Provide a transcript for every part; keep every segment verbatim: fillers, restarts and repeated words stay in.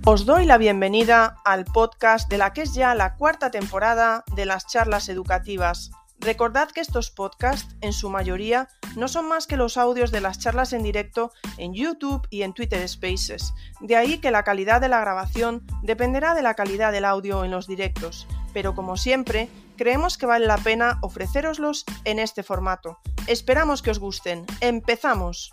Os doy la bienvenida al podcast de la que es ya la cuarta temporada de las charlas educativas. Recordad que estos podcasts, en su mayoría, no son más que los audios de las charlas en directo en YouTube y en Twitter Spaces. De ahí que la calidad de la grabación dependerá de la calidad del audio en los directos. Pero como siempre, creemos que vale la pena ofrecéroslos en este formato. Esperamos que os gusten. ¡Empezamos!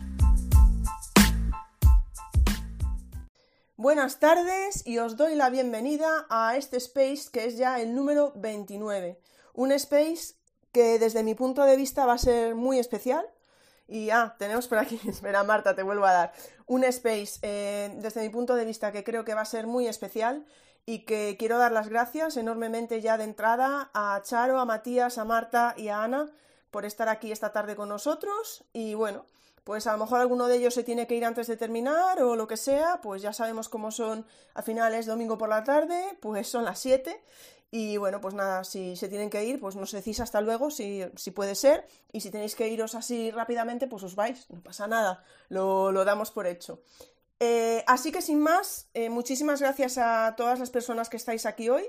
Buenas tardes y os doy la bienvenida a este space que es ya el número veintinueve. Un space que desde mi punto de vista va a ser muy especial. Y ah, tenemos por aquí, espera Marta, te vuelvo a dar. Un space eh, desde mi punto de vista que creo que va a ser muy especial y que quiero dar las gracias enormemente ya de entrada a Charo, a Matías, a Marta y a Ana por estar aquí esta tarde con nosotros. Y bueno, pues a lo mejor alguno de ellos se tiene que ir antes de terminar o lo que sea, pues ya sabemos cómo son, al final es domingo por la tarde, pues son las siete y bueno, pues nada, si se tienen que ir, pues nos decís hasta luego, si, si puede ser, y si tenéis que iros así rápidamente, pues os vais, no pasa nada, lo, lo damos por hecho. Eh, así que sin más, eh, muchísimas gracias a todas las personas que estáis aquí hoy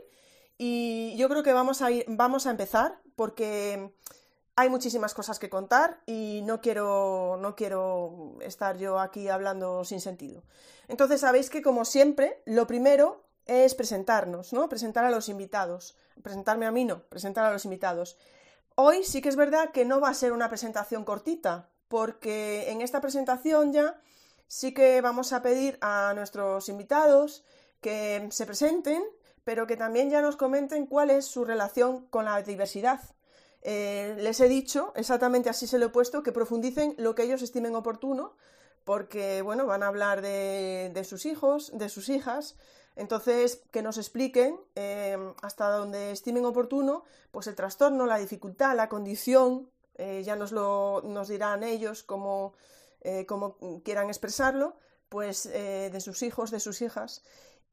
y yo creo que vamos a, ir, vamos a empezar porque hay muchísimas cosas que contar y no quiero, no quiero estar yo aquí hablando sin sentido. Entonces sabéis que como siempre, lo primero es presentarnos, ¿no? Presentar a los invitados. Presentarme a mí no, presentar a los invitados. Hoy sí que es verdad que no va a ser una presentación cortita, porque en esta presentación ya sí que vamos a pedir a nuestros invitados que se presenten, pero que también ya nos comenten cuál es su relación con la diversidad. Eh, les he dicho, exactamente así se lo he puesto, que profundicen lo que ellos estimen oportuno, porque bueno, van a hablar de, de sus hijos, de sus hijas, entonces que nos expliquen eh, hasta donde estimen oportuno, pues el trastorno, la dificultad, la condición, eh, ya nos lo nos dirán ellos cómo, eh, cómo quieran expresarlo, pues eh, de sus hijos, de sus hijas.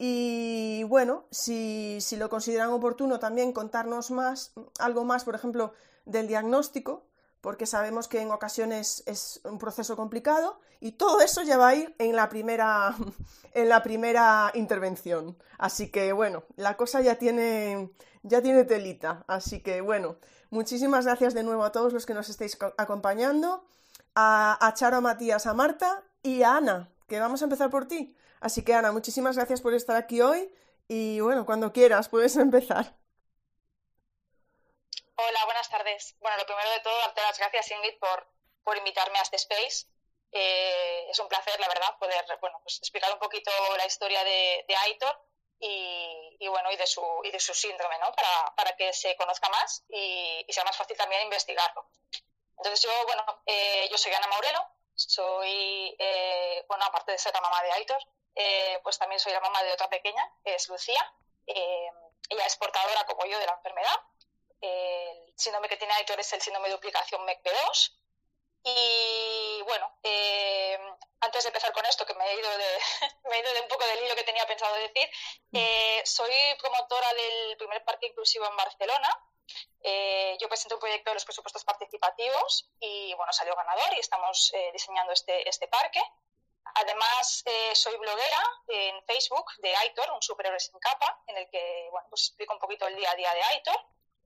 Y bueno, si, si lo consideran oportuno también contarnos más, algo más, por ejemplo, del diagnóstico, porque sabemos que en ocasiones es un proceso complicado y todo eso ya va a ir en la primera, en la primera intervención. Así que bueno, la cosa ya tiene, ya tiene telita. Así que bueno, muchísimas gracias de nuevo a todos los que nos estáis acompañando, a, a Charo, a Matías, a Marta y a Ana, que vamos a empezar por ti. Así que Ana, muchísimas gracias por estar aquí hoy y bueno, cuando quieras puedes empezar. Hola, buenas tardes. Bueno, lo primero de todo, darte las gracias, Ingrid, por, por invitarme a este space. Eh, es un placer, la verdad, poder bueno, pues explicar un poquito la historia de, de Aitor y, y, bueno, y, de su, y de su síndrome, ¿no? Para, para que se conozca más y, y sea más fácil también investigarlo. Entonces yo, bueno, eh, yo soy Ana Maurelo, soy, eh, bueno, aparte de ser la mamá de Aitor, Eh, pues también soy la mamá de otra pequeña, que es Lucía. Eh, ella es portadora, como yo, de la enfermedad. Eh, el síndrome que tiene Aitor es el síndrome de duplicación M E C P dos. Y bueno, eh, antes de empezar con esto, que me he ido de, me he ido de un poco del hilo que tenía pensado decir, eh, soy promotora del primer parque inclusivo en Barcelona. Eh, yo presenté un proyecto de los presupuestos participativos y bueno, salió ganador y estamos eh, diseñando este, este parque. Además, eh, soy bloguera en Facebook de Aitor, un superhéroe sin capa, en el que bueno, pues explico un poquito el día a día de Aitor.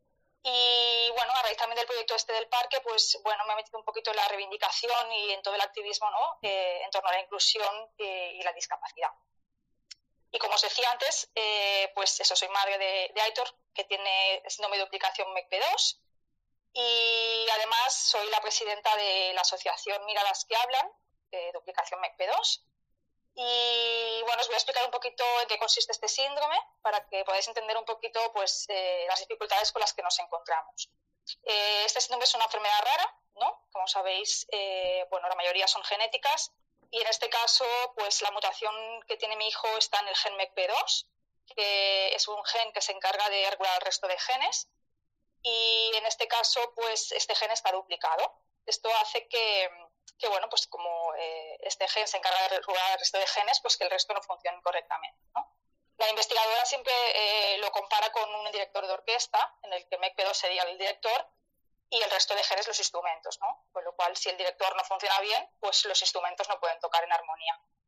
Y bueno, a raíz también del proyecto este del parque, pues bueno, me he metido un poquito en la reivindicación y en todo el activismo, ¿no? eh, en torno a la inclusión eh, y la discapacidad. Y como os decía antes, eh, pues eso, soy madre de, de Aitor, que tiene síndrome de duplicación M E C P dos. Y además soy la presidenta de la asociación Miradas que Hablan, de duplicación M E C P dos. Y bueno, os voy a explicar un poquito en qué consiste este síndrome para que podáis entender un poquito pues, eh, las dificultades con las que nos encontramos. Eh, este síndrome es una enfermedad rara, ¿no? Como sabéis, eh, bueno, la mayoría son genéticas y en este caso pues la mutación que tiene mi hijo está en el gen M E C P dos, que es un gen que se encarga de regular el resto de genes y en este caso pues este gen está duplicado. Esto hace que que bueno, pues como eh, este gen se encarga de regular el resto de genes, pues que el resto no funcione correctamente, ¿no? La investigadora siempre eh, lo compara con un director de orquesta, en el que M E C P dos sería el director y el resto de genes los instrumentos, ¿no? Con lo cual, si el director no funciona bien, pues los instrumentos no pueden tocar en armonía.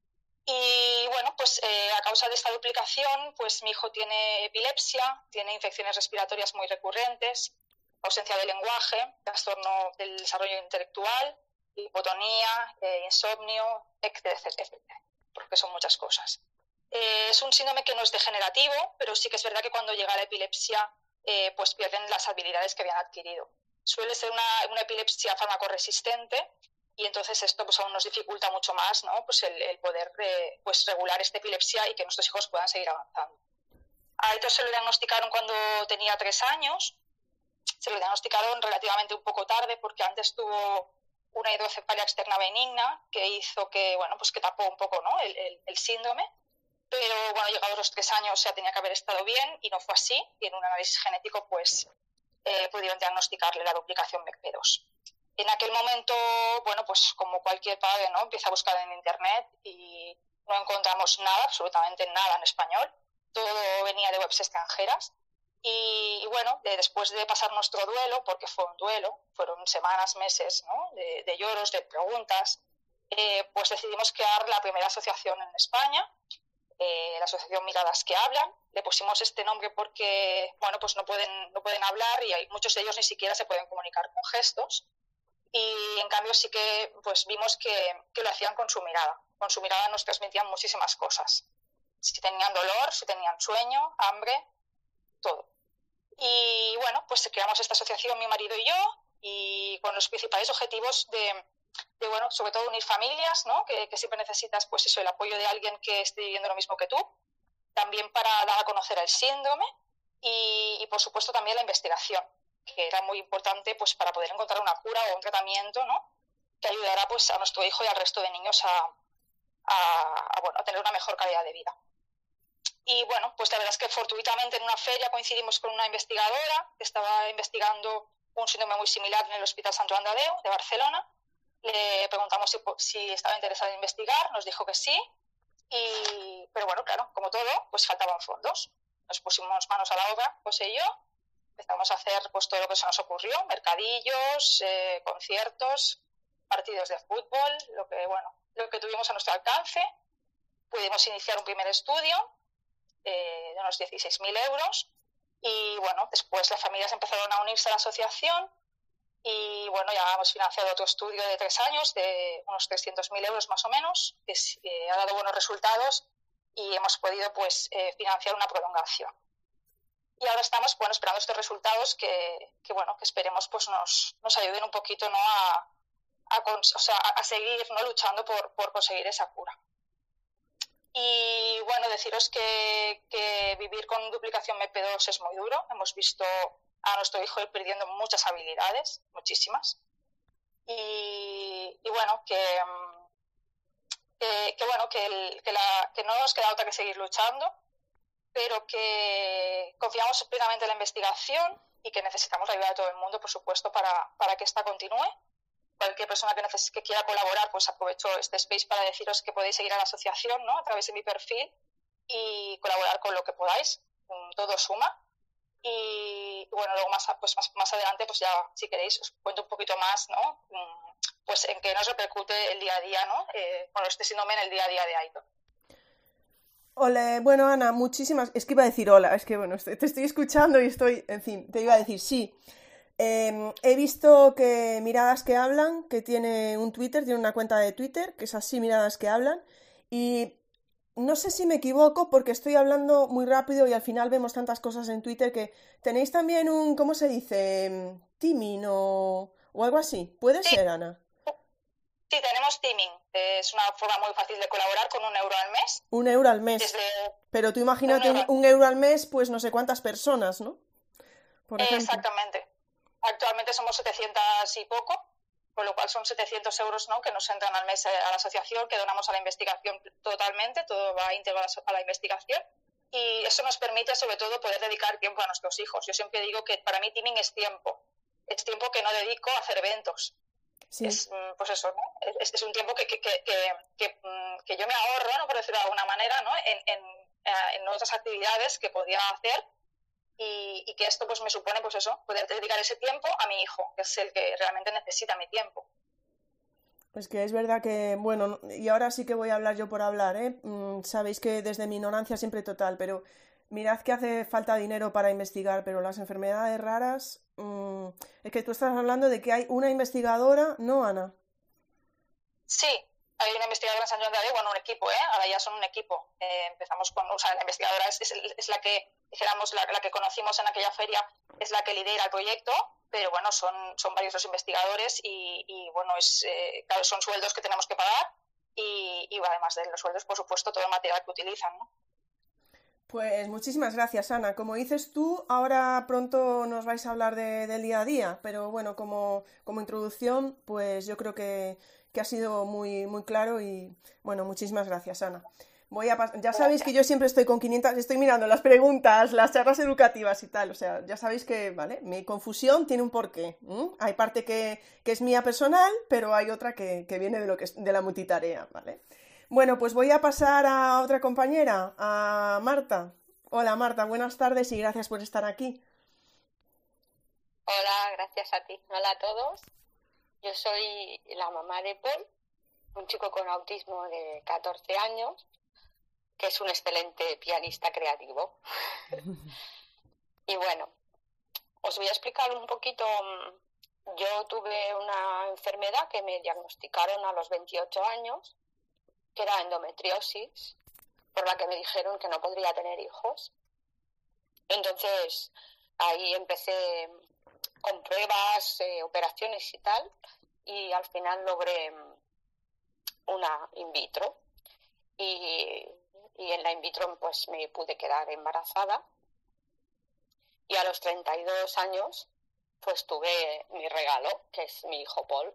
Y bueno, pues eh, a causa de esta duplicación, pues mi hijo tiene epilepsia, tiene infecciones respiratorias muy recurrentes, ausencia de lenguaje, trastorno del desarrollo intelectual, hipotonía, eh, insomnio, etcétera, etcétera, porque son muchas cosas. Eh, es un síndrome que no es degenerativo, pero sí que es verdad que cuando llega la epilepsia, eh, pues pierden las habilidades que habían adquirido. Suele ser una, una epilepsia farmacoresistente y entonces esto pues aún nos dificulta mucho más, ¿no? Pues el, el poder eh, pues regular esta epilepsia y que nuestros hijos puedan seguir avanzando. A Aitor se lo diagnosticaron cuando tenía tres años, se lo diagnosticaron relativamente un poco tarde porque antes tuvo una hidrocefalia externa benigna que hizo que, bueno, pues que tapó un poco, ¿no? el, el, el síndrome. Pero bueno, llegados los tres años ya tenía que haber estado bien y no fue así. Y en un análisis genético pues eh, pudieron diagnosticarle la duplicación M E C P dos. En aquel momento, bueno, pues como cualquier padre, ¿no? Empieza a buscar en internet y no encontramos nada, absolutamente nada en español. Todo venía de webs extranjeras. Y, y bueno, de, después de pasar nuestro duelo, porque fue un duelo, fueron semanas, meses, ¿no? de, de lloros, de preguntas, eh, pues decidimos crear la primera asociación en España. Eh, la asociación Miradas que Hablan. Le pusimos este nombre porque, bueno, pues no pueden, no pueden hablar y hay, muchos de ellos ni siquiera se pueden comunicar con gestos. Y en cambio sí que pues vimos que, que lo hacían con su mirada. Con su mirada nos transmitían muchísimas cosas. Si tenían dolor, si tenían sueño, hambre, todo. Y bueno, pues creamos esta asociación mi marido y yo y con los principales objetivos de de, bueno, sobre todo unir familias, ¿no? Que, que siempre necesitas, pues eso, el apoyo de alguien que esté viviendo lo mismo que tú, también para dar a conocer el síndrome y, y por supuesto, también la investigación, que era muy importante, pues, para poder encontrar una cura o un tratamiento, ¿no? Que ayudará, pues, a nuestro hijo y al resto de niños a, a, a, bueno, a tener una mejor calidad de vida. Y, bueno, pues la verdad es que fortuitamente en una feria coincidimos con una investigadora que estaba investigando un síndrome muy similar en el Hospital Sant Joan de Déu de Barcelona. Le preguntamos si, si estaba interesada en investigar, nos dijo que sí, y, pero bueno, claro, como todo, pues faltaban fondos. Nos pusimos manos a la obra, José y yo, empezamos a hacer pues todo lo que se nos ocurrió, mercadillos, eh, conciertos, partidos de fútbol, lo que, bueno, lo que tuvimos a nuestro alcance. Pudimos iniciar un primer estudio eh, de unos dieciséis mil euros y, bueno, después las familias empezaron a unirse a la asociación. Y bueno, ya hemos financiado otro estudio de tres años de unos trescientos mil euros más o menos, que eh, ha dado buenos resultados y hemos podido pues eh, financiar una prolongación. Y ahora estamos bueno, esperando estos resultados que, que bueno, que esperemos pues nos, nos ayuden un poquito, ¿no? a, a, o sea, a seguir, ¿no? luchando por, por conseguir esa cura. Y bueno, deciros que, que vivir con duplicación M E C P dos es muy duro. Hemos visto a nuestro hijo ir perdiendo muchas habilidades, muchísimas. Y, y bueno, que, que, que bueno, que, el, que, la, que no nos queda otra que seguir luchando, pero que confiamos plenamente en la investigación y que necesitamos la ayuda de todo el mundo, por supuesto, para, para que esta continúe. Cualquier persona que, neces- que quiera colaborar, pues aprovecho este space para deciros que podéis seguir a la asociación, ¿no? A través de mi perfil y colaborar con lo que podáis. Todo suma. Y bueno, luego más, pues más, más adelante, pues ya, si queréis, os cuento un poquito más, ¿no? Pues en qué nos repercute el día a día, ¿no? Eh, bueno, este síndrome en el día a día de Aitor. Hola, bueno, Ana, muchísimas... Es que iba a decir hola, es que bueno, te estoy escuchando y estoy... En fin, te iba a decir sí. Eh, he visto que Miradas que Hablan, que tiene un Twitter, tiene una cuenta de Twitter, que es así, Miradas que Hablan, y... No sé si me equivoco porque estoy hablando muy rápido y al final vemos tantas cosas en Twitter que tenéis también un, ¿cómo se dice? Teaming o, o algo así. ¿Puede Sí. ser, Ana? Sí, tenemos teaming. Es una forma muy fácil de colaborar con un euro al mes. Un euro al mes. Desde... Pero tú imagínate un euro... un euro al mes, pues no sé cuántas personas, ¿no? Por ejemplo. Exactamente. Actualmente somos setecientos y poco, con lo cual son setecientos euros, ¿no? Que nos entran al mes a la asociación, que donamos a la investigación totalmente, todo va íntegro a la investigación. Y eso nos permite, sobre todo, poder dedicar tiempo a nuestros hijos. Yo siempre digo que para mí teaming es tiempo. Es tiempo que no dedico a hacer eventos. Sí. Es, pues eso, ¿no? Es, es un tiempo que, que, que, que, que yo me ahorro, ¿no? Por decirlo de alguna manera, ¿no? En, en, en otras actividades que podía hacer. Y, y que esto pues me supone pues eso, poder dedicar ese tiempo a mi hijo, que es el que realmente necesita mi tiempo. Pues que es verdad que, bueno, y ahora sí que voy a hablar yo por hablar, ¿eh? Mm, sabéis que desde mi ignorancia siempre total, pero mirad que hace falta dinero para investigar, pero las enfermedades raras, mm, es que tú estás hablando de que hay una investigadora, ¿no, Ana? Sí, hay una investigadora en San Joan de Déu, bueno, un equipo, ¿eh? Ahora ya son un equipo. Eh, empezamos con, o sea, la investigadora es, es, es la que, dijéramos, la, la que conocimos en aquella feria, es la que lidera el proyecto, pero bueno, son, son varios los investigadores y, y bueno, es, eh, claro, son sueldos que tenemos que pagar y, y además de los sueldos, por supuesto, todo el material que utilizan, ¿no? Pues muchísimas gracias, Ana. Como dices tú, ahora pronto nos vais a hablar de- del día a día, pero bueno, como, como introducción, pues yo creo que, que ha sido muy, muy claro y bueno, muchísimas gracias, Ana. Voy a pas- ya sabéis que Gracias. yo siempre estoy con quinientas, estoy mirando las preguntas, las charlas educativas y tal, o sea, ya sabéis que, ¿vale? Mi confusión tiene un porqué. ¿M? Hay parte que, que es mía personal, pero hay otra que, que viene de lo que es de la multitarea, ¿vale? Bueno, pues voy a pasar a otra compañera, a Marta. Hola Marta, buenas tardes y gracias por estar aquí. Hola, gracias a ti. Hola a todos. Yo soy la mamá de Paul, un chico con autismo de catorce años, que es un excelente pianista creativo. Y bueno, os voy a explicar un poquito. Yo tuve una enfermedad que me diagnosticaron a los veintiocho años, que era endometriosis, por la que me dijeron que no podría tener hijos. Entonces, ahí empecé con pruebas, eh, operaciones y tal, y al final logré una in vitro. Y, y en la in vitro pues me pude quedar embarazada. Y a los treinta y dos años pues tuve mi regalo, que es mi hijo Paul.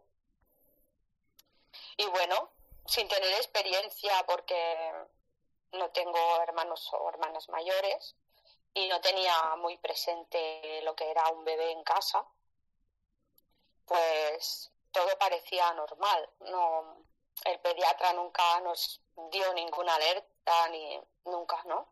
Y bueno, sin tener experiencia porque no tengo hermanos o hermanas mayores y no tenía muy presente lo que era un bebé en casa, pues todo parecía normal. No, el pediatra nunca nos dio ninguna alerta, ni nunca, ¿no?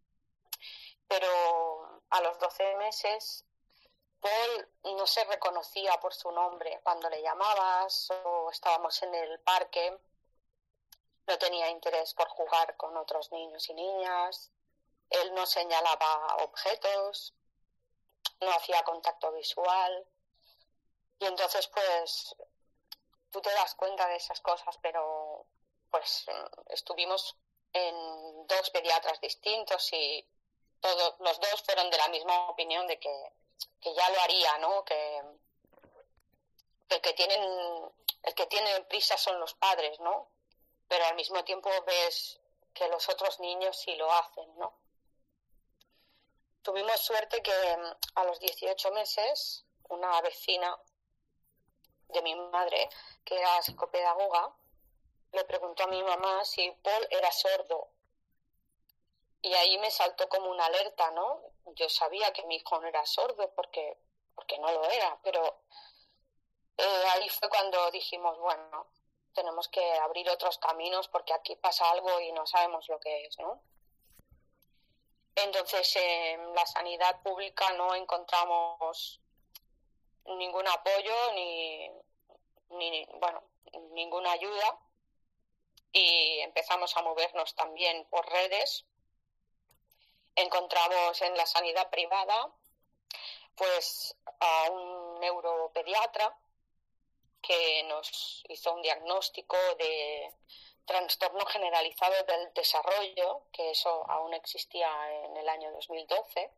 Pero a los doce meses, Paul no se reconocía por su nombre. Cuando le llamabas o estábamos en el parque, no tenía interés por jugar con otros niños y niñas. Él no señalaba objetos, no hacía contacto visual. Y entonces, pues, tú te das cuenta de esas cosas, pero pues estuvimos en dos pediatras distintos y todos los dos fueron de la misma opinión de que, que ya lo haría, ¿no? Que, que el que tienen el que tiene prisa son los padres, ¿no? Pero al mismo tiempo ves que los otros niños sí lo hacen, ¿no? Tuvimos suerte que a los dieciocho meses una vecina de mi madre, que era psicopedagoga, le preguntó a mi mamá si Paul era sordo. Y ahí me saltó como una alerta, ¿no? Yo sabía que mi hijo no era sordo porque, porque no lo era, pero eh, ahí fue cuando dijimos, bueno, tenemos que abrir otros caminos porque aquí pasa algo y no sabemos lo que es, ¿no? Entonces, en la sanidad pública no encontramos ningún apoyo ni, ni bueno, ninguna ayuda y empezamos a movernos también por redes. Encontramos en la sanidad privada pues a un neuropediatra que nos hizo un diagnóstico de trastorno generalizado del desarrollo, que eso aún existía en el año dos mil doce,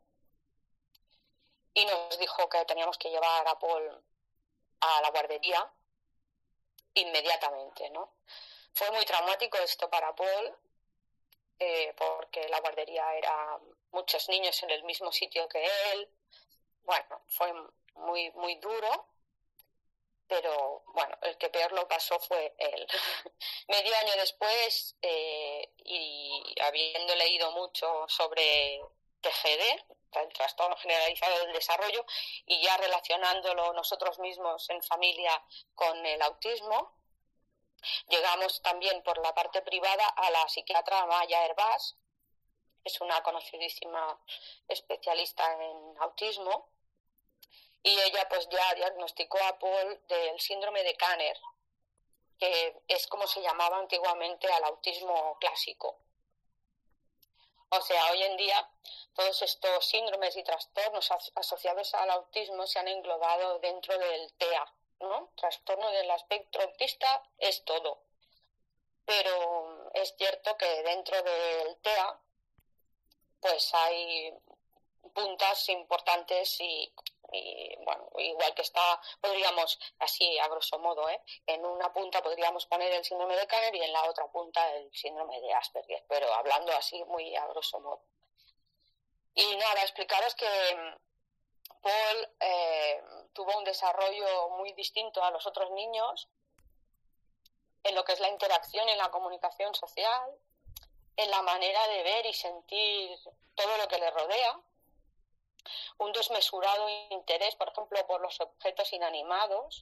y nos dijo que teníamos que llevar a Paul a la guardería inmediatamente, ¿no? Fue muy traumático esto para Paul, eh, porque la guardería era muchos niños en el mismo sitio que él. Bueno, fue muy, muy duro, pero bueno, el que peor lo pasó fue él. Medio año después, eh, y habiendo leído mucho sobre T G D, el trastorno generalizado del desarrollo, y ya relacionándolo nosotros mismos en familia con el autismo, llegamos también por la parte privada a la psiquiatra Maya Hervás, es una conocidísima especialista en autismo, y ella pues ya diagnosticó a Paul del síndrome de Kanner, que es como se llamaba antiguamente al autismo clásico. O sea, hoy en día todos estos síndromes y trastornos asociados al autismo se han englobado dentro del T E A, ¿no? Trastorno del espectro autista es todo. Pero es cierto que dentro del T E A pues hay puntas importantes y, y bueno, igual que está, podríamos, así a grosso modo, ¿eh? En una punta podríamos poner el síndrome de Kanner y en la otra punta el síndrome de Asperger, pero hablando así muy a grosso modo. Y nada, explicaros que Paul eh, tuvo un desarrollo muy distinto a los otros niños en lo que es la interacción y la comunicación social, en la manera de ver y sentir todo lo que le rodea, un desmesurado interés, por ejemplo, por los objetos inanimados.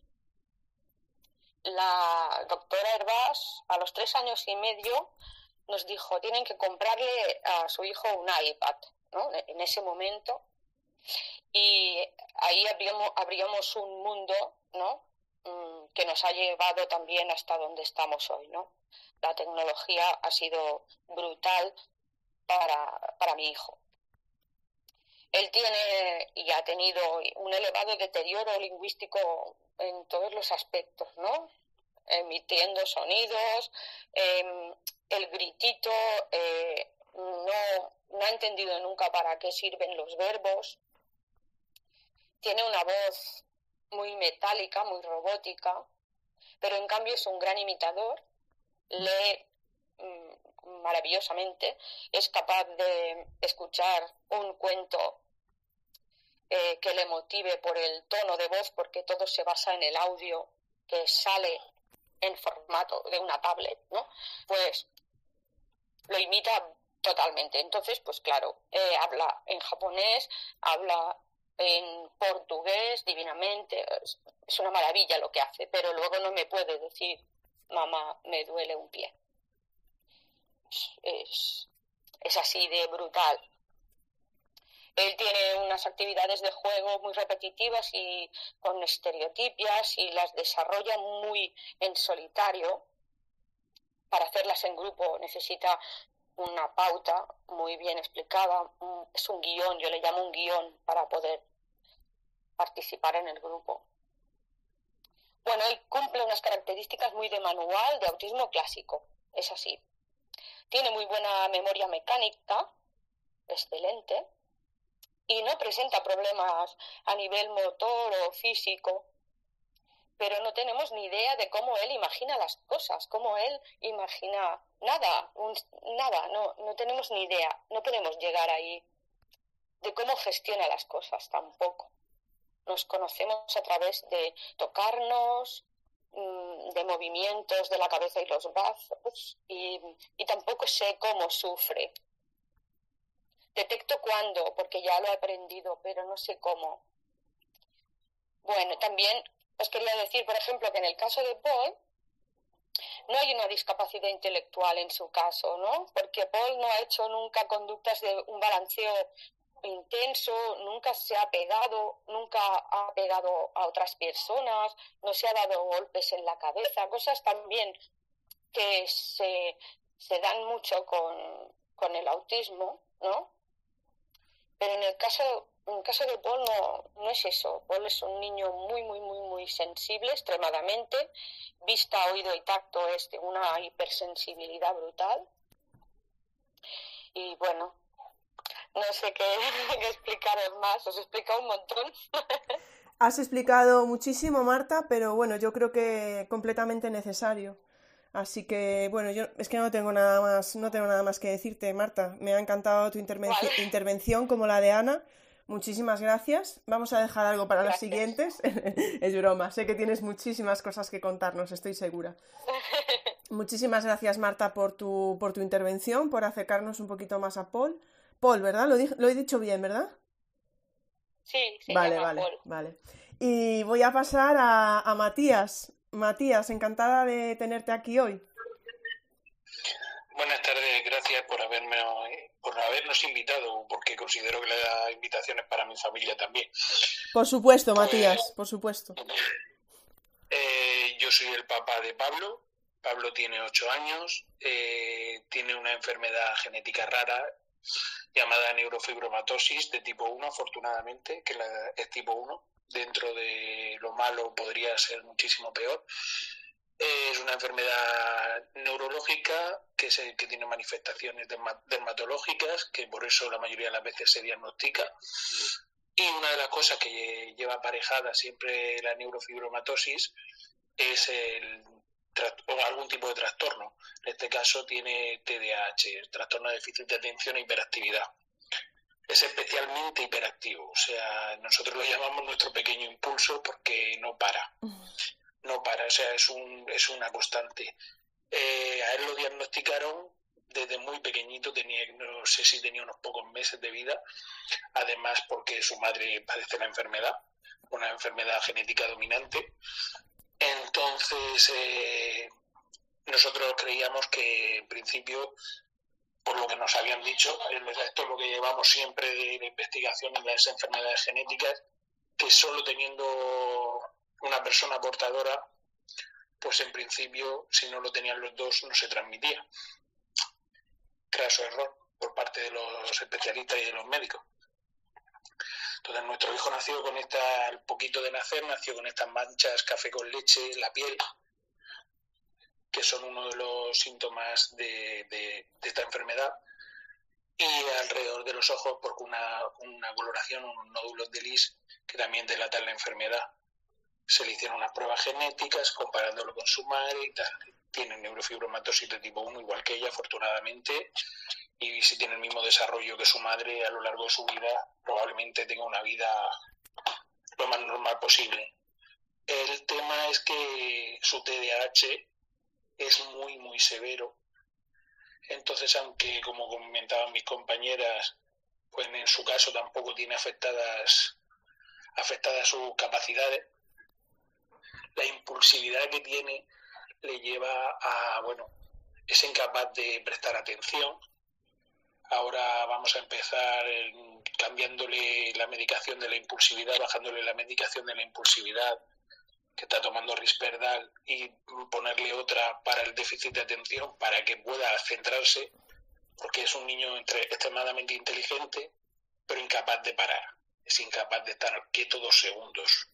La doctora Herbás, a los tres años y medio, nos dijo, tienen que comprarle a su hijo un iPad, ¿no? En ese momento. Y ahí abríamos, abríamos un mundo, ¿no? Que nos ha llevado también hasta donde estamos hoy, ¿no? La tecnología ha sido brutal para, para mi hijo. Él tiene y ha tenido un elevado deterioro lingüístico en todos los aspectos, ¿no? Emitiendo sonidos, eh, el gritito, eh, no, no ha entendido nunca para qué sirven los verbos. Tiene una voz muy metálica, muy robótica, pero en cambio es un gran imitador, lee mmm, maravillosamente, es capaz de escuchar un cuento eh, que le motive por el tono de voz, porque todo se basa en el audio que sale en formato de una tablet, ¿no? Pues lo imita totalmente. Entonces, pues claro, eh, habla en japonés, habla en portugués divinamente, es, es una maravilla lo que hace, pero luego no me puede decir, mamá, me duele un pie. Es, es, es así de brutal. Él tiene unas actividades de juego muy repetitivas y con estereotipias y las desarrolla muy en solitario. Para hacerlas en grupo necesita una pauta muy bien explicada, es un guión, yo le llamo un guión para poder participar en el grupo. Bueno, él cumple unas características muy de manual de autismo clásico, es así. Tiene muy buena memoria mecánica, excelente, y no presenta problemas a nivel motor o físico, pero no tenemos ni idea de cómo él imagina las cosas, cómo él imagina nada, un, nada, no, no tenemos ni idea, no podemos llegar ahí de cómo gestiona las cosas tampoco. Nos conocemos a través de tocarnos, de movimientos de la cabeza y los brazos, y, y tampoco sé cómo sufre. Detecto cuándo, porque ya lo he aprendido, pero no sé cómo. Bueno, también os quería decir, por ejemplo, que en el caso de Paul no hay una discapacidad intelectual en su caso, ¿no? Porque Paul no ha hecho nunca conductas de un balanceo intenso, nunca se ha pegado, nunca ha pegado a otras personas, no se ha dado golpes en la cabeza, cosas también que se, se dan mucho con, con el autismo, ¿no? Pero en el caso, en el caso de Paul no, no es eso. Paul es un niño muy, muy, muy, muy sensible, extremadamente. Vista, oído y tacto es de una hipersensibilidad brutal. Y bueno, no sé qué, qué explicaros más. Os he explicado un montón. Has explicado muchísimo, Marta, pero bueno, yo creo que completamente necesario. Así que, bueno, yo es que no tengo nada más, no tengo nada más que decirte, Marta. Me ha encantado tu intervenci- vale. intervención, como la de Ana. Muchísimas gracias. Vamos a dejar algo para gracias. Los siguientes. Es broma, sé que tienes muchísimas cosas que contarnos, estoy segura. Muchísimas gracias, Marta, por tu, por tu intervención, por acercarnos un poquito más a Paul. Paul, ¿verdad? Lo, di- lo he dicho bien, ¿verdad? Sí, se vale, llama vale, Paul. Vale. Y voy a pasar a, a Matías. Matías, encantada de tenerte aquí hoy. Buenas tardes, gracias por haberme, por habernos invitado, porque considero que la invitación es para mi familia también. Por supuesto, pues, Matías, por supuesto. Eh, yo soy el papá de Pablo, Pablo tiene ocho años, eh, tiene una enfermedad genética rara llamada neurofibromatosis de tipo uno, afortunadamente, que la, es tipo uno. Dentro de lo malo podría ser muchísimo peor. Eh, es una enfermedad neurológica que, se, que tiene manifestaciones dermatológicas, que por eso la mayoría de las veces se diagnostica. Y una de las cosas que lleva aparejada siempre la neurofibromatosis es el o algún tipo de trastorno. En este caso tiene T D A H, el trastorno de déficit de atención e hiperactividad. Es especialmente hiperactivo, o sea, nosotros lo llamamos nuestro pequeño impulso porque no para, no para, o sea, es, un, es una constante. Eh, a él lo diagnosticaron desde muy pequeñito, tenía, no sé si tenía unos pocos meses de vida, además porque su madre padece la enfermedad, una enfermedad genética dominante. Entonces, eh, nosotros creíamos que en principio, por lo que nos habían dicho, esto es lo que llevamos siempre de la investigación en las enfermedades genéticas, que solo teniendo una persona portadora, pues en principio, si no lo tenían los dos, no se transmitía. Craso error por parte de los especialistas y de los médicos. Entonces nuestro hijo nació con esta, al poquito de nacer, nació con estas manchas café con leche en la piel, que son uno de los síntomas de, de, de esta enfermedad, y alrededor de los ojos porque una, una coloración, unos nódulos de Lis que también delatan la enfermedad. Se le hicieron unas pruebas genéticas comparándolo con su madre y tal. Tiene neurofibromatosis de tipo uno igual que ella, afortunadamente, y si tiene el mismo desarrollo que su madre a lo largo de su vida, probablemente tenga una vida lo más normal posible. El tema es que su T D A H es muy, muy severo. Entonces, aunque, como comentaban mis compañeras, pues en su caso tampoco tiene afectadas, afectadas sus capacidades, la impulsividad que tiene le lleva a, bueno, es incapaz de prestar atención. Ahora vamos a empezar cambiándole la medicación de la impulsividad, bajándole la medicación de la impulsividad que está tomando Risperdal y ponerle otra para el déficit de atención para que pueda centrarse, porque es un niño entre, extremadamente inteligente, pero incapaz de parar, es incapaz de estar quieto dos segundos.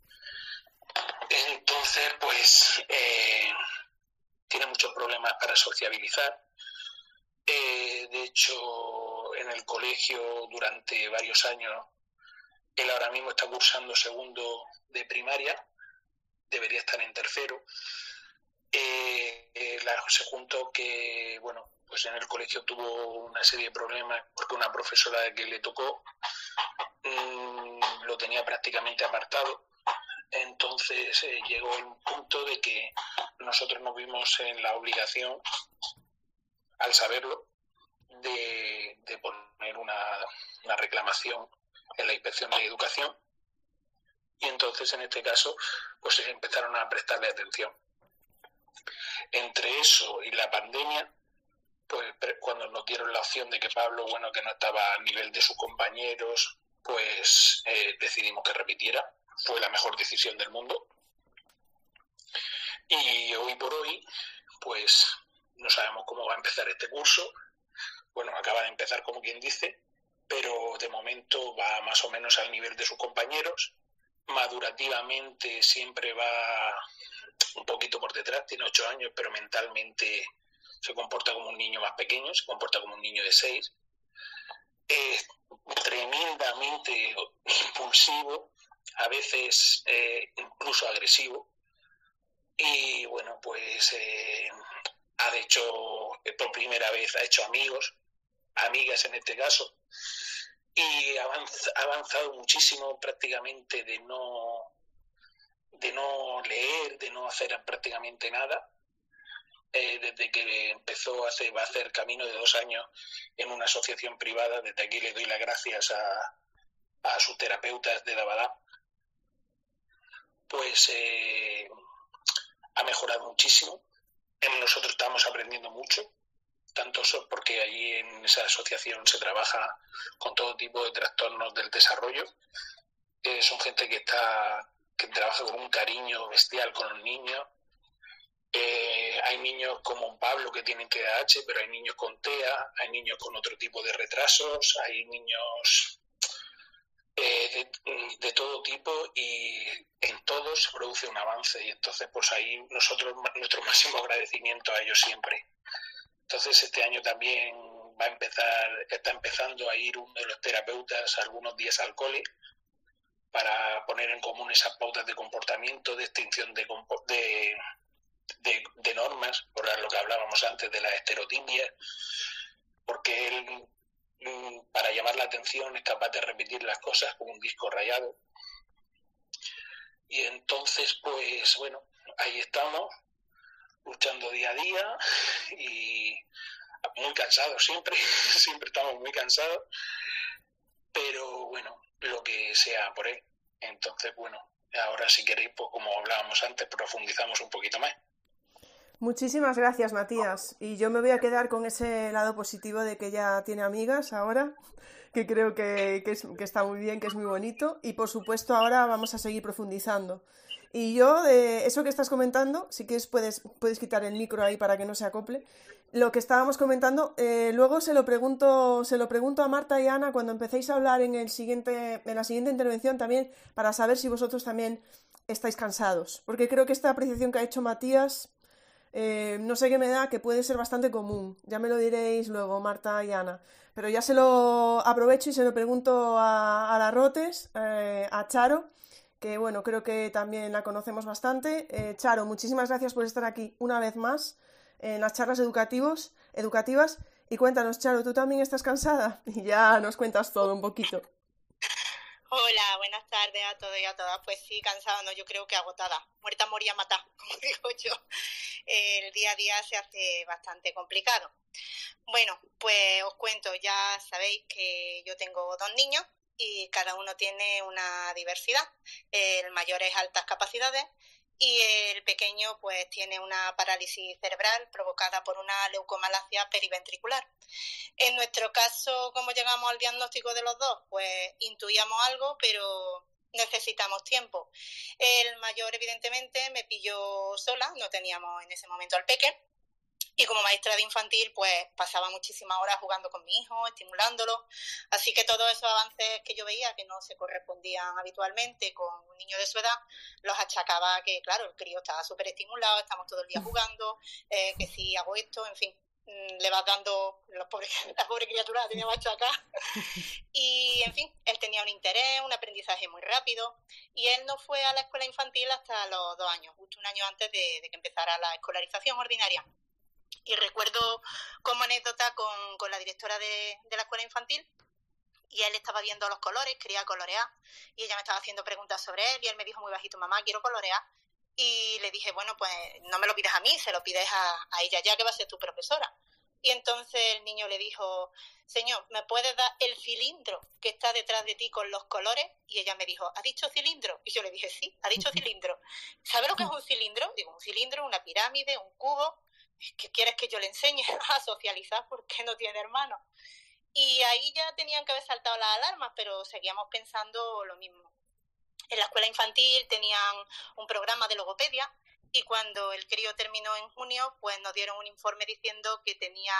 Entonces, pues, eh, tiene muchos problemas para sociabilizar. Eh, de hecho, en el colegio durante varios años, él ahora mismo está cursando segundo de primaria, debería estar en tercero. Eh, eh, la, se juntó que, bueno, pues en el colegio tuvo una serie de problemas porque una profesora que le tocó mmm, lo tenía prácticamente apartado. Entonces eh, llegó el punto de que nosotros nos vimos en la obligación, al saberlo, de, de poner una, una reclamación en la Inspección de Educación, y entonces en este caso pues empezaron a prestarle atención. Entre eso y la pandemia, pues cuando nos dieron la opción de que Pablo, bueno, que no estaba a nivel de sus compañeros, pues eh, decidimos que repitiera. Fue la mejor decisión del mundo. Y hoy por hoy, pues no sabemos cómo va a empezar este curso. Bueno, acaba de empezar como quien dice, pero de momento va más o menos al nivel de sus compañeros. Madurativamente siempre va un poquito por detrás, tiene ocho años, pero mentalmente se comporta como un niño más pequeño, se comporta como un niño de seis. Es tremendamente impulsivo, a veces eh, incluso agresivo, y bueno, pues eh, ha hecho, por primera vez ha hecho amigos, amigas en este caso, y ha avanzado muchísimo prácticamente de no, de no leer, de no hacer prácticamente nada. Eh, desde que empezó hace, va a hacer camino de dos años en una asociación privada, desde aquí le doy las gracias a, a sus terapeutas de Dabadá, pues eh, ha mejorado muchísimo. Nosotros estamos aprendiendo mucho, tanto porque allí en esa asociación se trabaja con todo tipo de trastornos del desarrollo. Eh, son gente que está que trabaja con un cariño bestial con los niños. Eh, hay niños como Pablo que tienen T D A H, pero hay niños con T E A, hay niños con otro tipo de retrasos, hay niños eh, de, de todo tipo, y en todos se produce un avance, y entonces pues ahí nosotros, nuestro máximo agradecimiento a ellos siempre. Entonces este año también va a empezar, está empezando a ir uno de los terapeutas algunos días al cole para poner en común esas pautas de comportamiento, de extinción de, de, de, de normas, por lo que hablábamos antes de la estereotipia, porque él, para llamar la atención, es capaz de repetir las cosas como un disco rayado. Y entonces, pues bueno, ahí estamos, luchando día a día y muy cansados siempre, siempre estamos muy cansados, pero bueno, lo que sea por él. Entonces, bueno, ahora si queréis, pues como hablábamos antes, profundizamos un poquito más. Muchísimas gracias, Matías. Y yo me voy a quedar con ese lado positivo de que ya tiene amigas ahora, que creo que, que, es, que está muy bien, que es muy bonito. Y por supuesto ahora vamos a seguir profundizando. Y yo, de eso que estás comentando, si quieres puedes, puedes quitar el micro ahí para que no se acople. Lo que estábamos comentando, eh, luego se lo pregunto, se lo pregunto a Marta y a Ana cuando empecéis a hablar en, el siguiente, en la siguiente intervención también, para saber si vosotros también estáis cansados. Porque creo que esta apreciación que ha hecho Matías, eh, no sé qué me da, que puede ser bastante común. Ya me lo diréis luego, Marta y Ana. Pero ya se lo aprovecho y se lo pregunto a, a la Rotes, eh, a Charo, que bueno, creo que también la conocemos bastante. Eh, Charo, muchísimas gracias por estar aquí una vez más en las charlas educativos, educativas. Y cuéntanos, Charo, ¿tú también estás cansada? Y ya nos cuentas todo un poquito. Hola, buenas tardes a todos y a todas. Pues sí, cansada, no, yo creo que agotada. Muerta, moría, matar, como digo yo. El día a día se hace bastante complicado. Bueno, pues os cuento, ya sabéis que yo tengo dos niños y cada uno tiene una diversidad. El mayor es altas capacidades y el pequeño pues tiene una parálisis cerebral provocada por una leucomalacia periventricular. En nuestro caso, ¿cómo llegamos al diagnóstico de los dos? Pues intuíamos algo, pero necesitamos tiempo. El mayor, evidentemente, me pilló sola, no teníamos en ese momento al peque. Y como maestra de infantil, pues pasaba muchísimas horas jugando con mi hijo, estimulándolo. Así que todos esos avances que yo veía que no se correspondían habitualmente con un niño de su edad, los achacaba a que, claro, el crío estaba súper estimulado, estamos todo el día jugando, eh, que si hago esto, en fin, le vas dando, los pobres, la pobre criatura la tenía machaca. Y, en fin, él tenía un interés, un aprendizaje muy rápido. Y él no fue a la escuela infantil hasta los dos años, justo un año antes de, de que empezara la escolarización ordinaria. Y recuerdo como anécdota con, con la directora de, de la escuela infantil, y él estaba viendo los colores, quería colorear, y ella me estaba haciendo preguntas sobre él, y él me dijo muy bajito, mamá, quiero colorear. Y le dije, bueno, pues no me lo pides a mí, se lo pides a, a ella ya, que va a ser tu profesora. Y entonces el niño le dijo, señor, ¿me puedes dar el cilindro que está detrás de ti con los colores? Y ella me dijo, ¿ha dicho cilindro? Y yo le dije, sí, ha dicho cilindro. ¿Sabe lo que es un cilindro? Digo, un cilindro, una pirámide, un cubo. ¿Qué quieres que yo le enseñe a socializar porque no tiene hermanos? Y ahí ya tenían que haber saltado las alarmas, pero seguíamos pensando lo mismo. En la escuela infantil tenían un programa de logopedia y cuando el crío terminó en junio, pues nos dieron un informe diciendo que tenía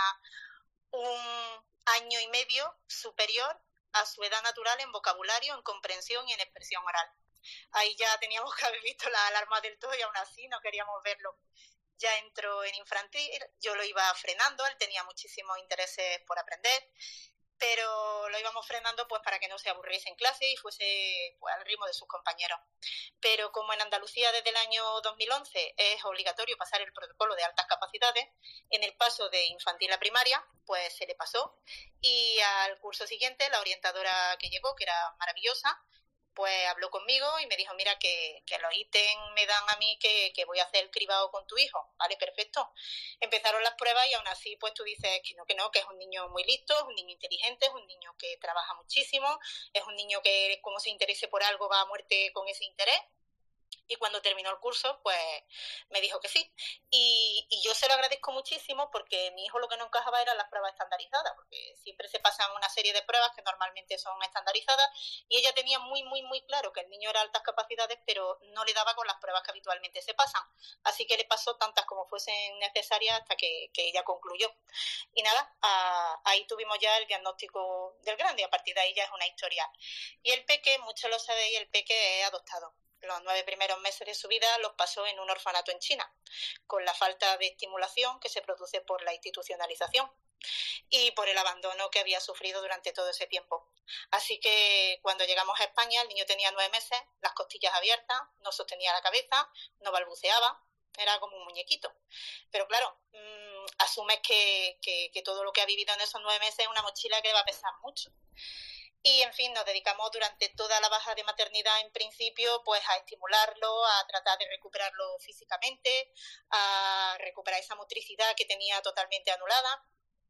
un año y medio superior a su edad natural en vocabulario, en comprensión y en expresión oral. Ahí ya teníamos que haber visto las alarmas del todo y aún así no queríamos verlo. Ya entró en infantil, yo lo iba frenando, él tenía muchísimos intereses por aprender, pero lo íbamos frenando pues para que no se aburriese en clase y fuese pues, al ritmo de sus compañeros. Pero como en Andalucía desde el año dos mil once es obligatorio pasar el protocolo de altas capacidades, en el paso de infantil a primaria pues se le pasó, y al curso siguiente la orientadora que llegó, que era maravillosa, pues habló conmigo y me dijo, mira, que, que los ítems me dan a mí que, que voy a hacer el cribado con tu hijo. Vale, perfecto. Empezaron las pruebas y aún así pues tú dices que no, que no, que es un niño muy listo, es un niño inteligente, es un niño que trabaja muchísimo, es un niño que como se interese por algo va a muerte con ese interés. Y cuando terminó el curso, pues me dijo que sí. Y, y yo se lo agradezco muchísimo porque mi hijo lo que no encajaba eran las pruebas estandarizadas, porque siempre se pasan una serie de pruebas que normalmente son estandarizadas, y ella tenía muy, muy, muy claro que el niño era de altas capacidades, pero no le daba con las pruebas que habitualmente se pasan. Así que le pasó tantas como fuesen necesarias hasta que, que ella concluyó. Y nada, a, ahí tuvimos ya el diagnóstico del grande, y a partir de ahí ya es una historia. Y el peque, muchos lo sabéis, el peque es adoptado. Los nueve primeros meses de su vida los pasó en un orfanato en China, con la falta de estimulación que se produce por la institucionalización y por el abandono que había sufrido durante todo ese tiempo. Así que cuando llegamos a España, el niño tenía nueve meses, las costillas abiertas, no sostenía la cabeza, no balbuceaba, era como un muñequito. Pero claro, mmm, asumes que, que, que todo lo que ha vivido en esos nueve meses es una mochila que le va a pesar mucho. Y, en fin, nos dedicamos durante toda la baja de maternidad, en principio, pues a estimularlo, a tratar de recuperarlo físicamente, a recuperar esa motricidad que tenía totalmente anulada.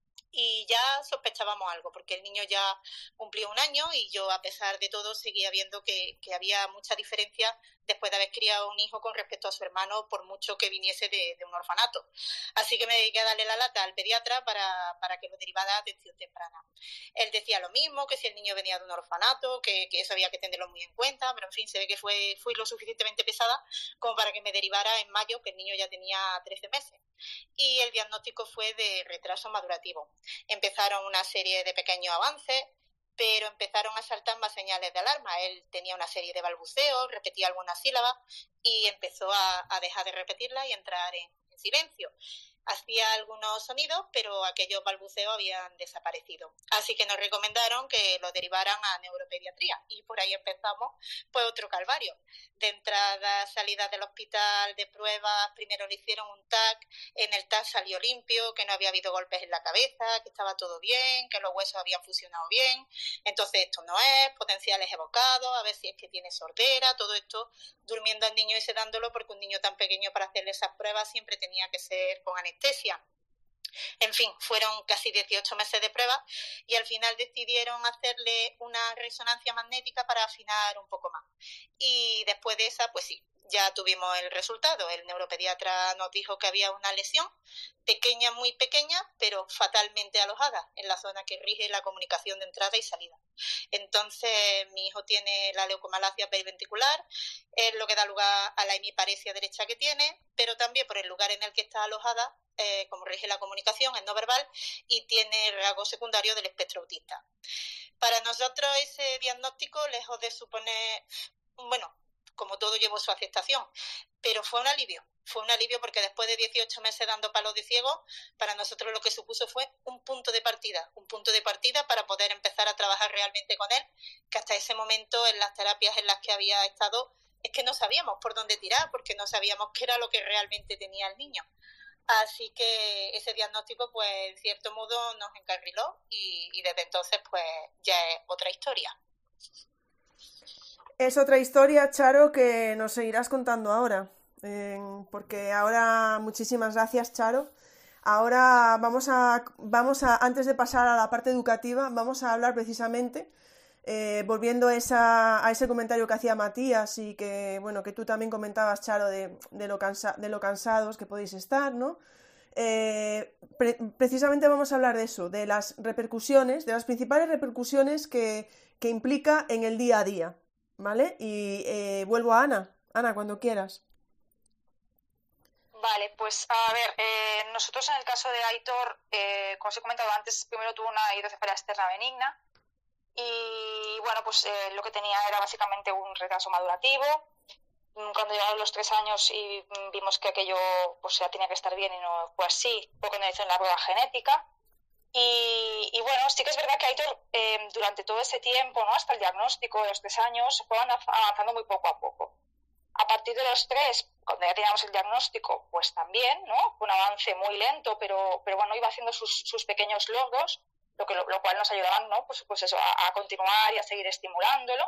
Y ya sospechábamos algo, porque el niño ya cumplió un año y yo, a pesar de todo, seguía viendo que, que había mucha diferencia después de haber criado un hijo con respecto a su hermano, por mucho que viniese de, de un orfanato. Así que me dediqué a darle la lata al pediatra para, para que lo derivara a atención temprana. Él decía lo mismo, que si el niño venía de un orfanato, que, que eso había que tenerlo muy en cuenta, pero en fin, se ve que fue, fui lo suficientemente pesada como para que me derivara en mayo, que el niño ya tenía trece meses. Y el diagnóstico fue de retraso madurativo. Empezaron una serie de pequeños avances, pero empezaron a saltar más señales de alarma. Él tenía una serie de balbuceos, repetía algunas sílabas y empezó a, a dejar de repetirlas y entrar en, en silencio. Hacía algunos sonidos, pero aquellos balbuceos habían desaparecido. Así que nos recomendaron que lo derivaran a neuropediatría y por ahí empezamos pues otro calvario. De entrada, salida del hospital, de pruebas, primero le hicieron un T A C, en el T A C salió limpio, que no había habido golpes en la cabeza, que estaba todo bien, que los huesos habían fusionado bien. Entonces esto no es, potenciales evocados, a ver si es que tiene sordera, todo esto durmiendo al niño y sedándolo, porque un niño tan pequeño para hacerle esas pruebas siempre tenía que ser con anestesia. En fin, fueron casi dieciocho meses de prueba y al final decidieron hacerle una resonancia magnética para afinar un poco más. Y después de esa, pues sí, ya tuvimos el resultado. El neuropediatra nos dijo que había una lesión pequeña, muy pequeña, pero fatalmente alojada en la zona que rige la comunicación de entrada y salida. Entonces, mi hijo tiene la leucomalacia periventricular, es lo que da lugar a la hemiparesia derecha que tiene, pero también por el lugar en el que está alojada, eh, como rige la comunicación, es no verbal y tiene rasgos secundarios del espectro autista. Para nosotros ese diagnóstico, lejos de suponer, bueno, como todo llevó su aceptación, pero fue un alivio, fue un alivio porque después de dieciocho meses dando palos de ciego, para nosotros lo que supuso fue un punto de partida, un punto de partida para poder empezar a trabajar realmente con él, que hasta ese momento en las terapias en las que había estado, es que no sabíamos por dónde tirar, porque no sabíamos qué era lo que realmente tenía el niño. Así que ese diagnóstico, pues en cierto modo nos encarriló y, y desde entonces, pues ya es otra historia. Es otra historia, Charo, que nos seguirás contando ahora, eh, porque ahora, muchísimas gracias, Charo. Ahora vamos a, vamos a, antes de pasar a la parte educativa, vamos a hablar precisamente, eh, volviendo a, esa, a ese comentario que hacía Matías y que, bueno, que tú también comentabas, Charo, de, de, lo, cansa, de lo cansados que podéis estar, ¿no? Eh, pre precisamente vamos a hablar de eso, de las repercusiones, de las principales repercusiones que, que implica en el día a día, ¿vale? Y eh, vuelvo a Ana. Ana, cuando quieras. Vale, pues a ver, eh, nosotros en el caso de Aitor, eh, como os he comentado antes, primero tuvo una hidrocefalia externa benigna y bueno, pues eh, lo que tenía era básicamente un retraso madurativo. Cuando llegaron los tres años y vimos que aquello pues ya tenía que estar bien y no fue así, fue cuando hizo la prueba genética. Y, y bueno, sí que es verdad que Aitor eh, durante todo ese tiempo, ¿no?, hasta el diagnóstico de los tres años, fue avanzando muy poco a poco. A partir de los tres, cuando ya teníamos el diagnóstico, pues también, ¿no?, fue un avance muy lento, pero, pero bueno, iba haciendo sus, sus pequeños logros, lo, que, lo, lo cual nos ayudaban, ¿no?, pues, pues eso, a, a continuar y a seguir estimulándolo.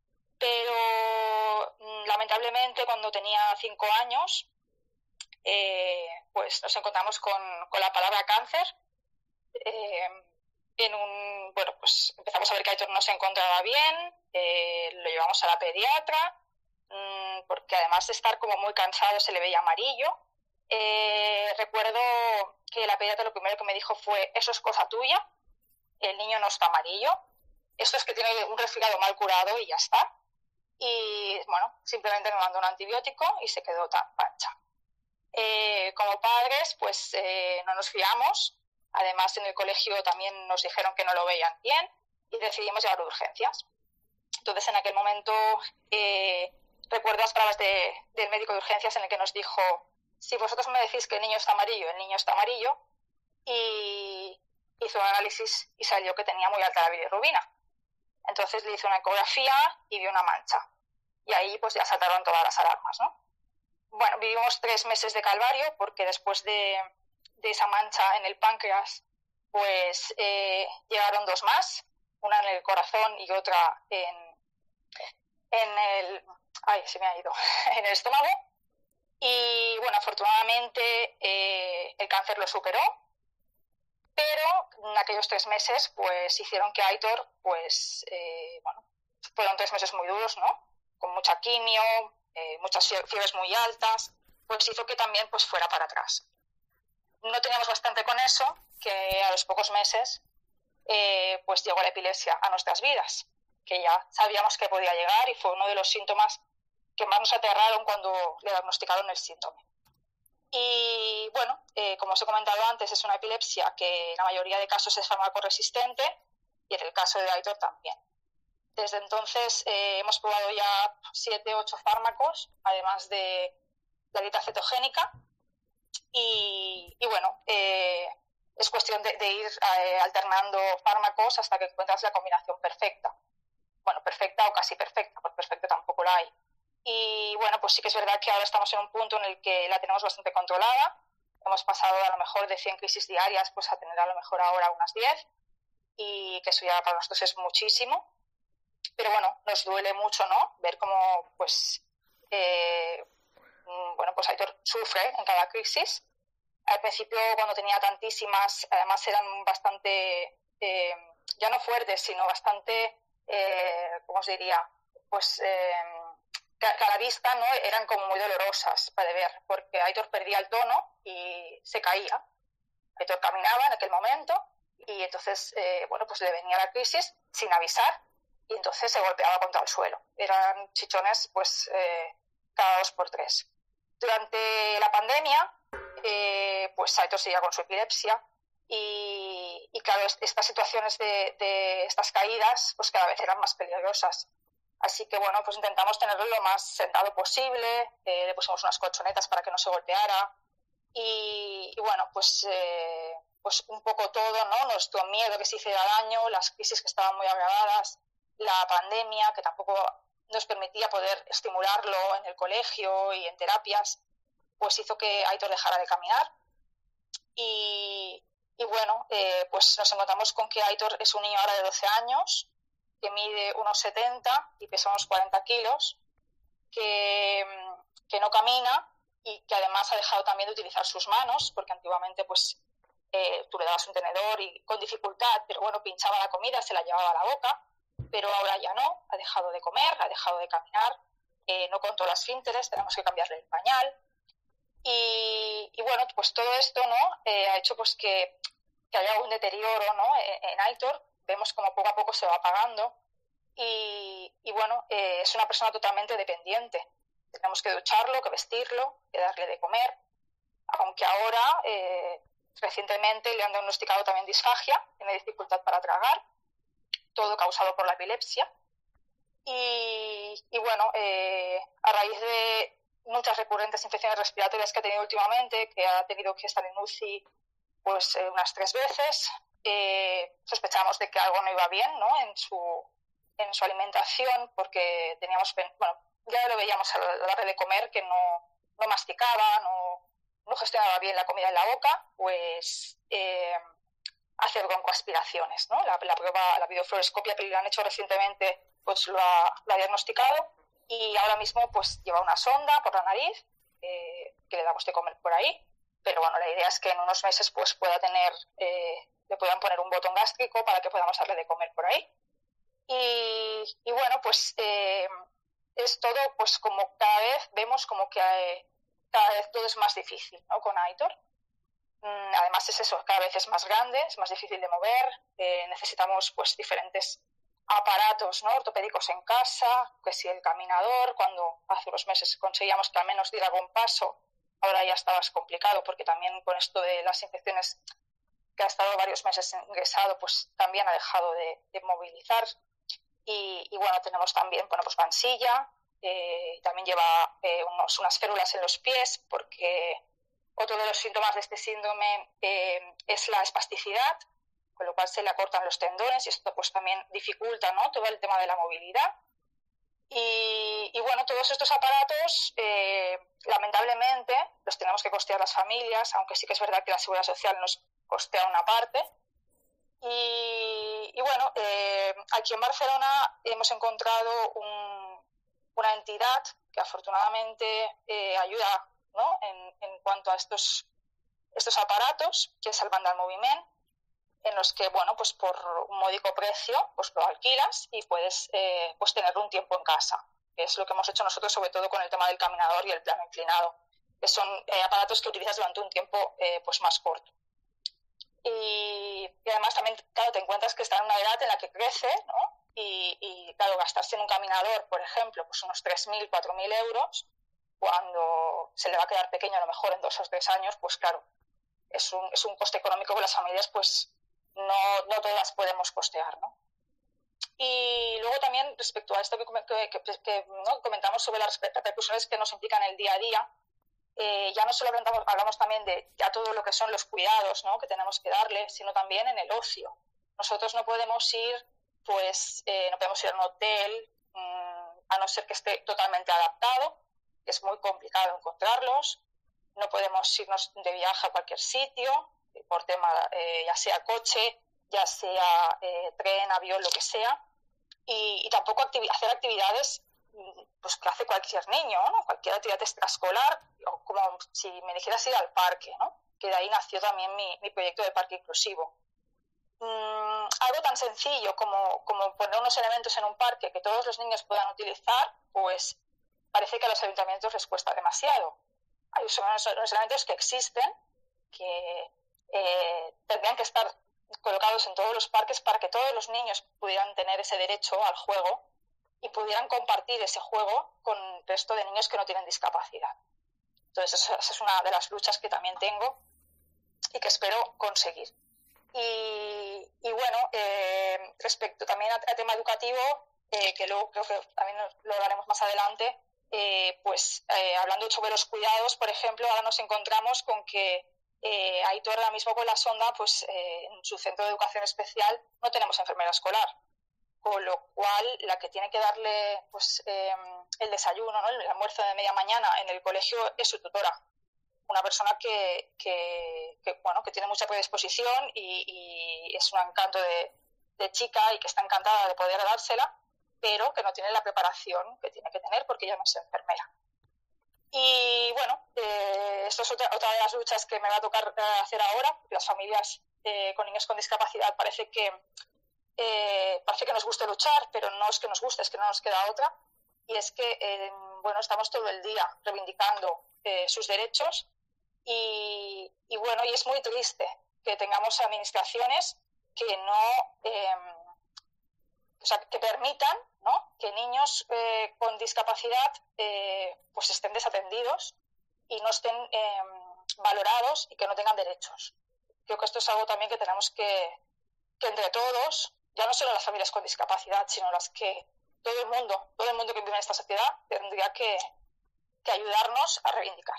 Pero lamentablemente cuando tenía cinco años, eh, pues nos encontramos con, con la palabra cáncer. Eh, en un, bueno, pues empezamos a ver que Aitor no se encontraba bien, eh, lo llevamos a la pediatra, mmm, porque además de estar como muy cansado se le veía amarillo. Eh, recuerdo que la pediatra lo primero que me dijo fue: eso es cosa tuya, el niño no está amarillo, esto es que tiene un resfriado mal curado y ya está. Y bueno, simplemente me mandó un antibiótico y se quedó tan pancha. Eh, como padres, pues eh, no nos fiamos. Además, en el colegio también nos dijeron que no lo veían bien y decidimos llevarlo de urgencias. Entonces, en aquel momento, eh, recuerdo las palabras de, del médico de urgencias en el que nos dijo: si vosotros me decís que el niño está amarillo, el niño está amarillo. Y hizo un análisis y salió que tenía muy alta la bilirrubina. Entonces le hizo una ecografía y vio una mancha. Y ahí pues ya saltaron todas las alarmas, ¿no? Bueno, vivimos tres meses de calvario porque después de, de esa mancha en el páncreas, pues eh, llegaron dos más, una en el corazón y otra en, en el... Ay, se me ha ido. en el estómago. Y bueno, afortunadamente eh, el cáncer lo superó, pero en aquellos tres meses pues hicieron que Aitor, pues, eh, bueno, fueron tres meses muy duros, ¿no? Con mucha quimio, eh, muchas fiebres muy altas, pues hizo que también pues fuera para atrás. No teníamos bastante con eso, que a los pocos meses eh, pues llegó la epilepsia a nuestras vidas, que ya sabíamos que podía llegar y fue uno de los síntomas que más nos aterraron cuando le diagnosticaron el síndrome. Y bueno, eh, como os he comentado antes, es una epilepsia que en la mayoría de casos es farmacoresistente y en el caso de Aitor también. Desde entonces eh, hemos probado ya siete, ocho fármacos, además de la dieta cetogénica. Y, y bueno, eh, es cuestión de, de ir eh, alternando fármacos hasta que encuentras la combinación perfecta. Bueno, perfecta o casi perfecta, porque perfecta tampoco la hay. Y bueno, pues sí que es verdad que ahora estamos en un punto en el que la tenemos bastante controlada. Hemos pasado a lo mejor de cien crisis diarias pues a tener a lo mejor ahora unas diez, y que eso ya para nosotros es muchísimo. Pero bueno, nos duele mucho, ¿no? Ver cómo pues, eh, bueno, pues Aitor sufre en cada crisis. Al principio, cuando tenía tantísimas, además eran bastante, eh, ya no fuertes, sino bastante, eh, ¿cómo os diría? Pues... Eh, que a la vista, ¿no? Eran como muy dolorosas para ver, porque Aitor perdía el tono y se caía. Aitor caminaba en aquel momento y entonces, eh, bueno, pues le venía la crisis sin avisar y entonces se golpeaba contra el suelo. Eran chichones, pues, eh, cada dos por tres. Durante la pandemia, eh, pues Aitor seguía con su epilepsia y, y claro, estas situaciones de, de estas caídas, pues cada vez eran más peligrosas. Así que, bueno, pues intentamos tenerlo lo más sentado posible, eh, le pusimos unas colchonetas para que no se golpeara y, y bueno, pues, eh, pues un poco todo, ¿no? Nuestro miedo que se hiciera daño, las crisis que estaban muy agravadas, la pandemia que tampoco nos permitía poder estimularlo en el colegio y en terapias, pues hizo que Aitor dejara de caminar. Y, y bueno, eh, pues nos encontramos con que Aitor es un niño ahora de doce años, que mide unos setenta y pesa unos cuarenta kilos, que, que no camina y que además ha dejado también de utilizar sus manos, porque antiguamente pues eh, tú le dabas un tenedor y con dificultad, pero bueno, pinchaba la comida, se la llevaba a la boca, pero ahora ya no, ha dejado de comer, ha dejado de caminar, eh, no controla las esfínteres, tenemos que cambiarle el pañal. Y, y bueno, pues todo esto, ¿no? Eh, ha hecho pues que, que haya un deterioro, ¿no? En, en Aitor. Vemos como poco a poco se va apagando y, y bueno, eh, es una persona totalmente dependiente. Tenemos que ducharlo, que vestirlo, que darle de comer, aunque ahora eh, recientemente le han diagnosticado también disfagia, tiene dificultad para tragar, todo causado por la epilepsia. Y, y bueno, eh, a raíz de muchas recurrentes infecciones respiratorias que ha tenido últimamente, que ha tenido que estar en U C I pues eh, unas tres veces, Eh, sospechamos de que algo no iba bien, ¿no? en su en su alimentación, porque teníamos, bueno, ya lo veíamos a la hora de comer, que no, no masticaba, no, no gestionaba bien la comida en la boca, pues eh, hacer broncoaspiraciones, ¿no? La, la prueba, la videofluoroscopia que le han hecho recientemente, pues lo ha, lo ha diagnosticado y ahora mismo pues lleva una sonda por la nariz eh, que le damos de comer por ahí, pero bueno, la idea es que en unos meses pues pueda tener eh, le puedan poner un botón gástrico para que podamos darle de comer por ahí. Y, y bueno, pues eh, es todo, pues como cada vez vemos como que eh, cada vez todo es más difícil, ¿no? Con Aitor. Mm, además es eso, cada vez es más grande, es más difícil de mover, eh, necesitamos pues diferentes aparatos, ¿no? Ortopédicos en casa, que si el caminador, cuando hace unos meses conseguíamos que al menos diera algún paso, ahora ya está más complicado porque también con esto de las infecciones que ha estado varios meses ingresado, pues también ha dejado de, de movilizar. Y, y bueno, tenemos también, bueno, pues va en silla, eh, también lleva eh, unos, unas férulas en los pies porque otro de los síntomas de este síndrome eh, es la espasticidad, con lo cual se le acortan los tendones y esto pues también dificulta, ¿no? Todo el tema de la movilidad. Y, y bueno, todos estos aparatos, eh, lamentablemente, los tenemos que costear las familias, aunque sí que es verdad que la Seguridad Social nos costea una parte. Y, y bueno, eh, aquí en Barcelona hemos encontrado un, una entidad que afortunadamente eh, ayuda, ¿no? en, en cuanto a estos, estos aparatos, que es el Bandal Moviment, en los que, bueno, pues por un módico precio, pues lo alquilas y puedes eh, pues tenerlo un tiempo en casa. Que es lo que hemos hecho nosotros, sobre todo con el tema del caminador y el plano inclinado, que son eh, aparatos que utilizas durante un tiempo eh, pues más corto. Y, y además también, claro, te encuentras que está en una edad en la que crece, ¿no? Y, y claro, gastarse en un caminador, por ejemplo, pues unos tres mil, cuatro mil euros, cuando se le va a quedar pequeño a lo mejor en dos o tres años, pues claro, es un, es un coste económico que las familias pues no, no todas podemos costear, ¿no? Y luego también respecto a esto que, que, que, que ¿no? comentamos sobre las repercusiones que nos implican el día a día, eh, ya no solo hablamos, hablamos también de ya todo lo que son los cuidados, ¿no? que tenemos que darle, sino también en el ocio. Nosotros no podemos ir, pues, eh, no podemos ir a un hotel, mmm, a no ser que esté totalmente adaptado, es muy complicado encontrarlos. No podemos irnos de viaje a cualquier sitio, por tema, eh, ya sea coche, ya sea eh, tren, avión, lo que sea, y, y tampoco activi- hacer actividades pues que hace cualquier niño, ¿no? Cualquier actividad extraescolar, o como si me dijeras ir al parque, ¿no? Que de ahí nació también mi, mi proyecto de parque inclusivo. Mm, algo tan sencillo como, como poner unos elementos en un parque que todos los niños puedan utilizar, pues parece que a los ayuntamientos les cuesta demasiado. Hay unos, unos elementos que existen, que eh, tendrían que estar colocados en todos los parques para que todos los niños pudieran tener ese derecho al juego y pudieran compartir ese juego con el resto de niños que no tienen discapacidad. Entonces, esa es una de las luchas que también tengo y que espero conseguir. Y, y bueno, eh, respecto también al tema educativo, eh, que luego creo que también lo hablaremos más adelante, eh, pues eh, hablando sobre los cuidados, por ejemplo, ahora nos encontramos con que eh, Aitor ahora mismo con la sonda, pues eh, en su centro de educación especial no tenemos enfermera escolar, con lo cual la que tiene que darle pues eh, el desayuno, ¿no? El almuerzo de media mañana en el colegio es su tutora, una persona que, que, que bueno que tiene mucha predisposición y, y es un encanto de, de chica y que está encantada de poder dársela, pero que no tiene la preparación que tiene que tener porque ella no es enfermera. Y bueno, eh, esto es otra, otra de las luchas que me va a tocar hacer ahora, porque las familias eh, con niños con discapacidad parece que eh, parece que nos guste luchar, pero no es que nos guste, es que no nos queda otra. Y es que eh, bueno, estamos todo el día reivindicando eh, sus derechos y, y bueno, y es muy triste que tengamos administraciones que no eh, o sea, que permitan, ¿no? que niños eh, con discapacidad eh, pues estén desatendidos y no estén eh, valorados y que no tengan derechos. Creo que esto es algo también que tenemos que, que entre todos, ya no solo las familias con discapacidad, sino las que todo el mundo, todo el mundo que vive en esta sociedad tendría que, que ayudarnos a reivindicar.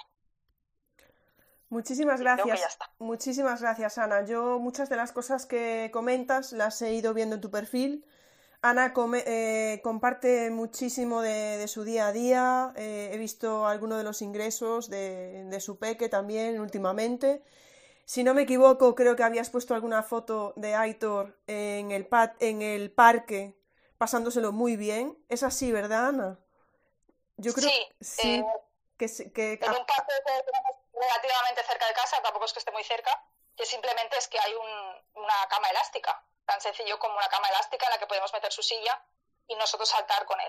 Muchísimas gracias. Muchísimas gracias, Ana. Yo muchas de las cosas que comentas las he ido viendo en tu perfil. Ana come, eh, comparte muchísimo de, de su día a día, eh, he visto algunos de los ingresos de, de su peque también últimamente. Si no me equivoco, creo que habías puesto alguna foto de Aitor en el, pat, en el parque, pasándoselo muy bien. Es así, ¿verdad, Ana? Yo creo sí, sí, eh, que, que en un parque que tenemos relativamente cerca de casa, tampoco es que esté muy cerca, que simplemente es que hay un, una cama elástica. Tan sencillo como una cama elástica en la que podemos meter su silla y nosotros saltar con él.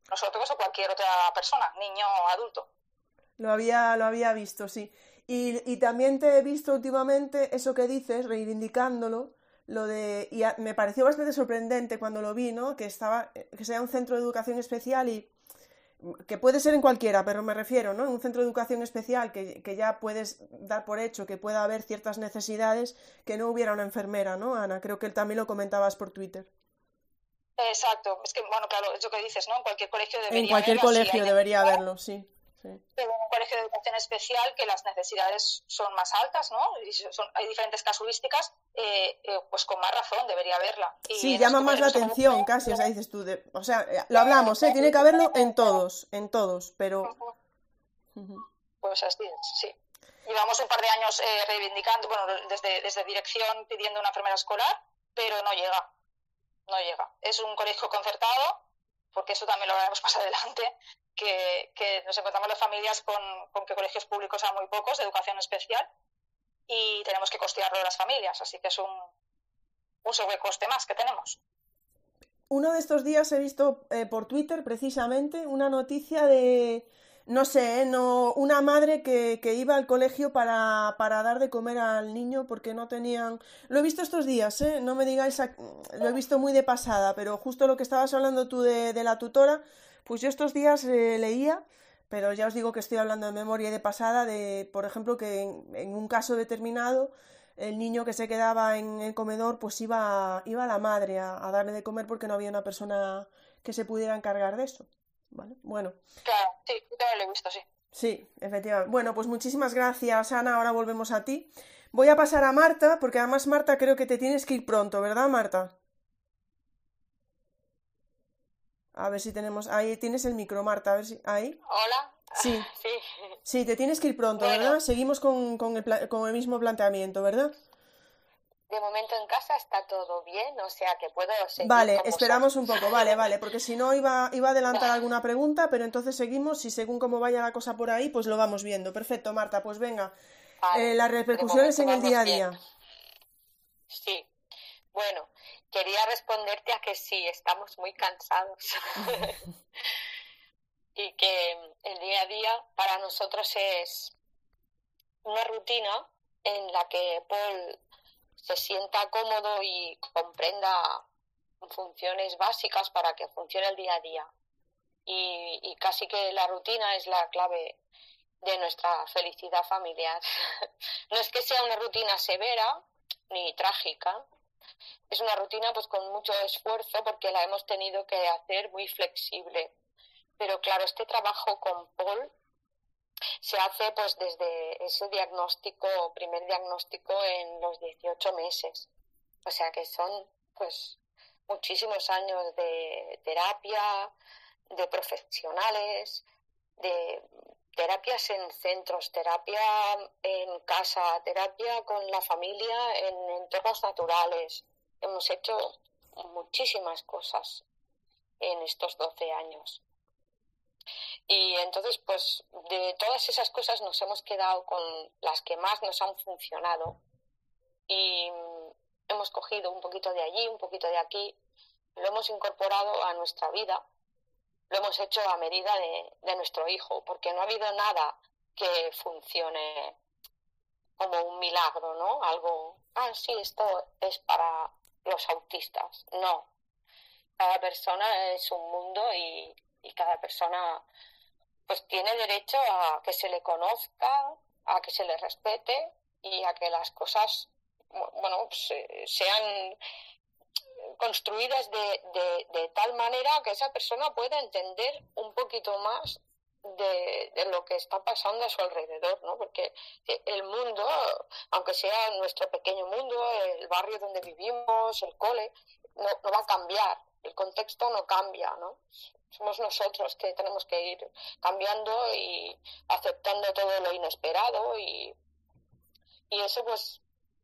nosotros o cualquier otra persona, niño o adulto. Lo había, lo había visto, sí. Y, y también te he visto últimamente eso que dices, reivindicándolo, lo de, y a, me pareció bastante sorprendente cuando lo vi, ¿no? Que estaba, que sea un centro de educación especial y que puede ser en cualquiera, pero me refiero, ¿no? En un centro de educación especial que, que ya puedes dar por hecho que pueda haber ciertas necesidades que no hubiera una enfermera, ¿no, Ana? Creo que también lo comentabas por Twitter. Exacto, es que, bueno, claro, es lo que dices, ¿no? En cualquier colegio debería En cualquier haberlo, colegio si debería haberlo, sí. Sí. Pero en un colegio de educación especial que las necesidades son más altas, ¿no? Y son, hay diferentes casuísticas, eh, eh, pues con más razón debería haberla. Y sí, llama este, más la atención, colegio, casi, o sea, dices tú, de, o sea, lo hablamos, ¿eh? Tiene que haberlo en todos, en todos, pero... Uh-huh. Pues así es, sí. Llevamos un par de años eh, reivindicando, bueno, desde, desde dirección pidiendo una enfermera escolar, pero no llega, no llega. Es un colegio concertado, porque eso también lo veremos más adelante, que, que nos encontramos las familias con, con que colegios públicos hay muy pocos de educación especial y tenemos que costearlo a las familias, así que es un, un sobrecoste más que tenemos. Uno de estos días he visto eh, por Twitter precisamente una noticia de, no sé, ¿eh? no, una madre que, que iba al colegio para, para dar de comer al niño porque no tenían... Lo he visto estos días, ¿eh? No me digáis, a... lo he visto muy de pasada, pero justo lo que estabas hablando tú de, de la tutora, pues yo estos días eh, leía, pero ya os digo que estoy hablando de memoria y de pasada, de, por ejemplo, que en, en un caso determinado el niño que se quedaba en el comedor, pues iba, iba la madre a, a darle de comer porque no había una persona que se pudiera encargar de eso. ¿Vale? Bueno. Claro, sí, yo también lo he visto, sí. Sí, efectivamente. Bueno, pues muchísimas gracias, Ana. Ahora volvemos a ti. Voy a pasar a Marta, porque además, Marta, creo que te tienes que ir pronto, ¿verdad, Marta? A ver si tenemos... Ahí tienes el micro, Marta, a ver si... Ahí. Hola. Sí. Sí. Sí, te tienes que ir pronto, bueno. ¿verdad? Seguimos con, con, el pla... con el mismo planteamiento, ¿verdad? De momento en casa está todo bien, o sea que puedo seguir. Vale, con esperamos vosotros. un poco, vale, vale, porque si no iba, iba a adelantar alguna pregunta, pero entonces seguimos y según cómo vaya la cosa por ahí, pues lo vamos viendo. Perfecto, Marta, pues venga. Vale, eh, las repercusiones en el día a día. Bien. Sí, bueno, quería responderte a que sí, estamos muy cansados. Y que el día a día para nosotros es una rutina en la que Paul se sienta cómodo y comprenda funciones básicas para que funcione el día a día. Y, y casi que la rutina es la clave de nuestra felicidad familiar. No es que sea una rutina severa ni trágica, es una rutina pues con mucho esfuerzo porque la hemos tenido que hacer muy flexible. Pero claro, este trabajo con Paul se hace pues desde ese diagnóstico, primer diagnóstico en los dieciocho meses. O sea que son pues muchísimos años de terapia, de profesionales, de terapias en centros, terapia en casa, terapia con la familia en entornos naturales. Hemos hecho muchísimas cosas en estos doce años. Y entonces, pues, de todas esas cosas nos hemos quedado con las que más nos han funcionado y hemos cogido un poquito de allí, un poquito de aquí, lo hemos incorporado a nuestra vida, lo hemos hecho a medida de, de nuestro hijo, porque no ha habido nada que funcione como un milagro, ¿no? Algo, ah, sí, esto es para los autistas. No, cada persona es un mundo y, y cada persona pues tiene derecho a que se le conozca, a que se le respete y a que las cosas, bueno, pues, sean construidas de, de, de tal manera que esa persona pueda entender un poquito más de, de lo que está pasando a su alrededor, ¿no? Porque el mundo, aunque sea nuestro pequeño mundo, el barrio donde vivimos, el cole, no, no va a cambiar, el contexto no cambia, ¿no? Somos nosotros que tenemos que ir cambiando y aceptando todo lo inesperado y, y eso pues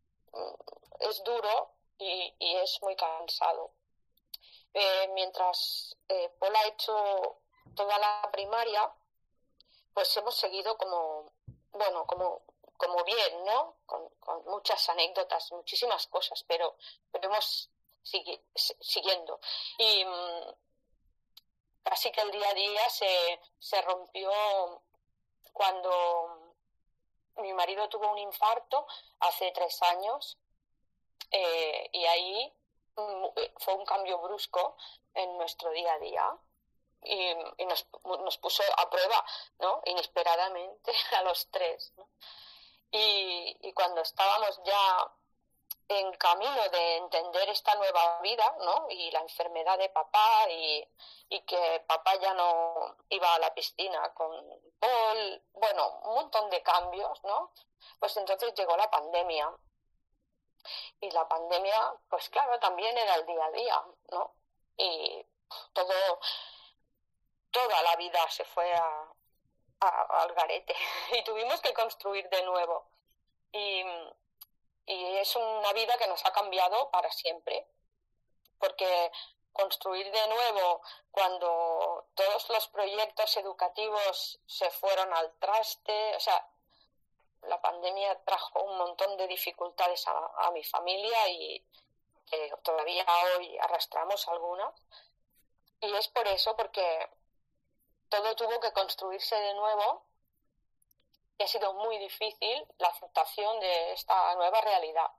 es duro y, y es muy cansado. Eh, mientras eh, Paul ha hecho toda la primaria, pues hemos seguido como, bueno, como, como bien, ¿no? Con, con muchas anécdotas, muchísimas cosas, pero, pero hemos sigui, siguiendo. Y casi que el día a día se, se rompió cuando mi marido tuvo un infarto hace tres años eh, y ahí fue un cambio brusco en nuestro día a día y, y nos, nos puso a prueba, ¿no? Inesperadamente a los tres, ¿no? Y, y cuando estábamos ya en camino de entender esta nueva vida, ¿no? Y la enfermedad de papá y, y que papá ya no iba a la piscina con Paul, bueno, un montón de cambios, ¿no? Pues entonces llegó la pandemia. Y la pandemia, pues claro, también era el día a día, ¿no? Y todo, toda la vida se fue a, a, al garete y tuvimos que construir de nuevo. Y, y es una vida que nos ha cambiado para siempre, porque construir de nuevo cuando todos los proyectos educativos se fueron al traste, o sea, la pandemia trajo un montón de dificultades a, a mi familia y que todavía hoy arrastramos algunas. Y es por eso, porque todo tuvo que construirse de nuevo y ha sido muy difícil la aceptación de esta nueva realidad.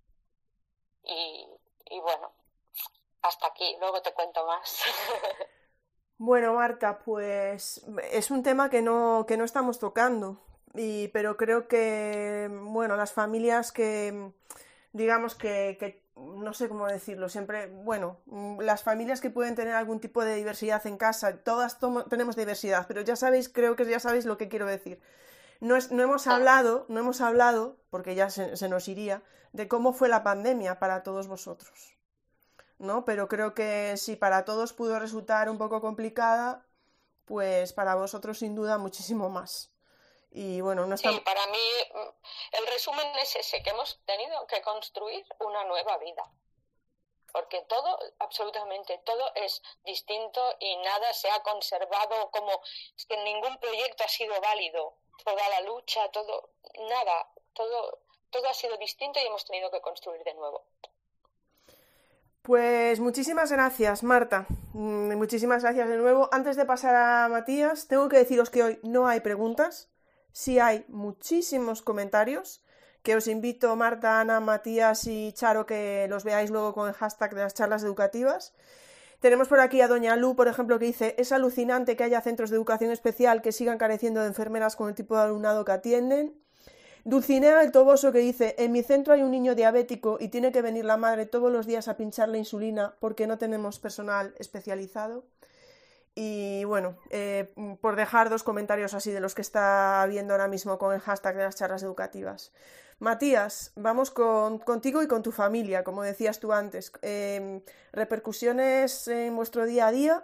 Y, y bueno, hasta aquí, luego te cuento más. Bueno, Marta, pues es un tema que no, que no estamos tocando. Y, pero creo que, bueno, las familias que, digamos que, que, no sé cómo decirlo, siempre, bueno, las familias que pueden tener algún tipo de diversidad en casa, todas tomo, tenemos diversidad, pero ya sabéis, creo que ya sabéis lo que quiero decir. No, es, no hemos hablado, no hemos hablado, porque ya se, se nos iría, de cómo fue la pandemia para todos vosotros, ¿no? Pero creo que si para todos pudo resultar un poco complicada, pues para vosotros sin duda muchísimo más. Y bueno, no está... Sí, para mí el resumen es ese, que hemos tenido que construir una nueva vida. Porque todo, absolutamente todo es distinto y nada se ha conservado como... Es que ningún proyecto ha sido válido. Toda la lucha, todo... Nada, todo, todo ha sido distinto y hemos tenido que construir de nuevo. Pues muchísimas gracias, Marta. Muchísimas gracias de nuevo. Antes de pasar a Matías, tengo que deciros que hoy no hay preguntas. Sí hay muchísimos comentarios, que os invito, Marta, Ana, Matías y Charo, que los veáis luego con el hashtag de las charlas educativas. Tenemos por aquí a Doña Lu, por ejemplo, que dice: es alucinante que haya centros de educación especial que sigan careciendo de enfermeras con el tipo de alumnado que atienden. Dulcinea el Toboso, que dice: en mi centro hay un niño diabético y tiene que venir la madre todos los días a pincharle insulina porque no tenemos personal especializado. Y bueno, eh, por dejar dos comentarios así de los que está viendo ahora mismo con el hashtag de las charlas educativas. Matías, vamos con, contigo y con tu familia, como decías tú antes. Eh, ¿Repercusiones en vuestro día a día?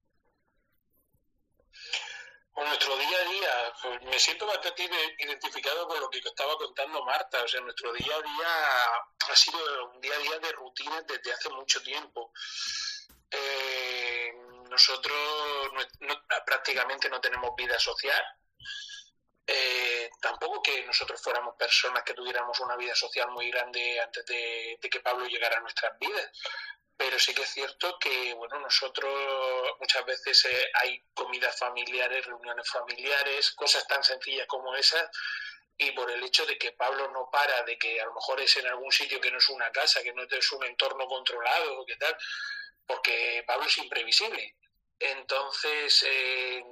Con nuestro día a día, pues me siento bastante identificado con lo que estaba contando Marta. O sea, nuestro día a día ha sido un día a día de rutinas desde hace mucho tiempo. Eh, nosotros no, no, prácticamente no tenemos vida social. Eh, tampoco que nosotros fuéramos personas que tuviéramos una vida social muy grande antes de, de que Pablo llegara a nuestras vidas. Pero sí que es cierto que, bueno, nosotros muchas veces eh, hay comidas familiares, reuniones familiares, cosas tan sencillas como esas, y por el hecho de que Pablo no para, de que a lo mejor es en algún sitio que no es una casa, que no es un entorno controlado, ¿qué tal? Porque Pablo es imprevisible. Entonces, eh,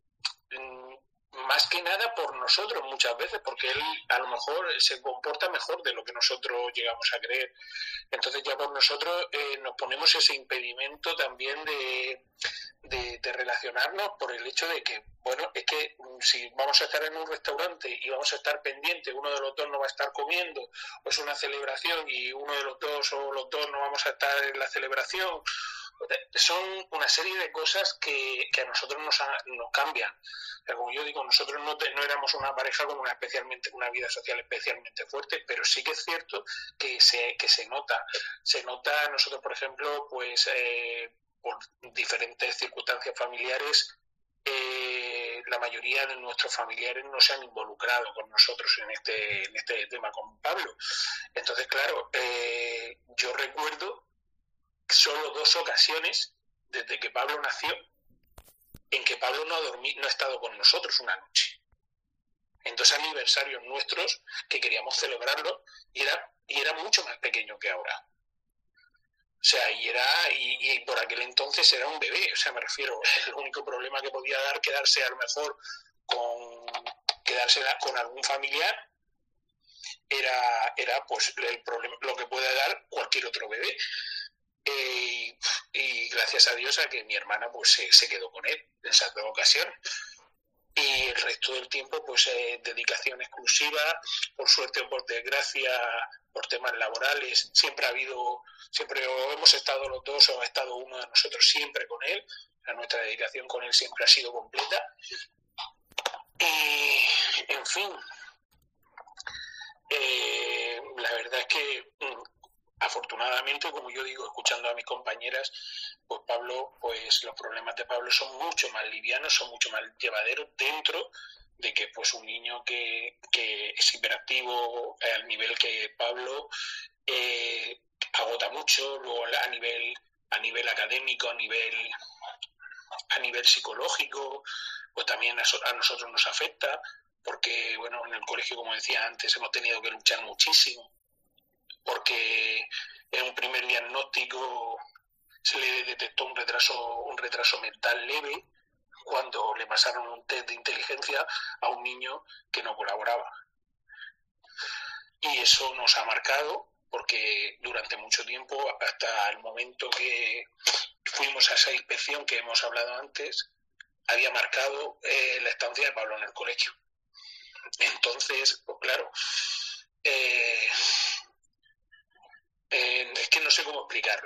más que nada por nosotros muchas veces, porque él a lo mejor se comporta mejor de lo que nosotros llegamos a creer. Entonces ya por nosotros eh, nos ponemos ese impedimento también de, de, de relacionarnos por el hecho de que, bueno, es que si vamos a estar en un restaurante y vamos a estar pendientes, uno de los dos no va a estar comiendo, o es una celebración y uno de los dos o los dos no vamos a estar en la celebración, son una serie de cosas que, que a nosotros nos, ha, nos cambian. O sea, como yo digo, nosotros no, te, no éramos una pareja con una especialmente una vida social especialmente fuerte, pero sí que es cierto que se, que se nota. Se nota, nosotros, por ejemplo, pues eh, por diferentes circunstancias familiares, eh, la mayoría de nuestros familiares no se han involucrado con nosotros en este, en este tema con Pablo. Entonces, claro, eh, yo recuerdo solo dos ocasiones desde que Pablo nació en que Pablo no ha dormido, no ha estado con nosotros una noche. En dos aniversarios nuestros que queríamos celebrarlo y era, y era mucho más pequeño que ahora. O sea, y era y, y por aquel entonces era un bebé, o sea, me refiero, el único problema que podía dar quedarse a lo mejor con quedarse con algún familiar era era pues el problema, lo que puede dar cualquier otro bebé. Eh, y, y gracias a Dios a que mi hermana pues se, se quedó con él en esas dos ocasiones. Y el resto del tiempo pues eh, dedicación exclusiva, por suerte o por desgracia, por temas laborales, siempre ha habido, siempre o hemos estado los dos o ha estado uno de nosotros siempre con él, la nuestra dedicación con él siempre ha sido completa. Y en fin, eh, la verdad es que afortunadamente, como yo digo, escuchando a mis compañeras, pues Pablo, pues los problemas de Pablo son mucho más livianos, son mucho más llevaderos dentro de que pues un niño que, que es hiperactivo al nivel que Pablo eh, agota mucho, luego a nivel a nivel académico, a nivel a nivel psicológico, pues también a, a nosotros nos afecta, porque bueno, en el colegio, como decía antes, hemos tenido que luchar muchísimo, porque en un primer diagnóstico se le detectó un retraso un retraso mental leve cuando le pasaron un test de inteligencia a un niño que no colaboraba. Y eso nos ha marcado porque durante mucho tiempo, hasta el momento que fuimos a esa inspección que hemos hablado antes, había marcado eh, la estancia de Pablo en el colegio. Entonces, pues claro, eh, eh, es que no sé cómo explicarlo.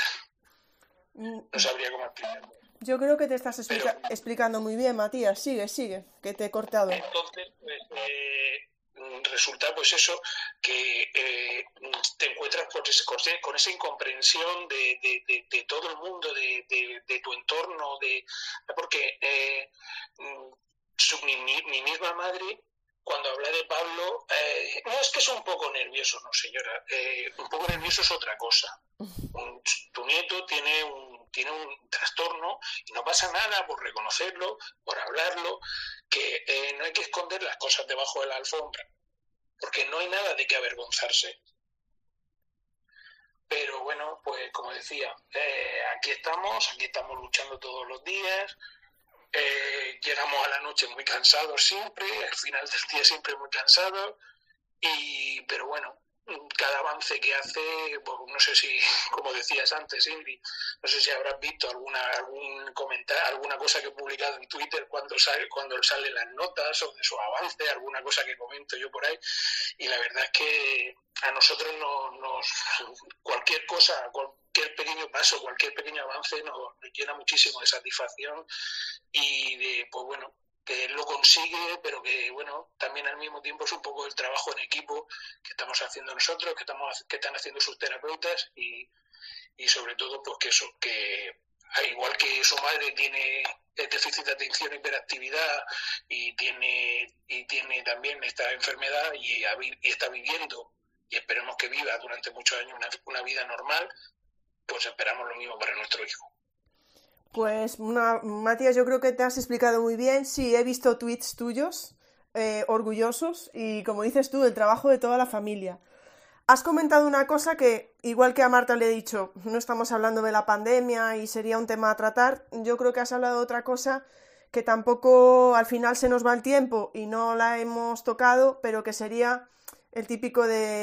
No sabría cómo explicarlo. Yo creo que te estás explica- Pero, explicando muy bien, Matías. Sigue, sigue, que te he cortado. Entonces, pues, eh, resulta pues eso, que eh, te encuentras con, ese, con esa incomprensión de, de, de, de todo el mundo, de, de, de tu entorno, de porque eh, su, mi, mi misma madre, cuando habla de Pablo, eh, no es que es un poco nervioso, no señora, eh, un poco nervioso es otra cosa. Un, tu nieto tiene un tiene un trastorno y no pasa nada por reconocerlo, por hablarlo, que eh, no hay que esconder las cosas debajo de la alfombra, porque no hay nada de qué avergonzarse. Pero bueno, pues como decía, eh, aquí estamos, aquí estamos luchando todos los días, eh, llegamos a la noche muy cansados siempre, al final del día siempre muy cansados, y pero bueno, cada avance que hace, pues no sé si, como decías antes, Ingrid, no sé si habrás visto alguna algún comentario, alguna cosa que he publicado en Twitter cuando sale cuando salen las notas o de su avance, alguna cosa que comento yo por ahí, y la verdad es que a nosotros nos, nos cualquier cosa, cualquier pequeño paso, cualquier pequeño avance nos, nos llena muchísimo de satisfacción y de, pues bueno, que él lo consigue, pero que bueno, también al mismo tiempo es un poco el trabajo en equipo que estamos haciendo nosotros, que estamos que están haciendo sus terapeutas y, y sobre todo pues que eso, que al igual que su madre tiene déficit de atención e hiperactividad y tiene y tiene también esta enfermedad y, y está viviendo y esperemos que viva durante muchos años una, una vida normal, pues esperamos lo mismo para nuestro hijo. Pues, una, Matías, yo creo que te has explicado muy bien. Sí, he visto tweets tuyos, eh, orgullosos, y como dices tú, el trabajo de toda la familia. Has comentado una cosa que, igual que a Marta le he dicho, no estamos hablando de la pandemia y sería un tema a tratar, yo creo que has hablado de otra cosa que tampoco al final se nos va el tiempo y no la hemos tocado, pero que sería el típico de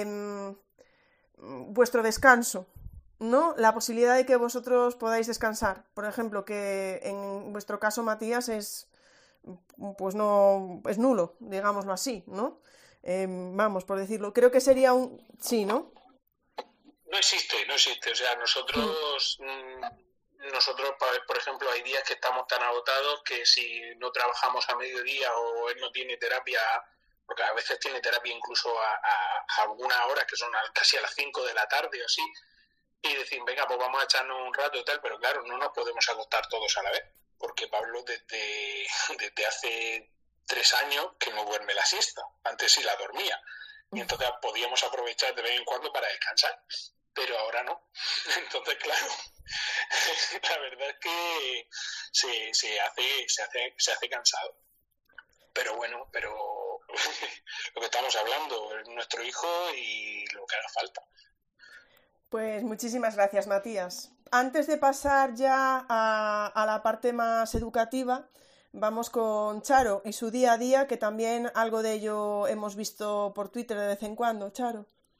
mmm, vuestro descanso, ¿no? La posibilidad de que vosotros podáis descansar. Por ejemplo, que en vuestro caso, Matías, es pues no es nulo, digámoslo así, ¿no? Eh, vamos, por decirlo. Creo que sería un... Sí, ¿no? No existe, no existe. O sea, nosotros... Mm. Nosotros, por ejemplo, hay días que estamos tan agotados que si no trabajamos a mediodía o él no tiene terapia, porque a veces tiene terapia incluso a, a, a algunas horas que son a, casi a las cinco de la tarde o así, y decir, venga, pues vamos a echarnos un rato y tal, pero claro, no nos podemos acostar todos a la vez, porque Pablo desde, desde hace tres años que no duerme la siesta, antes sí la dormía, y entonces podíamos aprovechar de vez en cuando para descansar. pero ahora no. Entonces, claro, la verdad es que se, se hace, se hace, se hace cansado. Pero bueno, pero lo que estamos hablando es nuestro hijo y lo que haga falta. Pues muchísimas gracias, Matías. Antes de pasar ya a, a la parte más educativa, vamos con Charo y su día a día, que también algo de ello hemos visto por Twitter de vez en cuando. Charo.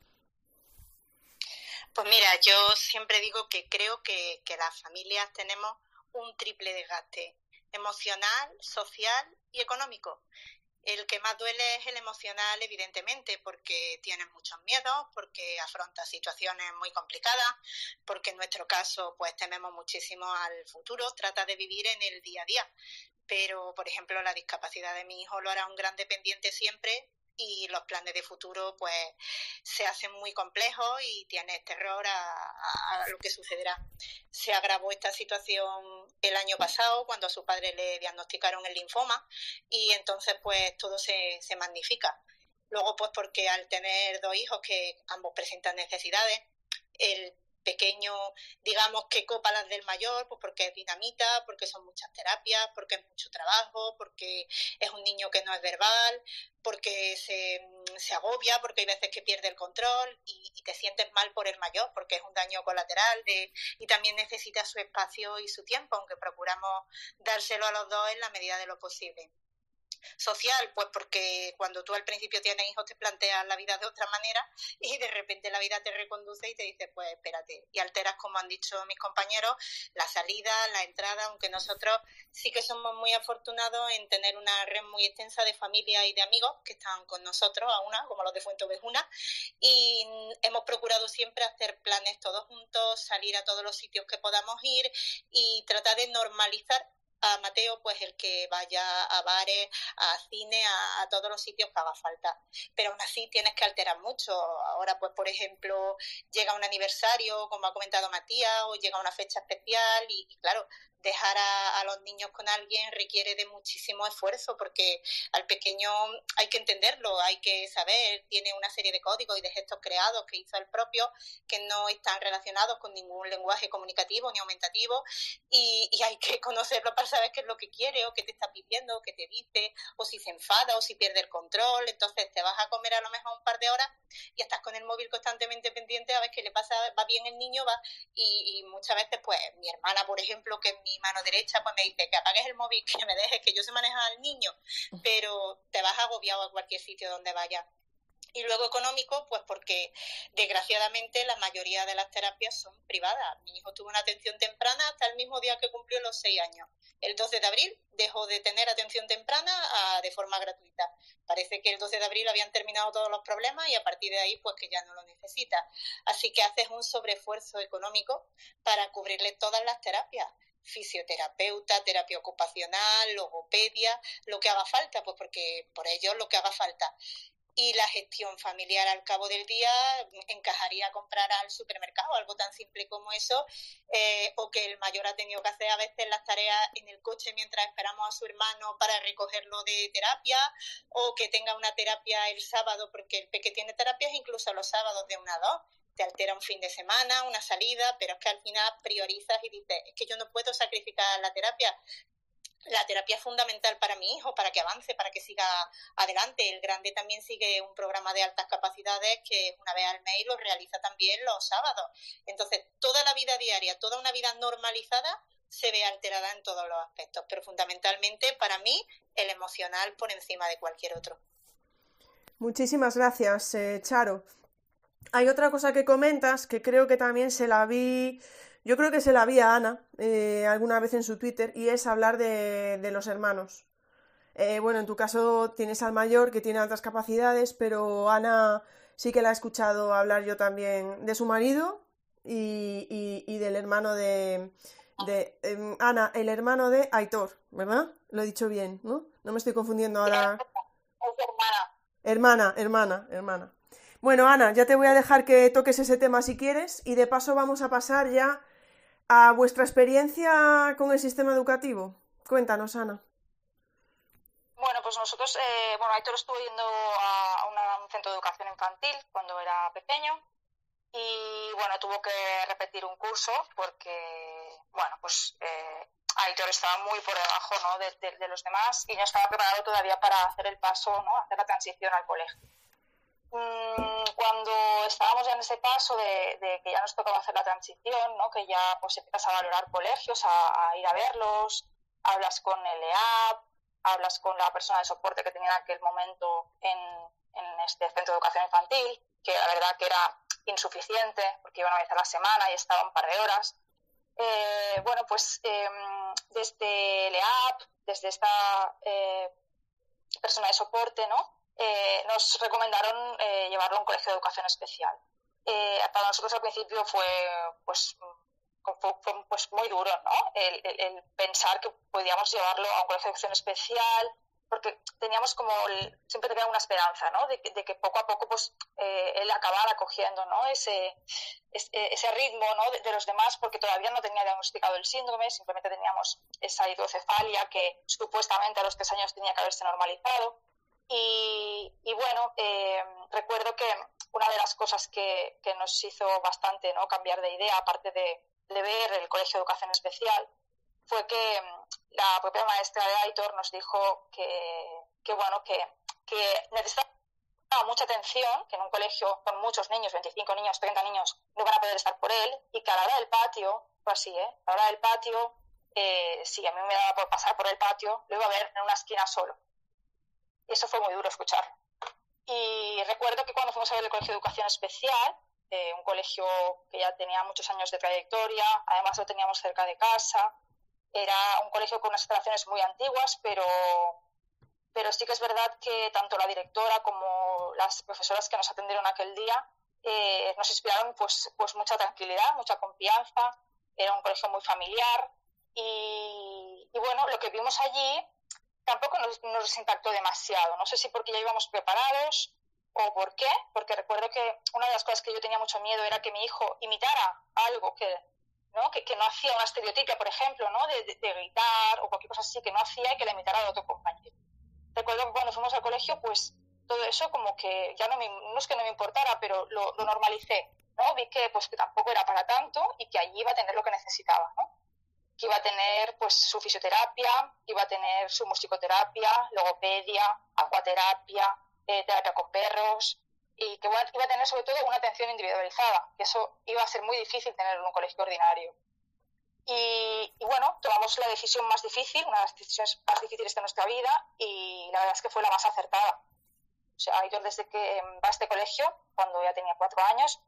Pues mira, yo siempre digo que creo que, que las familias tenemos un triple desgaste: emocional, social y económico. El que más duele es el emocional, evidentemente, porque tienes muchos miedos, porque afrontas situaciones muy complicadas, porque en nuestro caso pues tememos muchísimo al futuro, trata de vivir en el día a día. Pero, por ejemplo, la discapacidad de mi hijo lo hará un gran dependiente siempre, y los planes de futuro pues se hacen muy complejos y tienes terror a, a, a lo que sucederá. Se agravó esta situación el año pasado cuando a su padre le diagnosticaron el linfoma, y entonces pues todo se, se magnifica. Luego pues porque al tener dos hijos que ambos presentan necesidades, el pequeño, digamos, que copa las del mayor, pues porque es dinamita, porque son muchas terapias, porque es mucho trabajo, porque es un niño que no es verbal, porque se, se agobia, porque hay veces que pierde el control y, y te sientes mal por el mayor, porque es un daño colateral de, y también necesita su espacio y su tiempo, aunque procuramos dárselo a los dos en la medida de lo posible. Social, pues porque cuando tú al principio tienes hijos te planteas la vida de otra manera y de repente la vida te reconduce y te dice pues espérate, y alteras, como han dicho mis compañeros, la salida, la entrada, aunque nosotros sí que somos muy afortunados en tener una red muy extensa de familia y de amigos que están con nosotros a una, como los de Fuentovejuna, y hemos procurado siempre hacer planes todos juntos, salir a todos los sitios que podamos ir y tratar de normalizar a Mateo pues el que vaya a bares, a cine, a, a todos los sitios que haga falta, pero aún así tienes que alterar mucho. Ahora pues por ejemplo llega un aniversario, como ha comentado Matías, o llega una fecha especial y, y claro, dejar a, a los niños con alguien requiere de muchísimo esfuerzo, porque al pequeño hay que entenderlo, hay que saber, tiene una serie de códigos y de gestos creados que hizo el propio, que no están relacionados con ningún lenguaje comunicativo ni aumentativo, y, y hay que conocerlo para saber qué es lo que quiere, o qué te está pidiendo, o qué te dice, o si se enfada, o si pierde el control. Entonces te vas a comer a lo mejor un par de horas y estás con el móvil constantemente pendiente a ver qué le pasa, va bien el niño, va, y, y muchas veces pues mi hermana, por ejemplo, que es mi mano derecha, pues me dice que apagues el móvil, que me dejes, que yo sé manejar al niño, pero te vas agobiado a cualquier sitio donde vayas. Y luego económico, pues porque desgraciadamente la mayoría de las terapias son privadas. Mi hijo tuvo una atención temprana hasta el mismo día que cumplió los seis años. El doce de abril dejó de tener atención temprana a, de forma gratuita. Parece que el doce de abril habían terminado todos los problemas y a partir de ahí pues que ya no lo necesita. Así que haces un sobreesfuerzo económico para cubrirle todas las terapias. Fisioterapeuta, terapia ocupacional, logopedia, lo que haga falta, pues porque por ello lo que haga falta. Y la gestión familiar al cabo del día encajaría comprar al supermercado, algo tan simple como eso, eh, o que el mayor ha tenido que hacer a veces las tareas en el coche mientras esperamos a su hermano para recogerlo de terapia, o que tenga una terapia el sábado, porque el peque tiene terapias incluso los sábados de una a dos. Te altera un fin de semana, una salida, pero es que al final priorizas y dices, es que yo no puedo sacrificar la terapia. La terapia es fundamental para mi hijo, para que avance, para que siga adelante. El grande también sigue un programa de altas capacidades que una vez al mes lo realiza también los sábados. Entonces, toda la vida diaria, toda una vida normalizada se ve alterada en todos los aspectos, pero fundamentalmente para mí el emocional por encima de cualquier otro. Muchísimas gracias, eh, Charo. Hay otra cosa que comentas que creo que también se la vi... Yo creo que se la vi a Ana eh, alguna vez en su Twitter, y es hablar de, de los hermanos. Eh, bueno, en tu caso tienes al mayor que tiene altas capacidades, pero Ana sí que la he escuchado hablar yo también de su marido y, y, y del hermano de... de eh, Ana, el hermano de Aitor, ¿verdad? Lo he dicho bien, ¿no? No me estoy confundiendo ahora. Es hermana. Hermana, hermana, hermana. Bueno, Ana, ya te voy a dejar que toques ese tema si quieres, y de paso vamos a pasar ya a vuestra experiencia con el sistema educativo. Cuéntanos, Ana. Bueno, pues nosotros, eh, bueno, Aitor estuvo yendo a, a una, un centro de educación infantil cuando era pequeño, y bueno, tuvo que repetir un curso porque, bueno, pues eh, Aitor estaba muy por debajo, ¿no?, de, de, de los demás y no estaba preparado todavía para hacer el paso, ¿no?, hacer la transición al colegio. Mm, cuando estábamos ya en ese paso de, de que ya nos tocaba hacer la transición, ¿no?, que ya pues empiezas a valorar colegios, a, a ir a verlos, hablas con el E A P, hablas con la persona de soporte que tenía en aquel momento en, en este centro de educación infantil, que la verdad que era insuficiente porque iba una vez a la semana y estaba un par de horas. Eh, bueno, pues eh, desde el E A P, desde esta eh, persona de soporte, ¿no?, eh, nos recomendaron eh, llevarlo a un colegio de educación especial. Eh, para nosotros al principio fue pues, fue, fue, pues muy duro, ¿no?, el, el, el pensar que podíamos llevarlo a un colegio de educación especial, porque teníamos como, el, siempre tenía una esperanza, ¿no?, de, de que poco a poco pues eh, él acabara cogiendo, ¿no?, ese, ese, ese ritmo, ¿no?, de, de los demás, porque todavía no tenía diagnosticado el síndrome, simplemente teníamos esa hidrocefalia que supuestamente a los tres años tenía que haberse normalizado. Y, y bueno, eh, recuerdo que una de las cosas que, que nos hizo bastante, ¿no?, cambiar de idea, aparte de, de ver el colegio de educación especial, fue que la propia maestra de Aitor nos dijo que, que bueno, que, que necesitaba mucha atención, que en un colegio con muchos niños, veinticinco niños, treinta niños, no van a poder estar por él, y que a la hora del patio, fue así, ¿eh? A la hora del patio, eh, si a mí me daba por pasar por el patio, lo iba a ver en una esquina solo. Y eso fue muy duro escuchar. Y recuerdo que cuando fuimos a ver el colegio de educación especial, eh, un colegio que ya tenía muchos años de trayectoria, además lo teníamos cerca de casa, era un colegio con unas instalaciones muy antiguas, pero, pero sí que es verdad que tanto la directora como las profesoras que nos atendieron aquel día eh, nos inspiraron pues, pues mucha tranquilidad, mucha confianza. Era un colegio muy familiar y, y bueno, lo que vimos allí tampoco nos, nos impactó demasiado. No sé si porque ya íbamos preparados o por qué, porque recuerdo que una de las cosas que yo tenía mucho miedo era que mi hijo imitara algo que ¿no? Que, que no hacía una estereotipia, por ejemplo, ¿no? de, de, de gritar o cualquier cosa así que no hacía y que le imitara a otro compañero. Recuerdo que cuando fuimos al colegio, pues todo eso como que ya no, me, no es que no me importara, pero lo, lo normalicé, ¿no? Vi que, pues, que tampoco era para tanto y que allí iba a tener lo que necesitaba, ¿no? Que iba a tener pues su fisioterapia, iba a tener su musicoterapia, logopedia, acuaterapia, eh, terapia con perros, y que iba a tener sobre todo una atención individualizada, que eso iba a ser muy difícil tener en un colegio ordinario. Y, y bueno, tomamos la decisión más difícil, una de las decisiones más difíciles de nuestra vida, y la verdad es que fue la más acertada. O sea, yo desde que va a este colegio, cuando ya tenía cuatro años,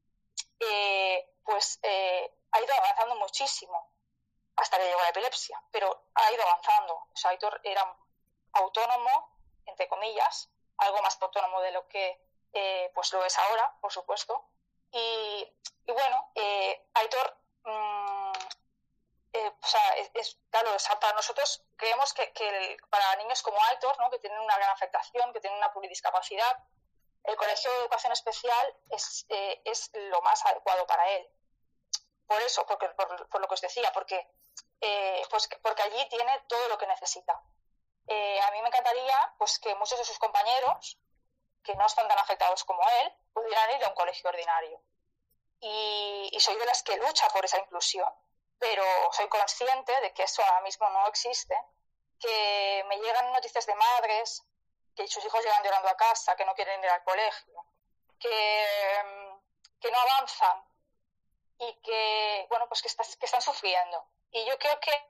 eh, pues eh, ha ido avanzando muchísimo, hasta que llegó la epilepsia, pero ha ido avanzando. O sea, Aitor era autónomo, entre comillas, algo más autónomo de lo que Eh, pues lo es ahora, por supuesto. Y, y bueno, eh, Aitor, mmm, eh, o sea, es, es, claro, o sea, para nosotros creemos que, que el, para niños como Aitor, ¿no?, que tienen una gran afectación, que tienen una pluridiscapacidad, el colegio de educación especial es, eh, es lo más adecuado para él. Por eso, porque, por, por lo que os decía, porque, eh, pues, porque allí tiene todo lo que necesita. Eh, a mí me encantaría pues, que muchos de sus compañeros que no están tan afectados como él, pudieran ir a un colegio ordinario. Y, y soy de las que lucha por esa inclusión, pero soy consciente de que eso ahora mismo no existe, que me llegan noticias de madres que sus hijos llegan llorando a casa, que no quieren ir al colegio, que, que no avanzan y que, bueno, pues que, estás, que están sufriendo. Y yo creo que,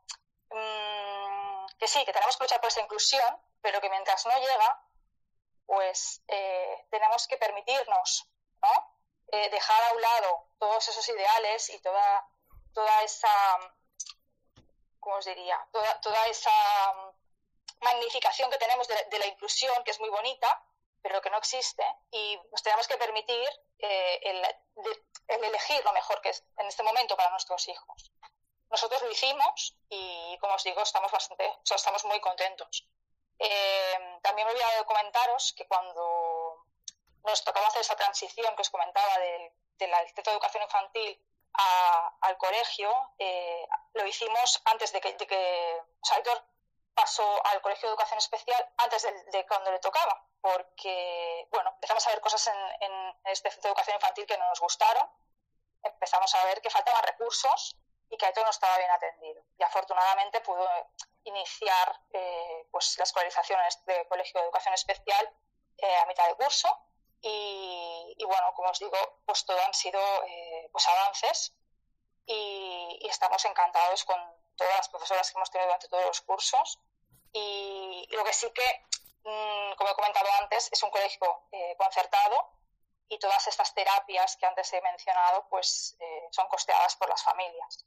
mmm, que sí, que tenemos que luchar por esa inclusión, pero que mientras no llega, pues eh, tenemos que permitirnos, ¿no?, eh, dejar a un lado todos esos ideales y toda, toda esa, ¿cómo os diría?, toda, toda esa magnificación que tenemos de, de la inclusión, que es muy bonita, pero que no existe, y nos tenemos que permitir eh, el, de, el elegir lo mejor que es en este momento para nuestros hijos. Nosotros lo hicimos y, como os digo, estamos bastante, o sea, estamos muy contentos. Eh, también me he olvidado de comentaros que cuando nos tocaba hacer esa transición que os comentaba del, del centro de educación infantil a, al colegio, eh, lo hicimos antes de que, de que o sea, Aitor pasó al colegio de educación especial antes de, de cuando le tocaba, porque, bueno, empezamos a ver cosas en, en este centro de educación infantil que no nos gustaron, empezamos a ver que faltaban recursos y que Aitor no estaba bien atendido. Y afortunadamente pudo iniciar eh, pues, la escolarización en este colegio de educación especial eh, a mitad de curso y, y, bueno, como os digo, pues todo han sido eh, pues avances y, y estamos encantados con todas las profesoras que hemos tenido durante todos los cursos y, y lo que sí que, mmm, como he comentado antes, es un colegio eh, concertado y todas estas terapias que antes he mencionado pues eh, son costeadas por las familias.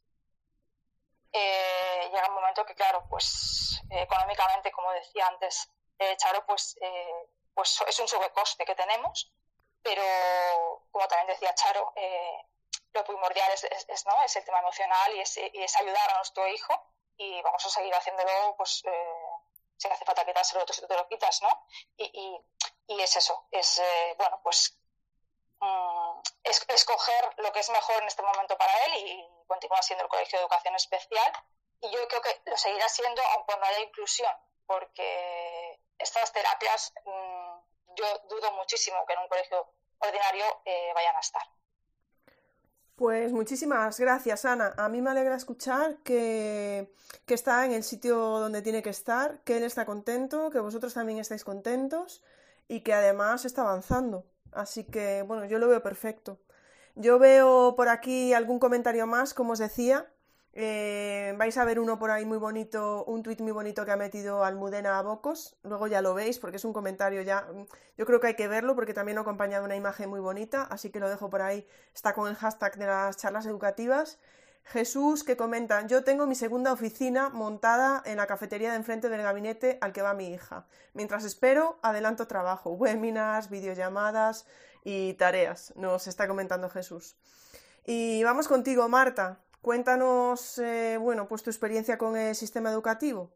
Eh, llega un momento que, claro, pues eh, económicamente, como decía antes eh, Charo, pues, eh, pues es un sobrecoste que tenemos, pero como también decía Charo, eh, lo primordial es, es, es, ¿no? es el tema emocional y es, y es ayudar a nuestro hijo y vamos a seguir haciéndolo, pues eh, si hace falta quitárselo, tú si tú te lo quitas, ¿no? Y, y, y es eso, es, eh, bueno, pues mm, es, escoger lo que es mejor en este momento para él y continúa siendo el Colegio de Educación Especial y yo creo que lo seguirá siendo aun cuando haya inclusión, porque estas terapias mmm, yo dudo muchísimo que en un colegio ordinario eh, vayan a estar. Pues muchísimas gracias, Ana. A mí me alegra escuchar que, que está en el sitio donde tiene que estar, que él está contento, que vosotros también estáis contentos y que además está avanzando. Así que, bueno, yo lo veo perfecto. Yo veo por aquí algún comentario más, como os decía. Eh, vais a ver uno por ahí muy bonito, un tuit muy bonito que ha metido Almudena Bocos. Luego ya lo veis porque es un comentario ya... Yo creo que hay que verlo porque también ha acompañado una imagen muy bonita, así que lo dejo por ahí. Está con el hashtag de las charlas educativas. Jesús, que comenta: yo tengo mi segunda oficina montada en la cafetería de enfrente del gabinete al que va mi hija. Mientras espero, adelanto trabajo, webinars, videollamadas y tareas, nos está comentando Jesús. Y vamos contigo, Marta. Cuéntanos, eh, bueno, pues tu experiencia con el sistema educativo.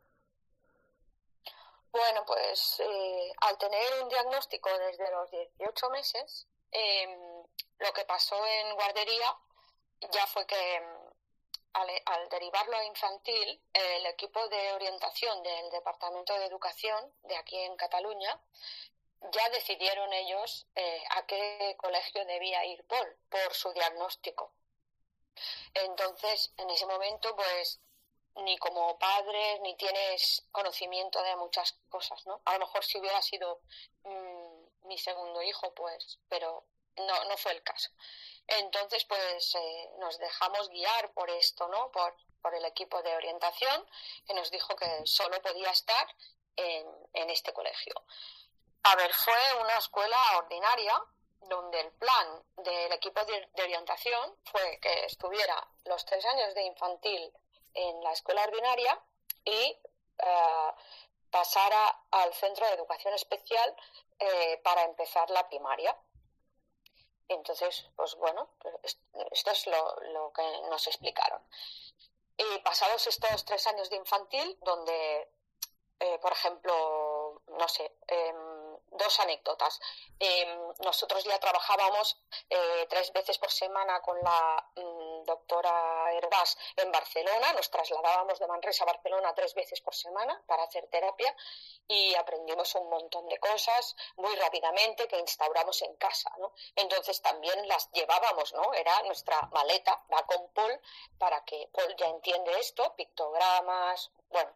Bueno, pues eh, al tener un diagnóstico desde los dieciocho meses, eh, lo que pasó en guardería ya fue que al, al derivarlo a infantil, el equipo de orientación del Departamento de Educación de aquí en Cataluña ya decidieron ellos eh, a qué colegio debía ir Paul por su diagnóstico. Entonces, en ese momento, pues, ni como padre ni tienes conocimiento de muchas cosas, ¿no? A lo mejor si hubiera sido mmm, mi segundo hijo, pues, pero no, no fue el caso. Entonces, pues, eh, nos dejamos guiar por esto, ¿no? Por, por el equipo de orientación, que nos dijo que solo podía estar en, en este colegio. A ver, fue una escuela ordinaria, donde el plan del equipo de, de orientación fue que estuviera los tres años de infantil en la escuela ordinaria y eh, pasara al centro de educación especial eh, para empezar la primaria. Entonces, pues bueno, esto es lo, lo que nos explicaron. Y pasados estos tres años de infantil, donde, eh, por ejemplo, no sé, eh, dos anécdotas. Eh, nosotros ya trabajábamos eh, tres veces por semana con la mm, doctora Herbás en Barcelona, nos trasladábamos de Manresa a Barcelona tres veces por semana para hacer terapia y aprendimos un montón de cosas muy rápidamente que instauramos en casa, ¿no? Entonces también las llevábamos, ¿no? Era nuestra maleta, va con Paul, para que Paul ya entiende esto, pictogramas, bueno.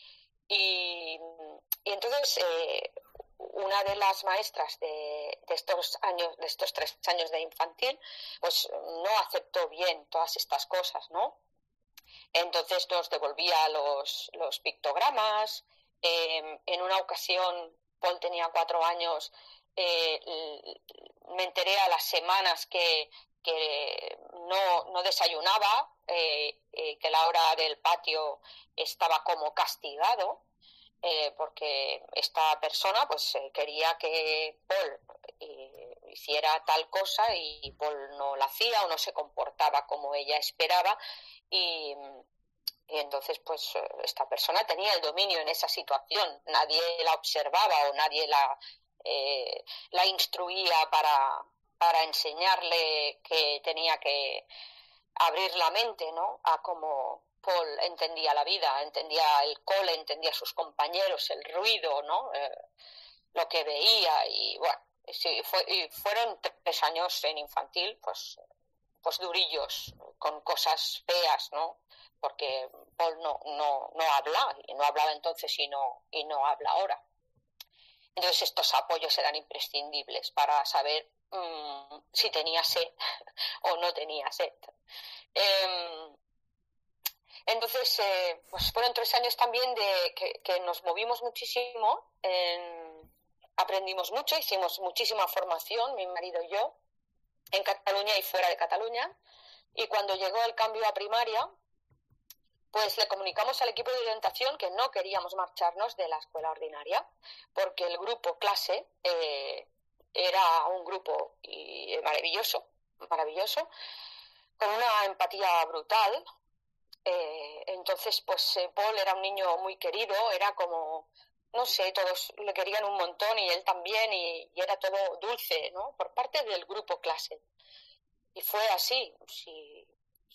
Y, y entonces eh, una de las maestras de, de estos años, de estos tres años de infantil, pues no aceptó bien todas estas cosas, ¿no? Entonces nos devolvía los, los pictogramas. Eh, en una ocasión, Paul tenía cuatro años, eh, me enteré a las semanas que, que no, no desayunaba, eh, eh, que la hora del patio estaba como castigado. Eh, porque esta persona pues eh, quería que Paul eh, hiciera tal cosa y Paul no la hacía o no se comportaba como ella esperaba y, y entonces pues esta persona tenía el dominio en esa situación, nadie la observaba o nadie la, eh, la instruía para, para enseñarle que tenía que abrir la mente, ¿no? A cómo Paul entendía la vida, entendía el cole, entendía a sus compañeros, el ruido, ¿no? Eh, lo que veía y bueno, sí, fue, y fueron tres años en infantil, pues, pues durillos, con cosas feas, ¿no? Porque Paul no, no, no habla, y no hablaba entonces y no, y no habla ahora. Entonces estos apoyos eran imprescindibles para saber mmm, si tenía sed o no tenía sed. Eh, entonces, eh, pues fueron tres años también de que, que nos movimos muchísimo, en, aprendimos mucho, hicimos muchísima formación, mi marido y yo, en Cataluña y fuera de Cataluña, y cuando llegó el cambio a primaria, pues le comunicamos al equipo de orientación que no queríamos marcharnos de la escuela ordinaria, porque el grupo clase eh, era un grupo y, eh, maravilloso, maravilloso, con una empatía brutal. Eh, entonces, pues eh, Paul era un niño muy querido, era como, no sé, todos le querían un montón y él también, y, y era todo dulce, ¿no? Por parte del grupo clase. Y fue así, si,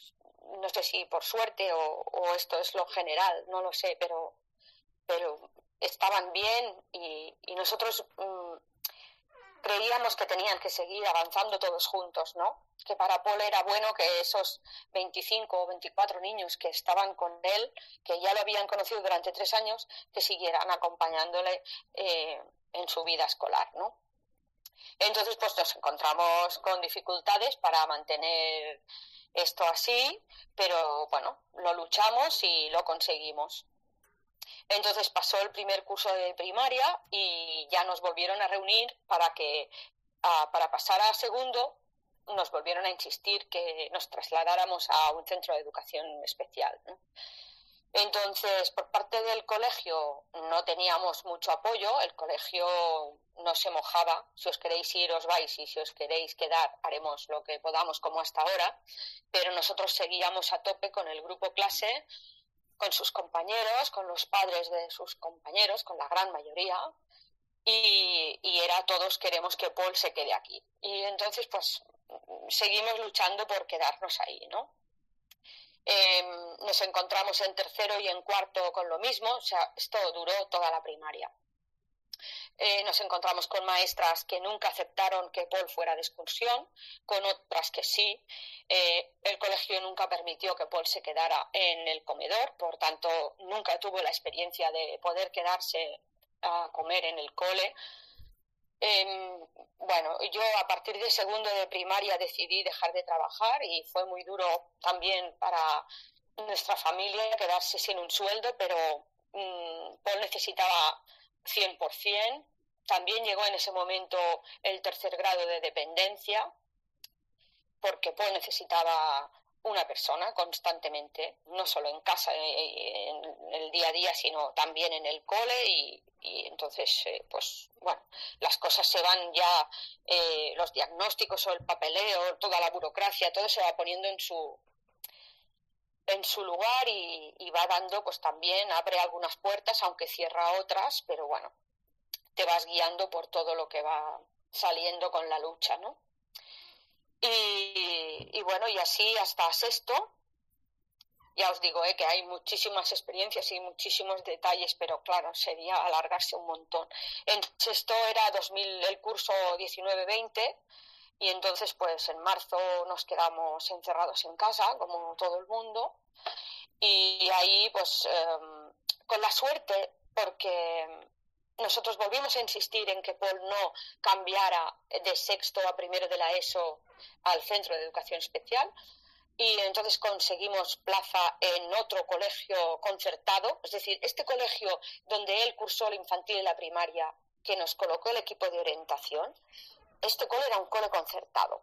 no sé si por suerte o, o esto es lo general, no lo sé, pero, pero estaban bien y, y nosotros mmm, creíamos que tenían que seguir avanzando todos juntos, ¿no? Que para Paul era bueno que esos veinticinco o veinticuatro niños que estaban con él, que ya lo habían conocido durante tres años, que siguieran acompañándole eh, en su vida escolar, ¿no? Entonces, pues nos encontramos con dificultades para mantener esto así, pero bueno, lo luchamos y lo conseguimos. Entonces pasó el primer curso de primaria y ya nos volvieron a reunir para que, uh, para pasar a segundo, nos volvieron a insistir que nos trasladáramos a un centro de educación especial, ¿no? Entonces, por parte del colegio no teníamos mucho apoyo, el colegio no se mojaba, si os queréis ir os vais y si os queréis quedar haremos lo que podamos como hasta ahora, pero nosotros seguíamos a tope con el grupo clase, con sus compañeros, con los padres de sus compañeros, con la gran mayoría, y, y era todos queremos que Paul se quede aquí. Y entonces, pues, seguimos luchando por quedarnos ahí, ¿no? Eh, nos encontramos en tercero y en cuarto con lo mismo, o sea, esto duró toda la primaria. Eh, nos encontramos con maestras que nunca aceptaron que Paul fuera de excursión, con otras que sí. Eh, el colegio nunca permitió que Paul se quedara en el comedor, por tanto, nunca tuvo la experiencia de poder quedarse a comer en el cole. Eh, bueno, yo a partir de segundo de primaria decidí dejar de trabajar y fue muy duro también para nuestra familia quedarse sin un sueldo, pero mmm, Paul necesitaba cien por ciento. También llegó en ese momento el tercer grado de dependencia, porque Paul necesitaba una persona constantemente, no solo en casa, en el día a día, sino también en el cole y, y entonces, eh, pues, bueno, las cosas se van ya, eh, los diagnósticos o el papeleo, toda la burocracia, todo se va poniendo en su en su lugar y, y va dando, pues también abre algunas puertas, aunque cierra otras, pero bueno, te vas guiando por todo lo que va saliendo con la lucha, ¿no? Y, y bueno, y así hasta sexto, ya os digo, eh, que hay muchísimas experiencias y muchísimos detalles, pero claro, sería alargarse un montón. En sexto era dos mil, el curso diecinueve veinte, y entonces pues en marzo nos quedamos encerrados en casa, como todo el mundo, y ahí pues eh, con la suerte, porque nosotros volvimos a insistir en que Paul no cambiara de sexto a primero de la ESO al centro de educación especial, y entonces conseguimos plaza en otro colegio concertado, es decir, este colegio donde él cursó la infantil y la primaria, que nos colocó el equipo de orientación, este cole era un cole concertado.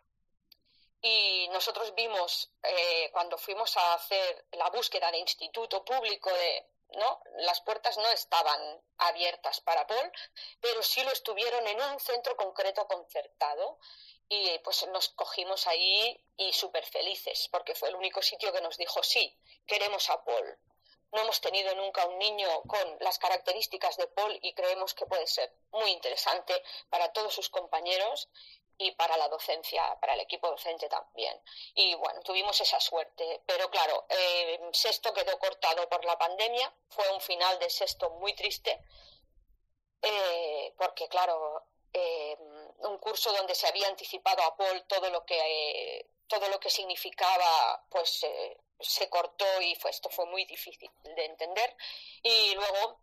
Y nosotros vimos, eh, cuando fuimos a hacer la búsqueda de instituto público, de, ¿no? Las puertas no estaban abiertas para Paul, pero sí lo estuvieron en un centro concreto concertado. Y pues nos cogimos ahí y súper felices, porque fue el único sitio que nos dijo, sí, queremos a Paul. No hemos tenido nunca un niño con las características de Paul y creemos que puede ser muy interesante para todos sus compañeros y para la docencia, para el equipo docente también. Y bueno, tuvimos esa suerte, pero claro, eh, sexto quedó cortado por la pandemia, fue un final de sexto muy triste, eh, porque claro, eh, un curso donde se había anticipado a Paul todo lo que eh, todo lo que significaba, pues eh, se cortó y fue, esto fue muy difícil de entender. Y luego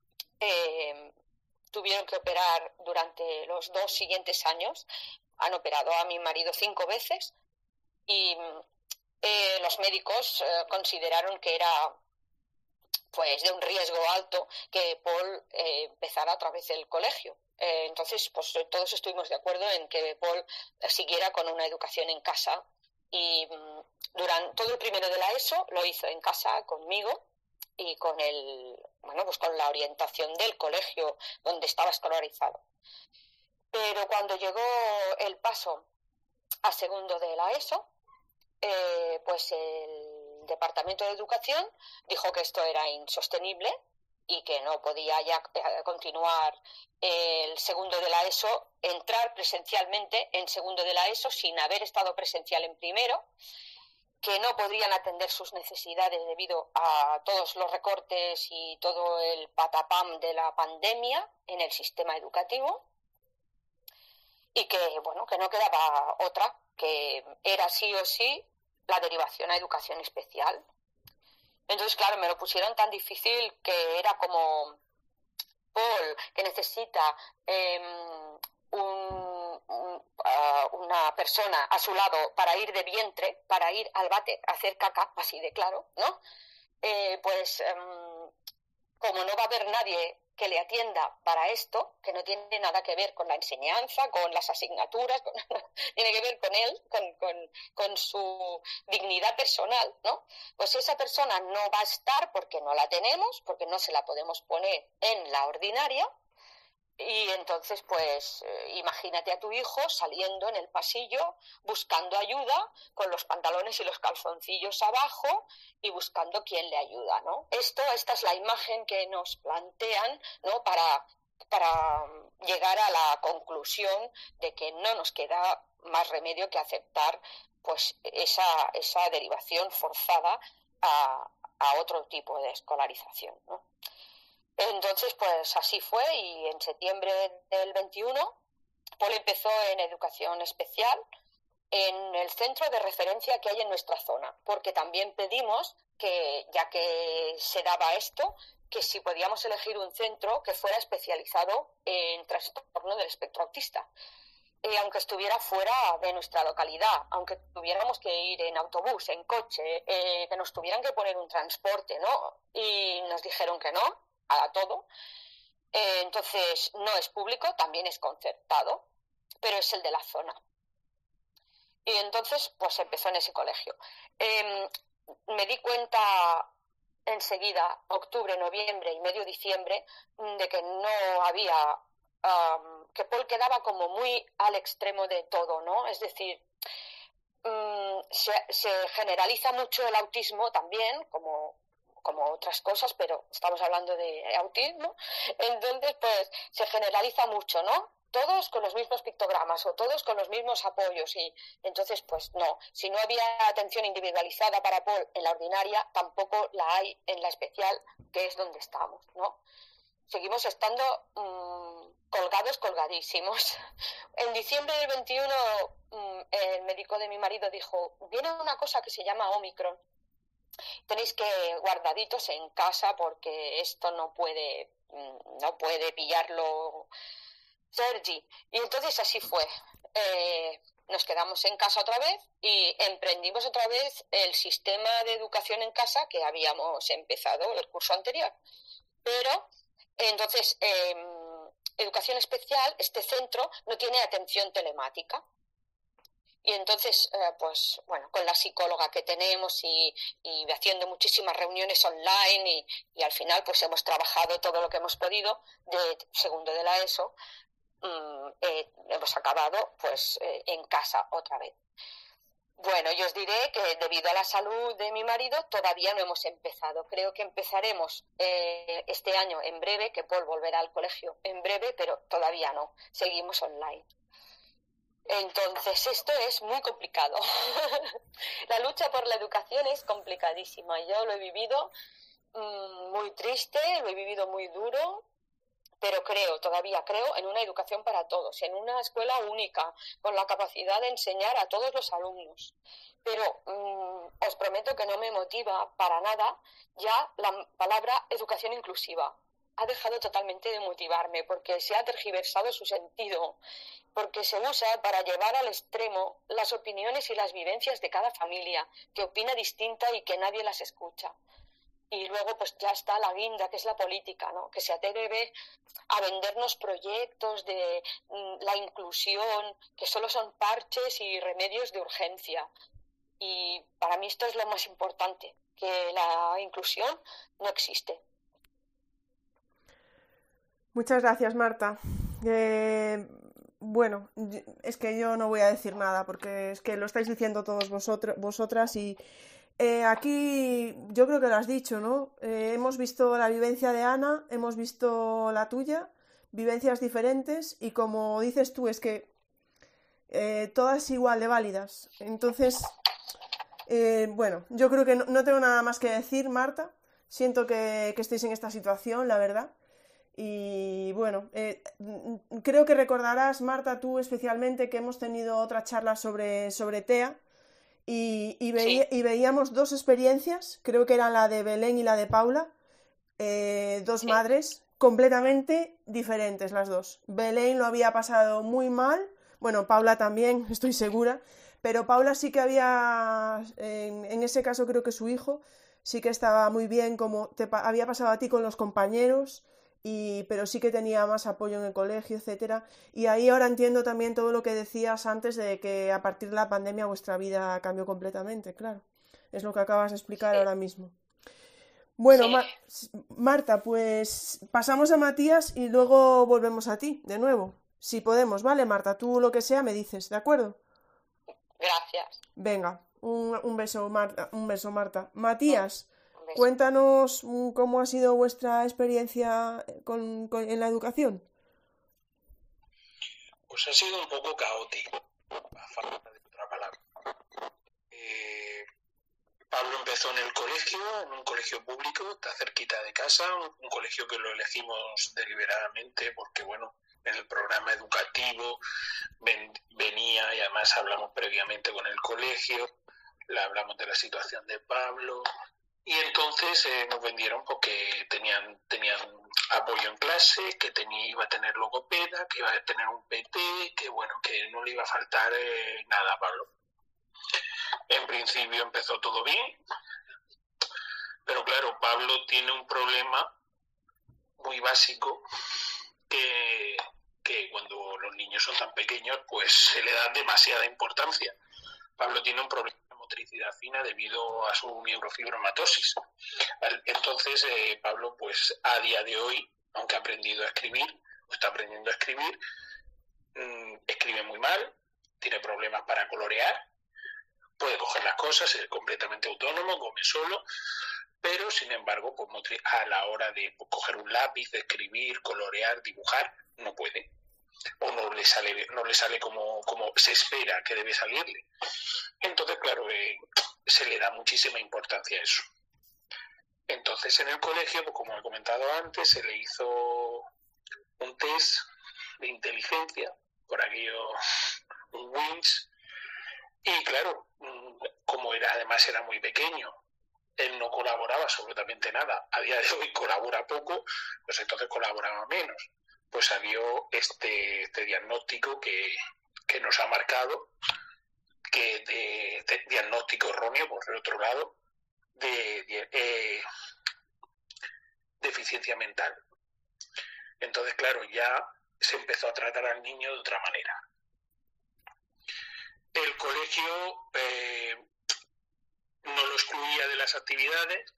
eh, tuvieron que operar durante los dos siguientes años. Han operado a mi marido cinco veces y eh, los médicos eh, consideraron que era pues de un riesgo alto que Paul eh, empezara otra vez el colegio. Eh, entonces, pues todos estuvimos de acuerdo en que Paul siguiera con una educación en casa y um, durante todo el primero de la ESO lo hizo en casa conmigo y con el, bueno, pues con la orientación del colegio donde estaba escolarizado. Pero cuando llegó el paso a segundo de la ESO, eh, pues el Departamento de Educación dijo que esto era insostenible y que no podía ya continuar el segundo de la ESO, entrar presencialmente en segundo de la ESO sin haber estado presencial en primero, que no podrían atender sus necesidades debido a todos los recortes y todo el patapam de la pandemia en el sistema educativo, y que, bueno, que no quedaba otra, que era sí o sí la derivación a educación especial. Entonces, claro, me lo pusieron tan difícil que era como Paul, que necesita eh, un, un, uh, una persona a su lado para ir de vientre, para ir al váter a hacer caca, así de claro, ¿no? Eh, pues um, como no va a haber nadie que le atienda para esto, que no tiene nada que ver con la enseñanza, con las asignaturas, con, tiene que ver con él, con, con, con su dignidad personal, ¿no? Pues esa persona no va a estar porque no la tenemos, porque no se la podemos poner en la ordinaria. Y entonces, pues, eh, imagínate a tu hijo saliendo en el pasillo, buscando ayuda, con los pantalones y los calzoncillos abajo y buscando quién le ayuda, ¿no? Esto, esta es la imagen que nos plantean, ¿no? Para, para llegar a la conclusión de que no nos queda más remedio que aceptar, pues, esa, esa derivación forzada a, a otro tipo de escolarización, ¿no? Entonces, pues así fue, y en septiembre del veintiuno Paul empezó en educación especial en el centro de referencia que hay en nuestra zona, porque también pedimos que, ya que se daba esto, que si podíamos elegir un centro que fuera especializado en trastorno del espectro autista. Eh, aunque estuviera fuera de nuestra localidad, aunque tuviéramos que ir en autobús, en coche, eh, que nos tuvieran que poner un transporte, ¿no? Y nos dijeron que no a todo. Eh, entonces, no es público, también es concertado, pero es el de la zona. Y entonces, pues empezó en ese colegio. Eh, me di cuenta enseguida, octubre, noviembre y medio diciembre, de que no había, um, que Paul quedaba como muy al extremo de todo, ¿no? Es decir, um, se, se generaliza mucho el autismo también, como como otras cosas, pero estamos hablando de autismo, entonces pues se generaliza mucho, ¿no? Todos con los mismos pictogramas o todos con los mismos apoyos, y entonces pues no, si no había atención individualizada para Paul en la ordinaria, tampoco la hay en la especial, que es donde estamos, ¿no? Seguimos estando mmm, colgados, colgadísimos. En diciembre del veintiuno mmm, el médico de mi marido dijo, viene una cosa que se llama Omicron. Tenéis que guardaditos en casa porque esto no puede no puede pillarlo Sergi. Y entonces así fue. Eh, nos quedamos en casa otra vez y emprendimos otra vez el sistema de educación en casa que habíamos empezado el curso anterior. Pero entonces eh, educación especial, este centro no tiene atención telemática. Y entonces, eh, pues bueno, con la psicóloga que tenemos y, y haciendo muchísimas reuniones online y, y al final pues hemos trabajado todo lo que hemos podido de segundo de la ESO, mmm, eh, hemos acabado pues eh, en casa otra vez. Bueno, yo os diré que debido a la salud de mi marido todavía no hemos empezado. Creo que empezaremos eh, este año en breve, que Paul volverá al colegio en breve, pero todavía no, seguimos online. Entonces, esto es muy complicado. La lucha por la educación es complicadísima. Yo lo he vivido mmm, muy triste, lo he vivido muy duro, pero creo, todavía creo, en una educación para todos, en una escuela única, con la capacidad de enseñar a todos los alumnos. Pero mmm, os prometo que no me motiva para nada ya la palabra educación inclusiva. Ha dejado totalmente de motivarme porque se ha tergiversado su sentido, porque se usa para llevar al extremo las opiniones y las vivencias de cada familia, que opina distinta y que nadie las escucha. Y luego pues ya está la guinda, que es la política, ¿no? Que se atreve a vendernos proyectos de mm, la inclusión, que solo son parches y remedios de urgencia. Y para mí esto es lo más importante, que la inclusión no existe. Muchas gracias, Marta. Eh, bueno, es que yo no voy a decir nada porque es que lo estáis diciendo todos vosotros, vosotras y eh, aquí yo creo que lo has dicho, ¿no? Eh, hemos visto la vivencia de Ana, hemos visto la tuya, vivencias diferentes y como dices tú, es que eh, todas igual de válidas. Entonces, eh, bueno, yo creo que no, no tengo nada más que decir, Marta. Siento que, que estéis en esta situación, la verdad. Y bueno, eh, creo que recordarás, Marta, tú especialmente, que hemos tenido otra charla sobre, sobre T E A y, y, veía, sí. y veíamos dos experiencias, creo que eran la de Belén y la de Paula, eh, dos sí. madres completamente diferentes las dos. Belén lo había pasado muy mal, bueno, Paula también, estoy segura, pero Paula sí que había, en, en ese caso creo que su hijo sí que estaba muy bien, como te pa- había pasado a ti con los compañeros. Y, pero sí que tenía más apoyo en el colegio, etcétera. Y ahí ahora entiendo también todo lo que decías antes de que a partir de la pandemia vuestra vida cambió completamente, claro. Es lo que acabas de explicar sí. ahora mismo. Bueno, sí. Ma- Marta, pues pasamos a Matías y luego volvemos a ti, de nuevo. Si podemos, ¿vale, Marta? Tú lo que sea me dices, ¿de acuerdo? Gracias. Venga, un, un beso, Marta. Un beso, Marta. Matías. Cuéntanos cómo ha sido vuestra experiencia con, con, en la educación. Pues ha sido un poco caótico, a falta de otra palabra. Eh, Pablo empezó en el colegio, en un colegio público, está cerquita de casa, un, un colegio que lo elegimos deliberadamente porque, bueno, en el programa educativo ven, venía y además hablamos previamente con el colegio, le hablamos de la situación de Pablo. Y entonces eh, nos vendieron porque tenían tenían apoyo en clase, que tenía, iba a tener logopeda, que iba a tener un P T, que bueno, que no le iba a faltar eh, nada a Pablo. En principio empezó todo bien, pero claro, Pablo tiene un problema muy básico que, que cuando los niños son tan pequeños, pues se le da demasiada importancia. Pablo tiene un problema motricidad fina debido a su neurofibromatosis. Entonces, eh, Pablo, pues a día de hoy, aunque ha aprendido a escribir, o está aprendiendo a escribir, mmm, escribe muy mal, tiene problemas para colorear, puede coger las cosas, es completamente autónomo, come solo, pero sin embargo, pues, a la hora de pues, coger un lápiz, de escribir, colorear, dibujar, no puede. O no le sale, no le sale como, como se espera que debe salirle. Entonces, claro, eh, se le da muchísima importancia a eso. Entonces, en el colegio, pues como he comentado antes, se le hizo un test de inteligencia, por aquello, un WINS, y claro, como era, además era muy pequeño, él no colaboraba absolutamente nada. A día de hoy colabora poco, pues entonces colaboraba menos. Pues salió este, este diagnóstico que, que nos ha marcado, que de, de diagnóstico erróneo, por el otro lado, de, de eh, deficiencia mental. Entonces, claro, ya se empezó a tratar al niño de otra manera. El colegio eh, no lo excluía de las actividades,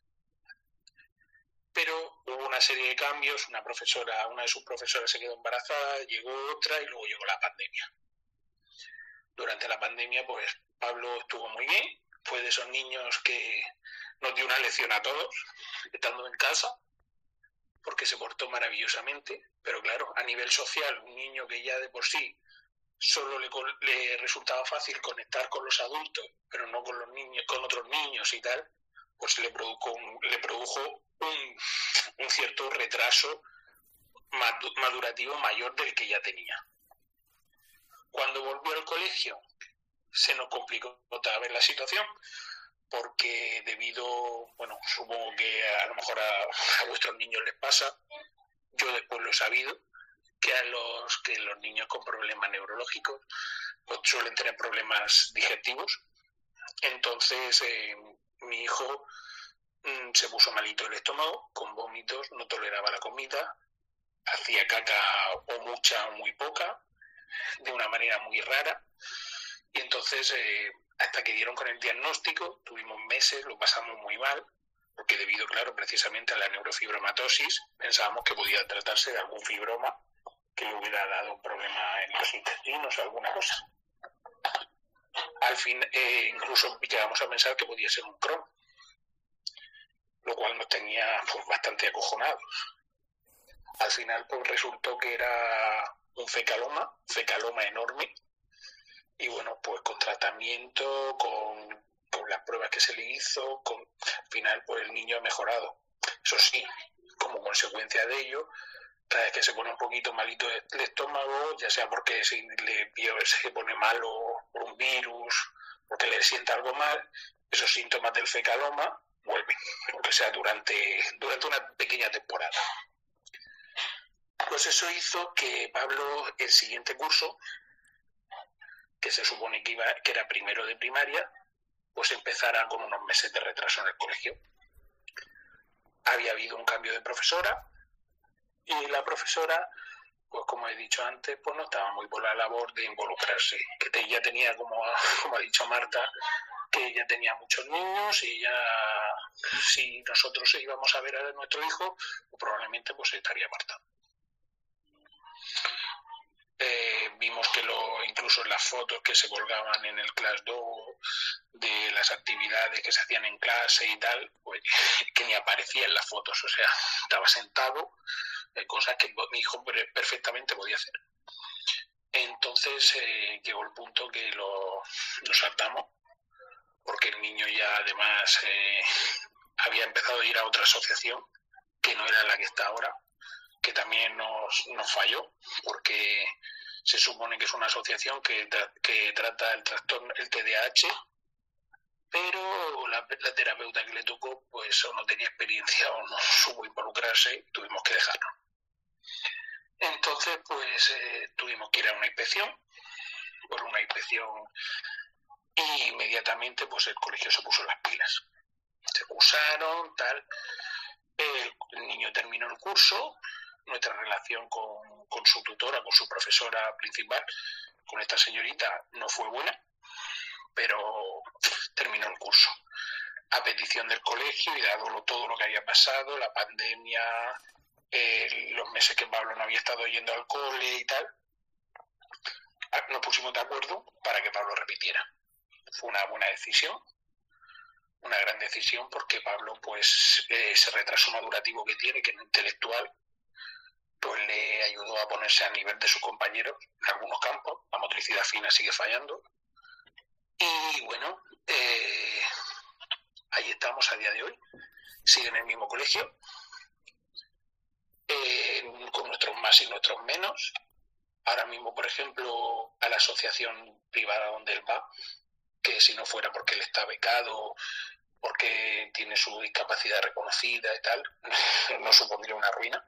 pero hubo una serie de cambios, una profesora, una de sus profesoras se quedó embarazada, llegó otra y luego llegó la pandemia. Durante la pandemia, pues Pablo estuvo muy bien, fue de esos niños que nos dio una lección a todos, estando en casa, porque se portó maravillosamente, pero claro, a nivel social, un niño que ya de por sí solo le, le resultaba fácil conectar con los adultos, pero no con los niños, con otros niños y tal, pues le produjo un, le produjo un, un cierto retraso madurativo mayor del que ya tenía. Cuando volvió al colegio se nos complicó otra vez la situación, porque debido, bueno, supongo que a lo mejor a, a vuestros niños les pasa, yo después lo he sabido, que a los que los niños con problemas neurológicos pues suelen tener problemas digestivos. Entonces eh, mi hijo mmm, se puso malito el estómago, con vómitos, no toleraba la comida, hacía caca o mucha o muy poca, de una manera muy rara, y entonces eh, hasta que dieron con el diagnóstico, tuvimos meses, lo pasamos muy mal, porque debido, claro, precisamente a la neurofibromatosis, pensábamos que podía tratarse de algún fibroma que le hubiera dado un problema en los intestinos o alguna cosa. Al fin, eh, incluso llegamos a pensar que podía ser un Crohn, lo cual nos tenía pues, bastante acojonados. Al final, pues resultó que era un fecaloma, fecaloma enorme, y bueno, pues con tratamiento, con, con las pruebas que se le hizo, con, al final, pues el niño ha mejorado. Eso sí, como consecuencia de ello, cada vez que se pone un poquito malito el estómago, ya sea porque se le se pone malo por un virus, porque le sienta algo mal, esos síntomas del fecaloma vuelven, aunque sea durante, durante una pequeña temporada. Pues eso hizo que Pablo, el siguiente curso, que se supone que, iba, que era primero de primaria, pues empezara con unos meses de retraso en el colegio. Había habido un cambio de profesora, y la profesora, pues como he dicho antes, pues no estaba muy por la labor de involucrarse, que te, ya tenía, como, como ha dicho Marta, que ya tenía muchos niños y ya si nosotros íbamos a ver a nuestro hijo, pues probablemente pues estaría apartado. Eh, vimos que lo, incluso en las fotos que se colgaban en el Classdoor de las actividades que se hacían en clase y tal, pues que ni aparecía en las fotos, o sea, estaba sentado, eh, cosas que mi hijo perfectamente podía hacer. Entonces eh, llegó el punto que lo, lo saltamos, porque el niño ya además eh, había empezado a ir a otra asociación, que no era la que está ahora, que también nos, nos falló, porque se supone que es una asociación que, tra- que trata el trastorno, el T D A H, pero la, la terapeuta que le tocó pues o no tenía experiencia o no supo involucrarse y tuvimos que dejarlo. Entonces pues eh, tuvimos que ir a una inspección, por una inspección, y inmediatamente pues el colegio se puso las pilas. Se cursaron, tal, el, el niño terminó el curso. Nuestra relación con, con su tutora, con su profesora principal, con esta señorita, no fue buena, pero terminó el curso. A petición del colegio y dado todo lo que había pasado, la pandemia, eh, los meses que Pablo no había estado yendo al cole y tal, nos pusimos de acuerdo para que Pablo repitiera. Fue una buena decisión, una gran decisión, porque Pablo, pues, eh, ese retraso madurativo que tiene, que es intelectual, pues le ayudó a ponerse a nivel de sus compañeros en algunos campos. La motricidad fina sigue fallando. Y bueno, eh, ahí estamos a día de hoy. Sigue en el mismo colegio, eh, con nuestros más y nuestros menos. Ahora mismo, por ejemplo, a la asociación privada donde él va, que si no fuera porque él está becado, porque tiene su discapacidad reconocida y tal, no supondría una ruina.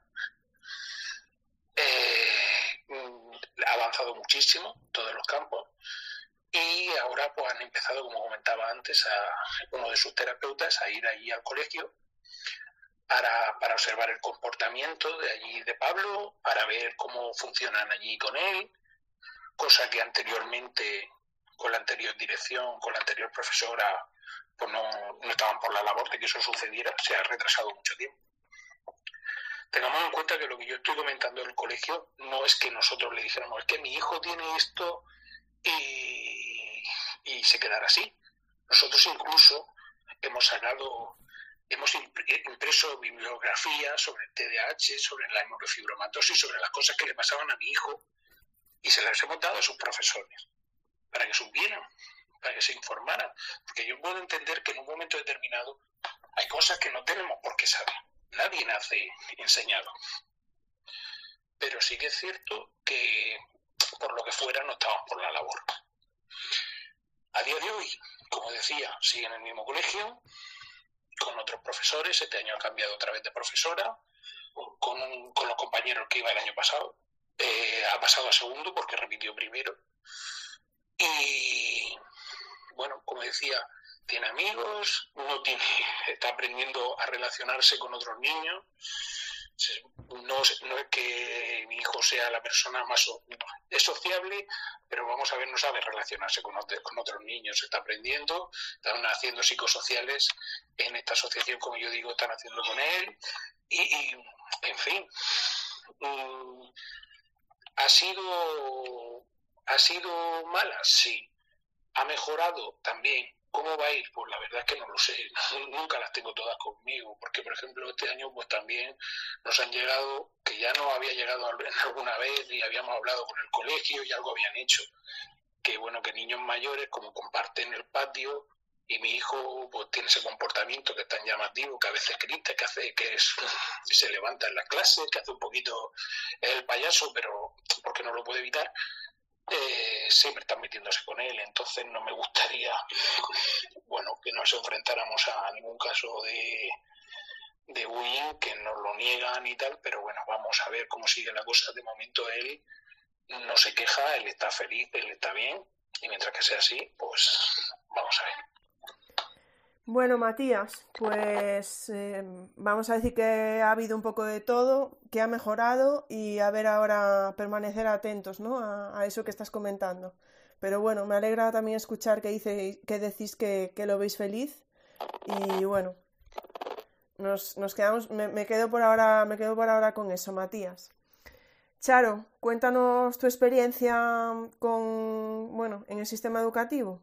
Eh, ha avanzado muchísimo en todos los campos y ahora pues han empezado, como comentaba antes, a uno de sus terapeutas a ir allí al colegio para, para observar el comportamiento de allí de Pablo, para ver cómo funcionan allí con él, cosa que anteriormente con la anterior dirección, con la anterior profesora, pues no, no estaban por la labor de que eso sucediera. Se ha retrasado mucho tiempo. Tengamos en cuenta que lo que yo estoy comentando del colegio no es que nosotros le dijéramos, es que mi hijo tiene esto y, y se quedará así. Nosotros incluso hemos sacado, hemos impreso bibliografía sobre el T D A H, sobre la neurofibromatosis, sobre las cosas que le pasaban a mi hijo, y se las hemos dado a sus profesores para que supieran, para que se informaran, porque yo puedo entender que en un momento determinado hay cosas que no tenemos por qué saber. Nadie nace enseñado. pero sí que es cierto que por lo que fuera no estaban por la labor. A día de hoy, como decía, sigue en el mismo colegio, con otros profesores. Este año ha cambiado otra vez de profesora, con, un, con los compañeros que iba el año pasado. Eh, ha pasado a segundo porque repitió primero. Y bueno, como decía, tiene amigos, no tiene, está aprendiendo a relacionarse con otros niños. No, no es que mi hijo sea la persona más es sociable, pero vamos a ver, no sabe relacionarse con, otro, con otros niños, está aprendiendo, están haciendo psicosociales en esta asociación, como yo digo, están haciendo con él, y, y en fin, um, ha sido ha sido mala, sí, ha mejorado también. ¿Cómo va a ir? Pues la verdad es que no lo sé, nunca las tengo todas conmigo, porque por ejemplo este año pues también nos han llegado, que ya no había llegado alguna vez y habíamos hablado con el colegio y algo habían hecho, que bueno, que niños mayores como comparten el patio y mi hijo pues tiene ese comportamiento que es tan llamativo, que a veces grita, que hace que es, se levanta en las clases, que hace un poquito el payaso, pero porque no lo puede evitar. Eh, siempre están metiéndose con él, entonces no me gustaría, bueno, que nos enfrentáramos a ningún caso de, de bullying, que nos lo niegan y tal, pero bueno, vamos a ver cómo sigue la cosa. De momento él no se queja, él está feliz, él está bien, y mientras que sea así, pues vamos a ver. Bueno, Matías, pues eh, vamos a decir que ha habido un poco de todo, que ha mejorado y a ver ahora permanecer atentos, ¿no? a, a eso que estás comentando. Pero bueno, me alegra también escuchar que, dice, que decís que, que lo veis feliz y bueno, nos, nos quedamos, me, me quedo por ahora, me quedo por ahora con eso, Matías. Charo, cuéntanos tu experiencia con, bueno, en el sistema educativo.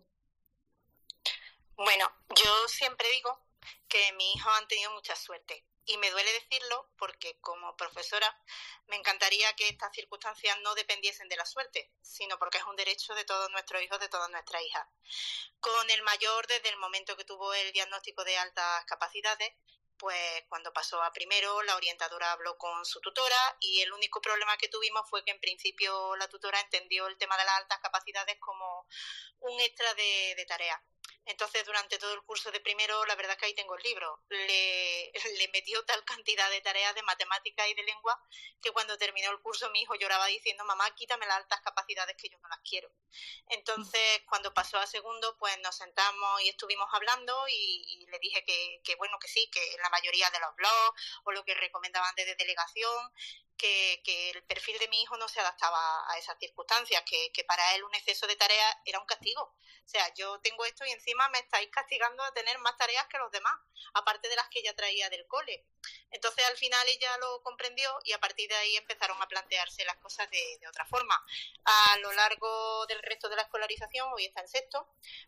Bueno, yo siempre digo que mis hijos han tenido mucha suerte y me duele decirlo porque como profesora me encantaría que estas circunstancias no dependiesen de la suerte, sino porque es un derecho de todos nuestros hijos, de todas nuestras hijas. Con el mayor, desde el momento que tuvo el diagnóstico de altas capacidades, pues cuando pasó a primero, la orientadora habló con su tutora y el único problema que tuvimos fue que en principio la tutora entendió el tema de las altas capacidades como un extra de, de tarea. Entonces, durante todo el curso de primero, la verdad es que ahí tengo el libro, le, le metió tal cantidad de tareas de matemáticas y de lengua que cuando terminó el curso mi hijo lloraba diciendo, mamá, quítame las altas capacidades que yo no las quiero. Entonces, cuando pasó a segundo, pues nos sentamos y estuvimos hablando y, y le dije que, que bueno, que sí, que en la mayoría de los blogs o lo que recomendaban desde delegación, que, que el perfil de mi hijo no se adaptaba a esas circunstancias, que, que para él un exceso de tareas era un castigo. O sea, yo tengo esto y encima me estáis castigando a tener más tareas que los demás, aparte de las que ella traía del cole. Entonces, al final ella lo comprendió y a partir de ahí empezaron a plantearse las cosas de, de otra forma. A lo largo del resto de la escolarización, hoy está en sexto,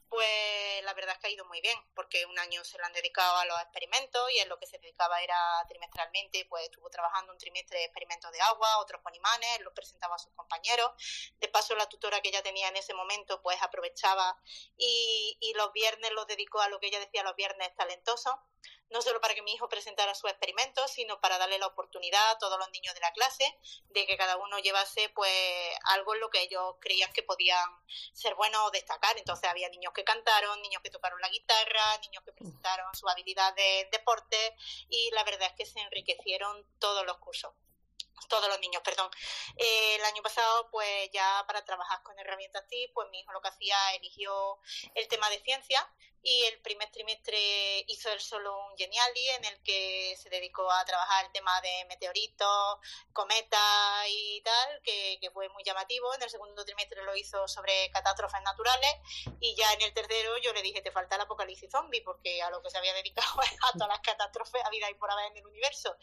pues la verdad es que ha ido muy bien, porque un año se lo han dedicado a los experimentos y en lo que se dedicaba era trimestralmente, pues estuvo trabajando un trimestre de experimentos de agua, otros con imanes, los presentaba a sus compañeros. De paso, la tutora que ella tenía en ese momento, pues aprovechaba y, y los viernes los dedicó a lo que ella decía los viernes talentosos, no solo para que mi hijo presentara sus experimentos, sino para darle la oportunidad a todos los niños de la clase de que cada uno llevase pues algo en lo que ellos creían que podían ser buenos o destacar. Entonces había niños que cantaron, niños que tocaron la guitarra, niños que presentaron su habilidad de deporte y la verdad es que se enriquecieron todos los cursos. todos los niños, perdón. Eh, el año pasado, pues ya para trabajar con herramientas T I C, pues mi hijo lo que hacía, eligió el tema de ciencia y el primer trimestre hizo él solo un Geniali en el que se dedicó a trabajar el tema de meteoritos, cometas y tal, que, que fue muy llamativo. En el segundo trimestre lo hizo sobre catástrofes naturales y ya en el tercero yo le dije, te falta el apocalipsis zombie, porque a lo que se había dedicado es a todas las catástrofes habidas y por haber en el universo.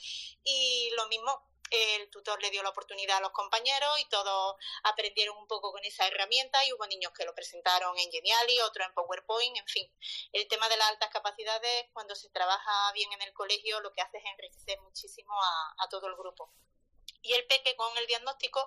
Y lo mismo, el tutor le dio la oportunidad a los compañeros y todos aprendieron un poco con esa herramienta y hubo niños que lo presentaron en Geniali, otros en PowerPoint, en fin. El tema de las altas capacidades, cuando se trabaja bien en el colegio, lo que hace es enriquecer muchísimo a, a todo el grupo. Y el peque con el diagnóstico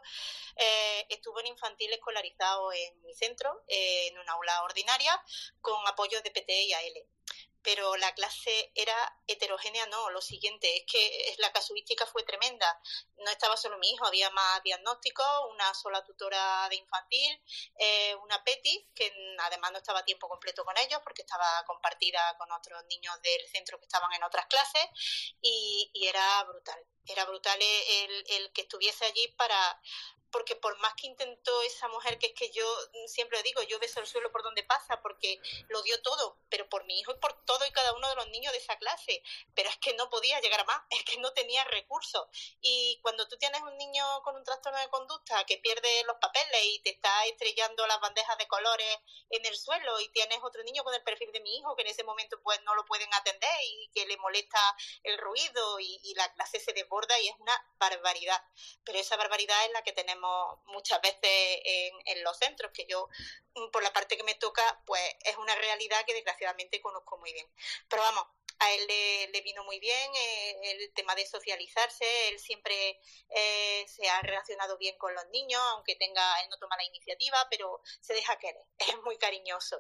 eh, estuvo en infantil escolarizado en mi centro, eh, en una aula ordinaria, con apoyo de P T E y A L. pero la clase era heterogénea, no, lo siguiente, es que la casuística fue tremenda. No estaba solo mi hijo, había más diagnósticos, una sola tutora de infantil, eh, una PETI, que además no estaba a tiempo completo con ellos porque estaba compartida con otros niños del centro que estaban en otras clases, y, y era brutal, era brutal el, el que estuviese allí para... porque por más que intentó esa mujer, que es que yo siempre digo, yo beso el suelo por donde pasa, porque lo dio todo, pero por mi hijo y por todo y cada uno de los niños de esa clase, pero es que no podía llegar a más, es que no tenía recursos. Y cuando tú tienes un niño con un trastorno de conducta que pierde los papeles y te está estrellando las bandejas de colores en el suelo, y tienes otro niño con el perfil de mi hijo que en ese momento pues no lo pueden atender y que le molesta el ruido, y, y la clase se desborda y es una barbaridad, pero esa barbaridad es la que tenemos muchas veces en, en los centros, que yo, por la parte que me toca, pues es una realidad que desgraciadamente conozco muy bien. Pero vamos, a él le, le vino muy bien eh, el tema de socializarse, él siempre eh, se ha relacionado bien con los niños, aunque tenga, él no toma la iniciativa, pero se deja querer, es muy cariñoso.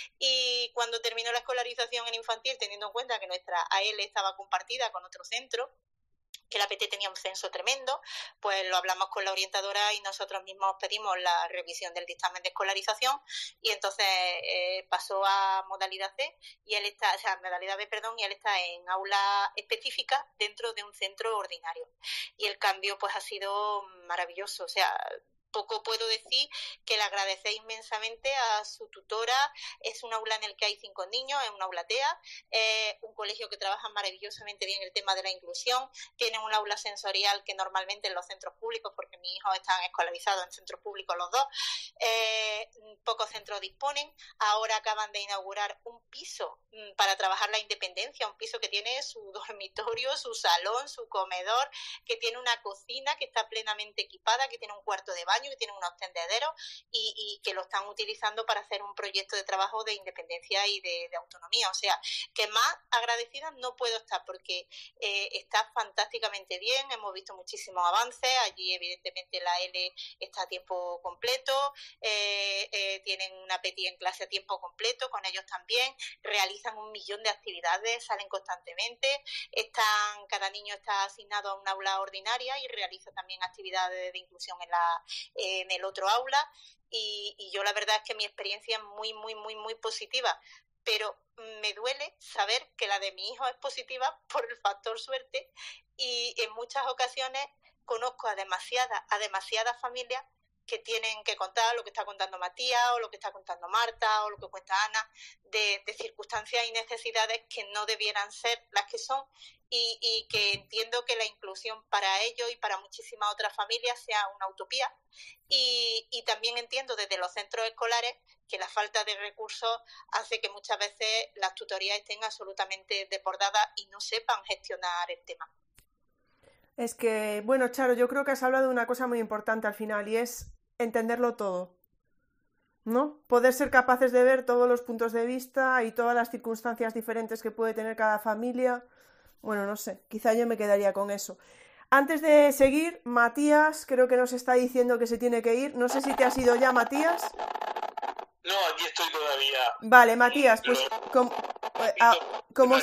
Y cuando terminó la escolarización en infantil, teniendo en cuenta que nuestra A L estaba compartida con otro centro, que la P T tenía un censo tremendo, pues lo hablamos con la orientadora y nosotros mismos pedimos la revisión del dictamen de escolarización, y entonces eh, pasó a modalidad C y él está, o sea, modalidad B, perdón, y él está en aula específica dentro de un centro ordinario. Y el cambio pues ha sido maravilloso, o sea, poco puedo decir que le agradece inmensamente a su tutora. Es un aula en el que hay cinco niños, es un aula T E A, eh, un colegio que trabaja maravillosamente bien el tema de la inclusión, tiene un aula sensorial que normalmente en los centros públicos, porque mis hijos están escolarizados en centros públicos los dos, eh, pocos centros disponen. Ahora acaban de inaugurar un piso mm, para trabajar la independencia, un piso que tiene su dormitorio, su salón, su comedor, que tiene una cocina que está plenamente equipada, que tiene un cuarto de baño, que tienen unos tendederos, y, y que lo están utilizando para hacer un proyecto de trabajo de independencia y de, de autonomía. O sea, que más agradecida no puedo estar, porque eh, está fantásticamente bien, hemos visto muchísimos avances. Allí evidentemente la L está a tiempo completo, eh, eh, tienen una P T I en clase a tiempo completo, con ellos también, realizan un millón de actividades, salen constantemente, están, cada niño está asignado a un aula ordinaria y realiza también actividades de inclusión en la en el otro aula, y, y yo la verdad es que mi experiencia es muy, muy, muy, muy positiva, pero me duele saber que la de mi hijo es positiva por el factor suerte, y en muchas ocasiones conozco a demasiadas, a demasiadas familias que tienen que contar lo que está contando Matías o lo que está contando Marta o lo que cuenta Ana, de, de circunstancias y necesidades que no debieran ser las que son, y, y que entiendo que la inclusión para ellos y para muchísimas otras familias sea una utopía, y, y también entiendo desde los centros escolares que la falta de recursos hace que muchas veces las tutorías estén absolutamente desbordadas y no sepan gestionar el tema. Es que, bueno, Charo, yo creo que has hablado de una cosa muy importante al final, y es entenderlo todo, ¿no? Poder ser capaces de ver todos los puntos de vista y todas las circunstancias diferentes que puede tener cada familia. Bueno, no sé, quizá yo me quedaría con eso. Antes de seguir, Matías creo que nos está diciendo que se tiene que ir. No sé si te has ido ya, Matías. No, aquí estoy todavía. Vale, Matías, pues com, eh, ah, como...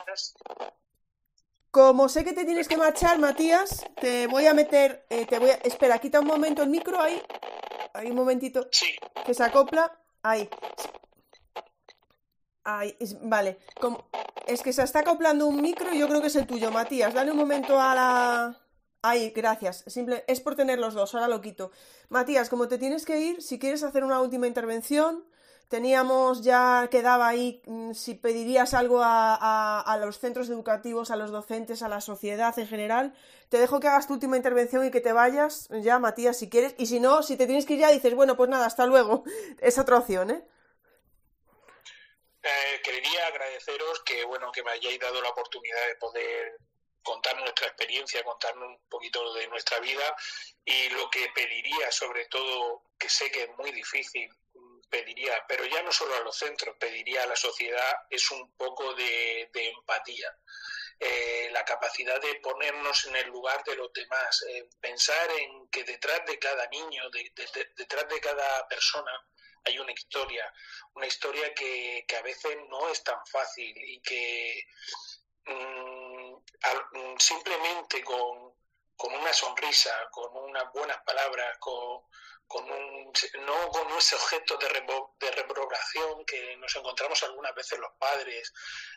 Como sé que te tienes que marchar, Matías, te voy a meter... Eh, te voy a... Espera, quita un momento el micro, ahí. Ahí un momentito. Sí. Que se acopla. Ahí. Ahí, es... vale. Como... Es que se está acoplando un micro y yo creo que es el tuyo, Matías. Dale un momento a la... Ahí, gracias. Simple... Es por tener los dos, ahora lo quito. Matías, como te tienes que ir, si quieres hacer una última intervención... Teníamos ya, quedaba ahí mmm, si pedirías algo a, a, a los centros educativos, a los docentes, a la sociedad en general. Te dejo que hagas tu última intervención y que te vayas ya, Matías, si quieres. Y si no, si te tienes que ir ya, dices, bueno, pues nada, hasta luego. Es otra opción, ¿eh? Eh, quería agradeceros que, bueno, que me hayáis dado la oportunidad de poder contar nuestra experiencia, contarnos un poquito de nuestra vida, y lo que pediría, sobre todo, que sé que es muy difícil, pediría, pero ya no solo a los centros, pediría a la sociedad, es un poco de, de empatía, eh, la capacidad de ponernos en el lugar de los demás, eh, pensar en que detrás de cada niño, de, de, de, detrás de cada persona hay una historia, una historia que, que a veces no es tan fácil y que mmm, al, simplemente con, con una sonrisa, con unas buenas palabras, con, con un, no con ese objeto de, repro, de reprobación que nos encontramos algunas veces los padres,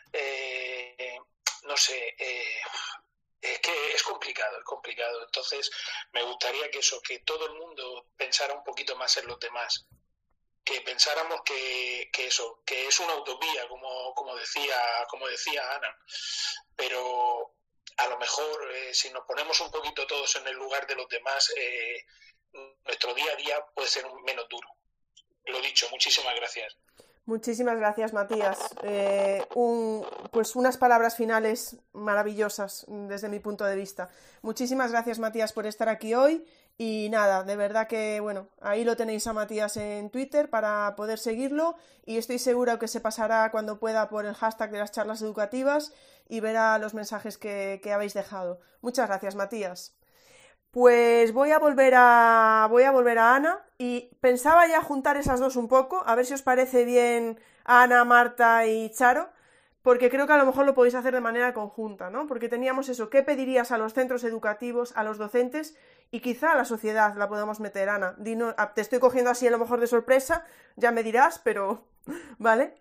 eh, no sé, eh, es que es complicado, es complicado. Entonces me gustaría que eso, que todo el mundo pensara un poquito más en los demás, que pensáramos que, que eso, que es una utopía, como, como decía, como decía Ana, pero a lo mejor eh, si nos ponemos un poquito todos en el lugar de los demás, eh, nuestro día a día puede ser menos duro. Lo dicho, muchísimas gracias. Muchísimas gracias, Matías. Eh, un, pues unas palabras finales maravillosas desde mi punto de vista. Muchísimas gracias, Matías, por estar aquí hoy. Y nada, de verdad que, bueno, ahí lo tenéis a Matías en Twitter para poder seguirlo y estoy segura que se pasará cuando pueda por el hashtag de las charlas educativas y verá los mensajes que, que habéis dejado. Muchas gracias, Matías. Pues voy a volver a voy a volver a Ana y pensaba ya juntar esas dos un poco, a ver si os parece bien Ana, Marta y Charo, porque creo que a lo mejor lo podéis hacer de manera conjunta, ¿no? Porque teníamos eso, ¿qué pedirías a los centros educativos, a los docentes y quizá a la sociedad la podemos meter, Ana? Dino, te estoy cogiendo así a lo mejor de sorpresa, ya me dirás, pero ¿vale?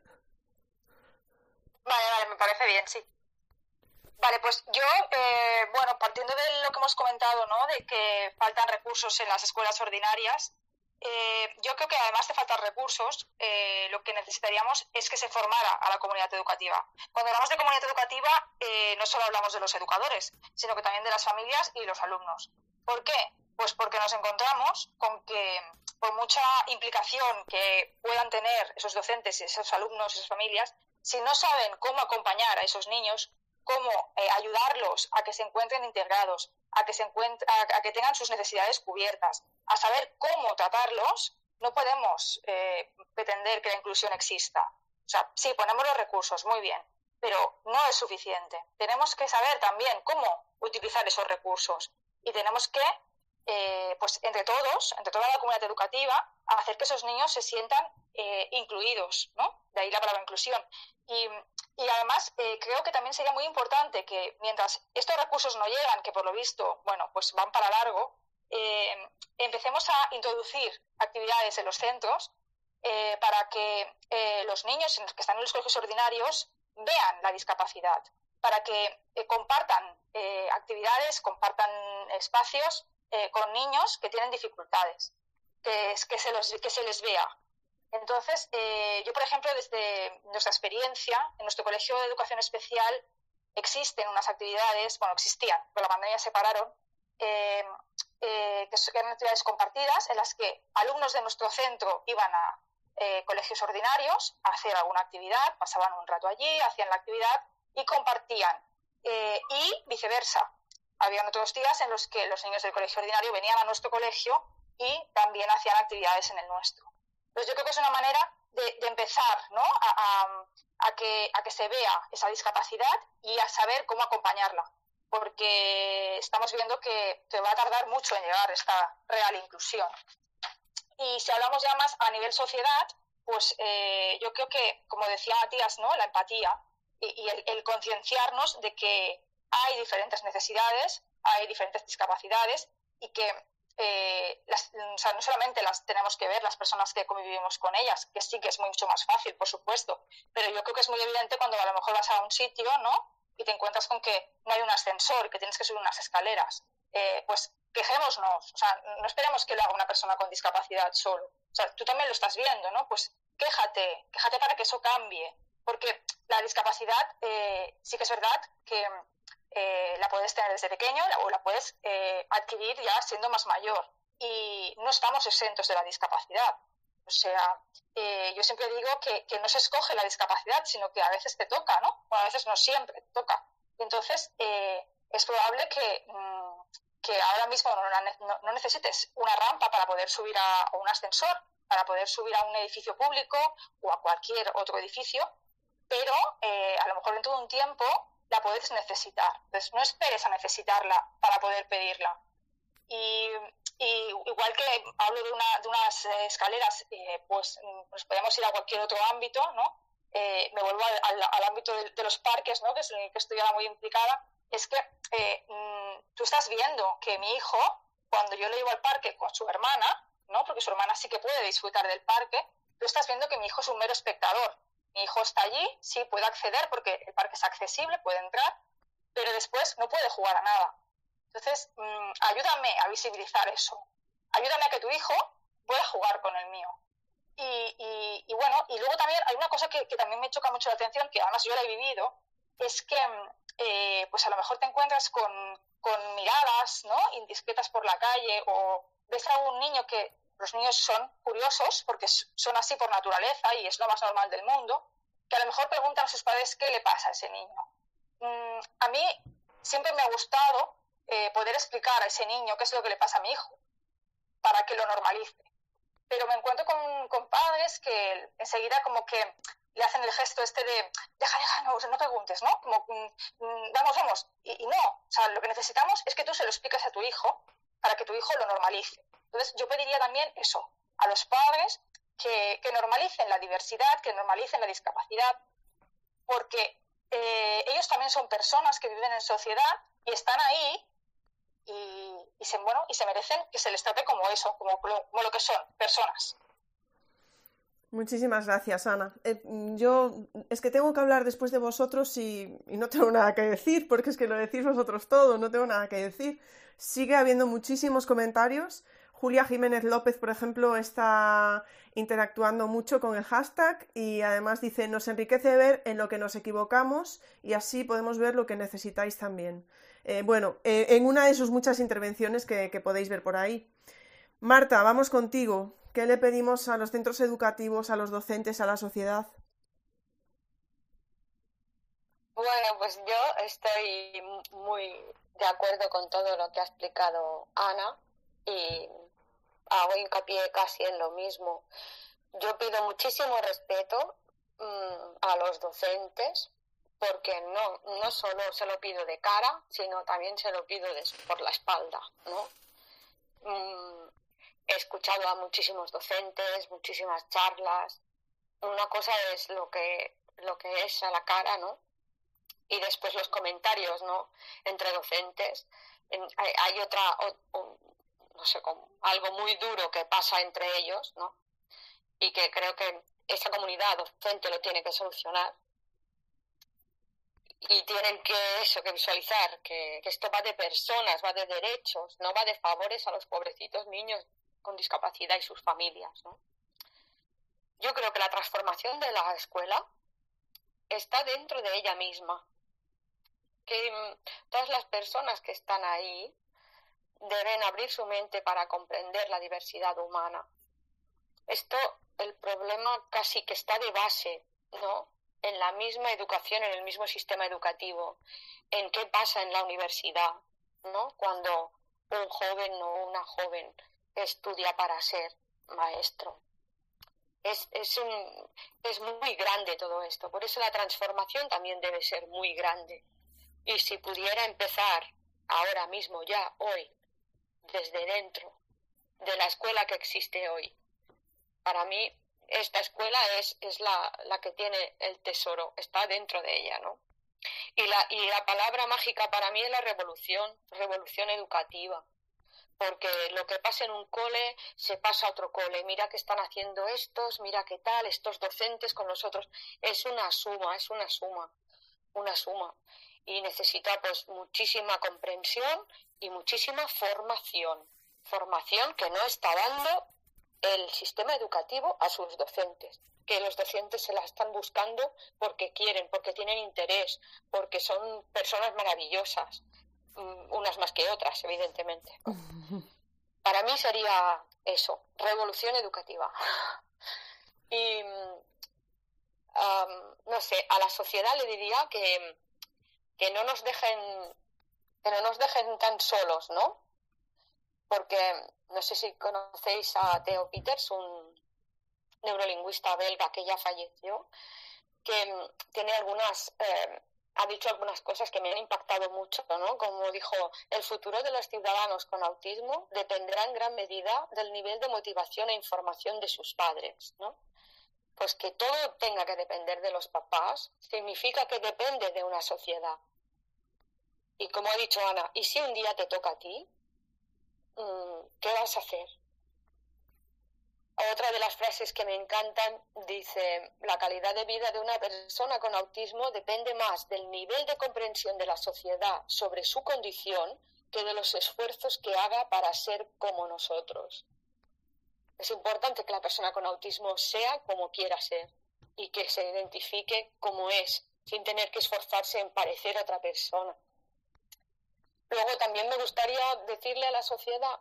Vale, vale, me parece bien, sí. Vale, pues yo, eh, bueno, partiendo de lo que hemos comentado, ¿no? De que faltan recursos en las escuelas ordinarias, eh, yo creo que además de faltar recursos, eh, lo que necesitaríamos es que se formara a la comunidad educativa. Cuando hablamos de comunidad educativa, eh, no solo hablamos de los educadores, sino que también de las familias y los alumnos. ¿Por qué? Pues porque nos encontramos con que, por mucha implicación que puedan tener esos docentes, esos alumnos, esas familias, si no saben cómo acompañar a esos niños, cómo eh, ayudarlos a que se encuentren integrados, a que, se encuentre, a, a que tengan sus necesidades cubiertas, a saber cómo tratarlos, no podemos eh, pretender que la inclusión exista. O sea, sí, ponemos los recursos, muy bien, pero no es suficiente. Tenemos que saber también cómo utilizar esos recursos y tenemos que, eh, pues entre todos, entre toda la comunidad educativa, hacer que esos niños se sientan eh, incluidos, ¿no? De ahí la palabra inclusión. Y, y además eh, creo que también sería muy importante que mientras estos recursos no llegan, que por lo visto, bueno, pues van para largo, eh, empecemos a introducir actividades en los centros eh, para que eh, los niños que están en los colegios ordinarios vean la discapacidad, para que eh, compartan eh, actividades, compartan espacios eh, con niños que tienen dificultades, que, que, se, los, que se les vea. Entonces, eh, yo, por ejemplo, desde nuestra experiencia, en nuestro colegio de educación especial existen unas actividades, bueno, existían, pero la pandemia se pararon, eh, eh, que eran actividades compartidas en las que alumnos de nuestro centro iban a eh, colegios ordinarios a hacer alguna actividad, pasaban un rato allí, hacían la actividad y compartían. Eh, y viceversa. Habían otros días en los que los niños del colegio ordinario venían a nuestro colegio y también hacían actividades en el nuestro. Entonces yo creo que es una manera de, de empezar, ¿no? a, a, a, que, a que se vea esa discapacidad y a saber cómo acompañarla, porque estamos viendo que, que va a tardar mucho en llegar esta real inclusión. Y si hablamos ya más a nivel sociedad, pues eh, yo creo que, como decía Matías, ¿no? La empatía y, y el, el concienciarnos de que hay diferentes necesidades, hay diferentes discapacidades y que Eh, las, o sea, no solamente las tenemos que ver las personas que convivimos con ellas, que sí que es mucho más fácil, por supuesto, pero yo creo que es muy evidente cuando a lo mejor vas a un sitio, ¿no? Y te encuentras con que no hay un ascensor, que tienes que subir unas escaleras. Eh, pues quejémonos, o sea, no esperemos que lo haga una persona con discapacidad solo. O sea, tú también lo estás viendo, ¿no? Pues quéjate, quéjate para que eso cambie, porque la discapacidad eh, sí que es verdad que Eh, la puedes tener desde pequeño o la puedes eh, adquirir ya siendo más mayor y no estamos exentos de la discapacidad. O sea, eh, yo siempre digo que, que no se escoge la discapacidad, sino que a veces te toca, ¿no? O a veces no siempre te toca. Entonces, eh, es probable que, mmm, que ahora mismo no, no, no necesites una rampa para poder subir a, a un ascensor, para poder subir a un edificio público o a cualquier otro edificio, pero eh, a lo mejor dentro de un tiempo la puedes necesitar. Entonces, no esperes a necesitarla para poder pedirla. Y, Y igual que hablo de, una, de unas eh, escaleras, eh, pues nos podemos ir a cualquier otro ámbito, ¿no? Eh, me vuelvo al, al, al ámbito de, de los parques, ¿no? Que es en el que estoy ahora muy implicada. Es que eh, mmm, tú estás viendo que mi hijo, cuando yo le llevo al parque con su hermana, ¿no? Porque su hermana sí que puede disfrutar del parque, tú estás viendo que mi hijo es un mero espectador. Mi hijo está allí, sí, puede acceder porque el parque es accesible, puede entrar, pero después no puede jugar a nada. Entonces, mmm, ayúdame a visibilizar eso. Ayúdame a que tu hijo pueda jugar con el mío. Y, y, y bueno, y luego también hay una cosa que, que también me choca mucho la atención, que además yo la he vivido, es que eh, pues a lo mejor te encuentras con, con miradas, ¿no? indiscretas por la calle, o ves a un niño que los niños son curiosos porque son así por naturaleza y es lo más normal del mundo, que a lo mejor preguntan a sus padres qué le pasa a ese niño. Mm, a mí siempre me ha gustado eh, poder explicar a ese niño qué es lo que le pasa a mi hijo, para que lo normalice. Pero me encuentro con, con padres que enseguida como que le hacen el gesto este de deja, deja, no, no preguntes, ¿no? Como, mm, vamos, vamos. Y, y no, o sea, lo que necesitamos es que tú se lo expliques a tu hijo para que tu hijo lo normalice. Entonces, yo pediría también eso, a los padres que, que normalicen la diversidad, que normalicen la discapacidad, porque eh, ellos también son personas que viven en sociedad y están ahí y, y, se, bueno, y se merecen que se les trate como eso, como, como lo que son, personas. Muchísimas gracias, Ana. Eh, yo es que tengo que hablar después de vosotros y, y no tengo nada que decir, porque es que lo decís vosotros todo, no tengo nada que decir. Sigue habiendo muchísimos comentarios. Julia Jiménez López, por ejemplo, está interactuando mucho con el hashtag y además dice, nos enriquece ver en lo que nos equivocamos y así podemos ver lo que necesitáis también. Eh, bueno, eh, en una de sus muchas intervenciones que, que podéis ver por ahí. Marta, vamos contigo. ¿Qué le pedimos a los centros educativos, a los docentes, a la sociedad? Bueno, pues yo estoy muy de acuerdo con todo lo que ha explicado Ana y hago hincapié casi en lo mismo. Yo pido muchísimo respeto mmm, a los docentes, porque no, no solo se lo pido de cara, sino también se lo pido de, por la espalda, ¿no? Mm, he escuchado a muchísimos docentes, muchísimas charlas. Una cosa es lo que, lo que es a la cara, ¿no? Y después los comentarios, ¿no? Entre docentes. En, hay, hay otra, o, o, no sé, como algo muy duro que pasa entre ellos, ¿no? Y que creo que esa comunidad docente lo tiene que solucionar. Y tienen que eso, que visualizar, que, que esto va de personas, va de derechos, no va de favores a los pobrecitos niños con discapacidad y sus familias, ¿no? Yo creo que la transformación de la escuela está dentro de ella misma. Que todas las personas que están ahí deben abrir su mente para comprender la diversidad humana. Esto, el problema casi que está de base, ¿no? En la misma educación, en el mismo sistema educativo, en qué pasa en la universidad, ¿no? Cuando un joven o una joven estudia para ser maestro. Es, es, un, es muy grande todo esto, por eso la transformación también debe ser muy grande. Y si pudiera empezar ahora mismo, ya, hoy, desde dentro de la escuela que existe hoy, para mí esta escuela es, es la, la que tiene el tesoro, está dentro de ella, ¿no? Y la, y la palabra mágica para mí es la revolución, revolución educativa. Porque lo que pasa en un cole se pasa a otro cole. Mira qué están haciendo estos, mira qué tal, estos docentes con los otros. Es una suma, es una suma, una suma. Y necesita pues muchísima comprensión y muchísima formación. Formación que no está dando el sistema educativo a sus docentes, que los docentes se la están buscando porque quieren, porque tienen interés, porque son personas maravillosas, unas más que otras, evidentemente. Para mí sería eso, revolución educativa. Y, um, no sé, a la sociedad le diría que, que no nos dejen, que no nos dejen tan solos, ¿no? Porque no sé si conocéis a Theo Peters, un neurolingüista belga que ya falleció, que tiene algunas eh, ha dicho algunas cosas que me han impactado mucho, ¿no? Como dijo, el futuro de los ciudadanos con autismo dependerá en gran medida del nivel de motivación e información de sus padres, ¿no? Pues que todo tenga que depender de los papás significa que depende de una sociedad. Y como ha dicho Ana, ¿y si un día te toca a ti? ¿Qué vas a hacer? Otra de las frases que me encantan dice, la calidad de vida de una persona con autismo depende más del nivel de comprensión de la sociedad sobre su condición que de los esfuerzos que haga para ser como nosotros. Es importante que la persona con autismo sea como quiera ser y que se identifique como es, sin tener que esforzarse en parecer otra persona. Luego también me gustaría decirle a la sociedad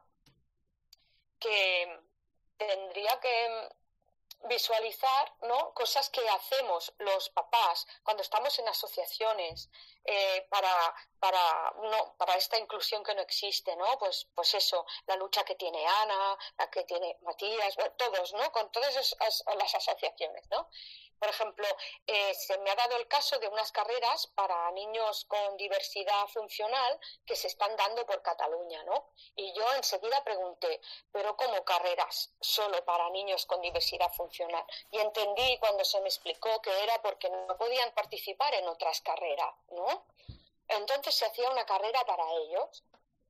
que tendría que visualizar, ¿no?, cosas que hacemos los papás cuando estamos en asociaciones eh, para, para, no, para esta inclusión que no existe, ¿no? Pues, pues eso, la lucha que tiene Ana, la que tiene Matías, bueno, todos, ¿no? Con todas esas, las asociaciones, ¿no? Por ejemplo, eh, se me ha dado el caso de unas carreras para niños con diversidad funcional que se están dando por Cataluña, ¿no? Y yo enseguida pregunté, ¿pero cómo carreras solo para niños con diversidad funcional? Y entendí cuando se me explicó que era porque no podían participar en otras carreras, ¿no? Entonces se hacía una carrera para ellos.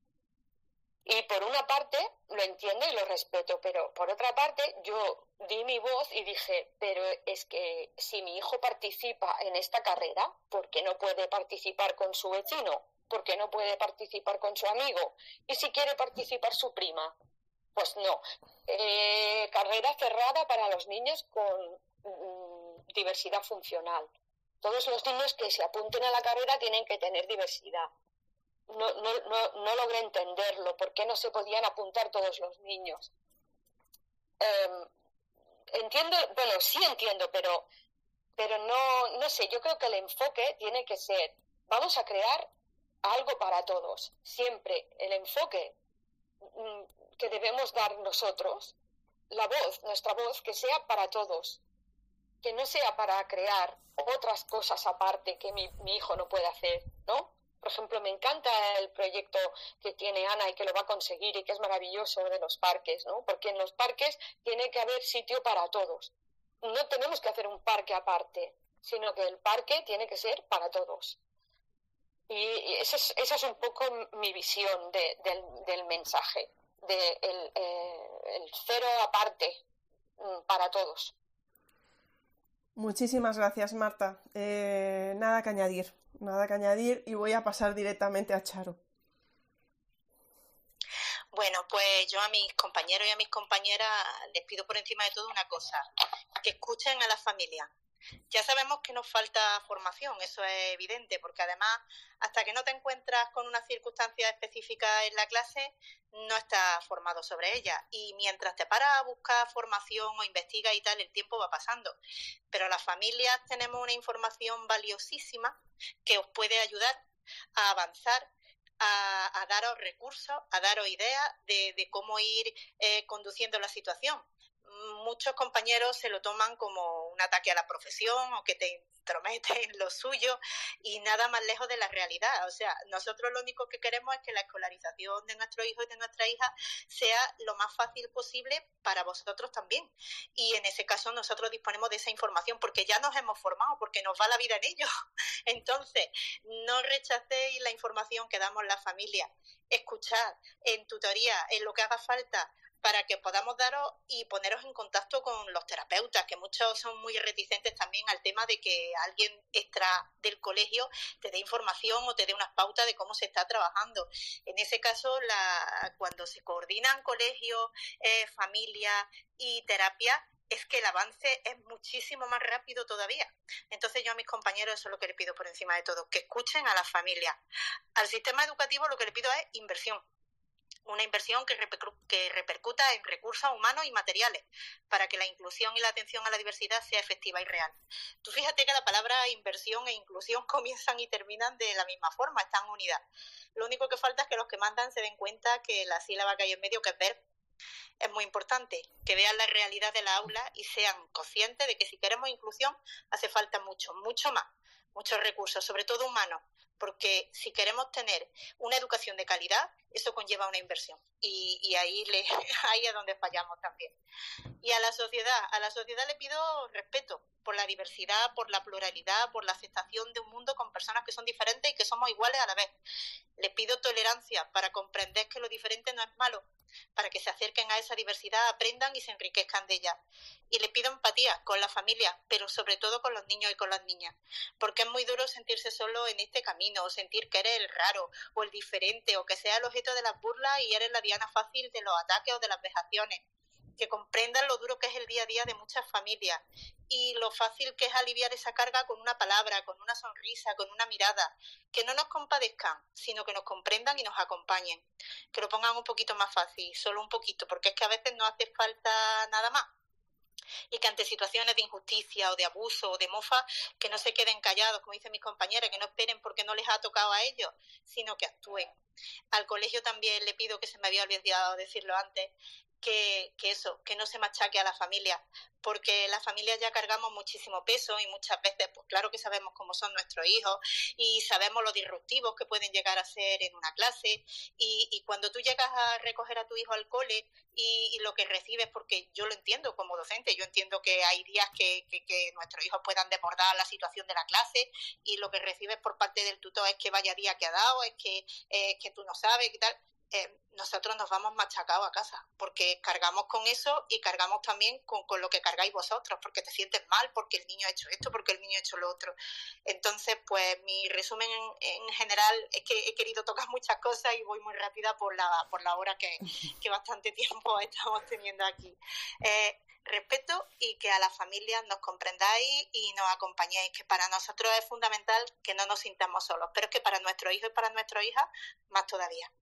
Y por una parte lo entiendo y lo respeto, pero por otra parte yo di mi voz y dije, pero es que si mi hijo participa en esta carrera, ¿por qué no puede participar con su vecino? ¿Por qué no puede participar con su amigo? ¿Y si quiere participar su prima? Pues no. Eh, carrera cerrada para los niños con mm, diversidad funcional. Todos los niños que se apunten a la carrera tienen que tener diversidad. No, no, no, no logré entenderlo. ¿Por qué no se podían apuntar todos los niños? Eh, entiendo, bueno, sí entiendo, pero, pero no, no sé, yo creo que el enfoque tiene que ser, vamos a crear algo para todos. Siempre el enfoque que debemos dar nosotros, la voz, nuestra voz, que sea para todos. Que no sea para crear otras cosas aparte que mi, mi hijo no puede hacer, ¿no? Por ejemplo, me encanta el proyecto que tiene Ana y que lo va a conseguir y que es maravilloso de los parques, ¿no? Porque en los parques tiene que haber sitio para todos. No tenemos que hacer un parque aparte, sino que el parque tiene que ser para todos. Y esa es, esa es un poco mi visión de, del, del mensaje, de el, eh, el cero aparte para todos. Muchísimas gracias, Marta. Eh, nada que añadir. Nada que añadir y voy a pasar directamente a Charo. Bueno, pues yo a mis compañeros y a mis compañeras les pido por encima de todo una cosa, que escuchen a la familia. Ya sabemos que nos falta formación, eso es evidente, porque además, hasta que no te encuentras con una circunstancia específica en la clase, no estás formado sobre ella. Y mientras te paras a buscar formación o investigas y tal, el tiempo va pasando. Pero las familias tenemos una información valiosísima que os puede ayudar a avanzar, a, a daros recursos, a daros ideas de, de cómo ir eh, conduciendo la situación. Muchos compañeros se lo toman como un ataque a la profesión o que te entrometes en lo suyo y nada más lejos de la realidad. O sea, nosotros lo único que queremos es que la escolarización de nuestro hijo y de nuestra hija sea lo más fácil posible para vosotros también. Y en ese caso nosotros disponemos de esa información porque ya nos hemos formado, porque nos va la vida en ello. Entonces, no rechacéis la información que damos la familia. Escuchad en tutoría, en lo que haga falta, para que podamos daros y poneros en contacto con los terapeutas, que muchos son muy reticentes también al tema de que alguien extra del colegio te dé información o te dé unas pautas de cómo se está trabajando. En ese caso, la, cuando se coordinan colegios, eh, familia y terapia, es que el avance es muchísimo más rápido todavía. Entonces yo a mis compañeros eso es lo que les pido por encima de todo, que escuchen a las familias. Al sistema educativo lo que le pido es inversión. Una inversión que, reper- que repercuta en recursos humanos y materiales para que la inclusión y la atención a la diversidad sea efectiva y real. Tú fíjate que la palabra inversión e inclusión comienzan y terminan de la misma forma, están unidas. Lo único que falta es que los que mandan se den cuenta que la sílaba que hay en medio, que es ver, es muy importante, que vean la realidad de la aula y sean conscientes de que si queremos inclusión hace falta mucho, mucho más. muchos recursos, sobre todo humanos, porque si queremos tener una educación de calidad, eso conlleva una inversión y, y ahí, le, ahí es donde fallamos también. Y a la sociedad, a la sociedad le pido respeto por la diversidad, por la pluralidad, por la aceptación de un mundo con personas que son diferentes y que somos iguales a la vez. Le pido tolerancia para comprender que lo diferente no es malo, para que se acerquen a esa diversidad, aprendan y se enriquezcan de ella. Y le pido empatía con la familia, pero sobre todo con los niños y con las niñas, porque es muy duro sentirse solo en este camino, o sentir que eres el raro o el diferente, o que sea el objeto de las burlas y eres la diana fácil de los ataques o de las vejaciones. Que comprendan lo duro que es el día a día de muchas familias y lo fácil que es aliviar esa carga con una palabra, con una sonrisa, con una mirada. Que no nos compadezcan, sino que nos comprendan y nos acompañen. Que lo pongan un poquito más fácil, solo un poquito, porque es que a veces no hace falta nada más. Y que ante situaciones de injusticia o de abuso o de mofa, que no se queden callados, como dicen mis compañeras, que no esperen porque no les ha tocado a ellos, sino que actúen. Al colegio también le pido, que se me había olvidado decirlo antes, que, que eso, que no se machaque a la familia, porque las familias ya cargamos muchísimo peso y muchas veces, pues claro que sabemos cómo son nuestros hijos y sabemos los disruptivos que pueden llegar a ser en una clase y, y cuando tú llegas a recoger a tu hijo al cole y, y lo que recibes, porque yo lo entiendo como docente, yo entiendo que hay días que, que, que nuestros hijos puedan desbordar la situación de la clase y lo que recibes por parte del tutor es que vaya día que ha dado, es que, eh, que tú no sabes, qué tal. Eh, nosotros nos vamos machacados a casa porque cargamos con eso y cargamos también con, con lo que cargáis vosotros, porque te sientes mal, porque el niño ha hecho esto, porque el niño ha hecho lo otro. Entonces, pues mi resumen en, en general es que he querido tocar muchas cosas y voy muy rápida por la, por la hora que, que bastante tiempo estamos teniendo aquí. Eh, respeto y que a las familias nos comprendáis y nos acompañéis, que para nosotros es fundamental que no nos sintamos solos, pero es que para nuestros hijos y para nuestras hijas más todavía.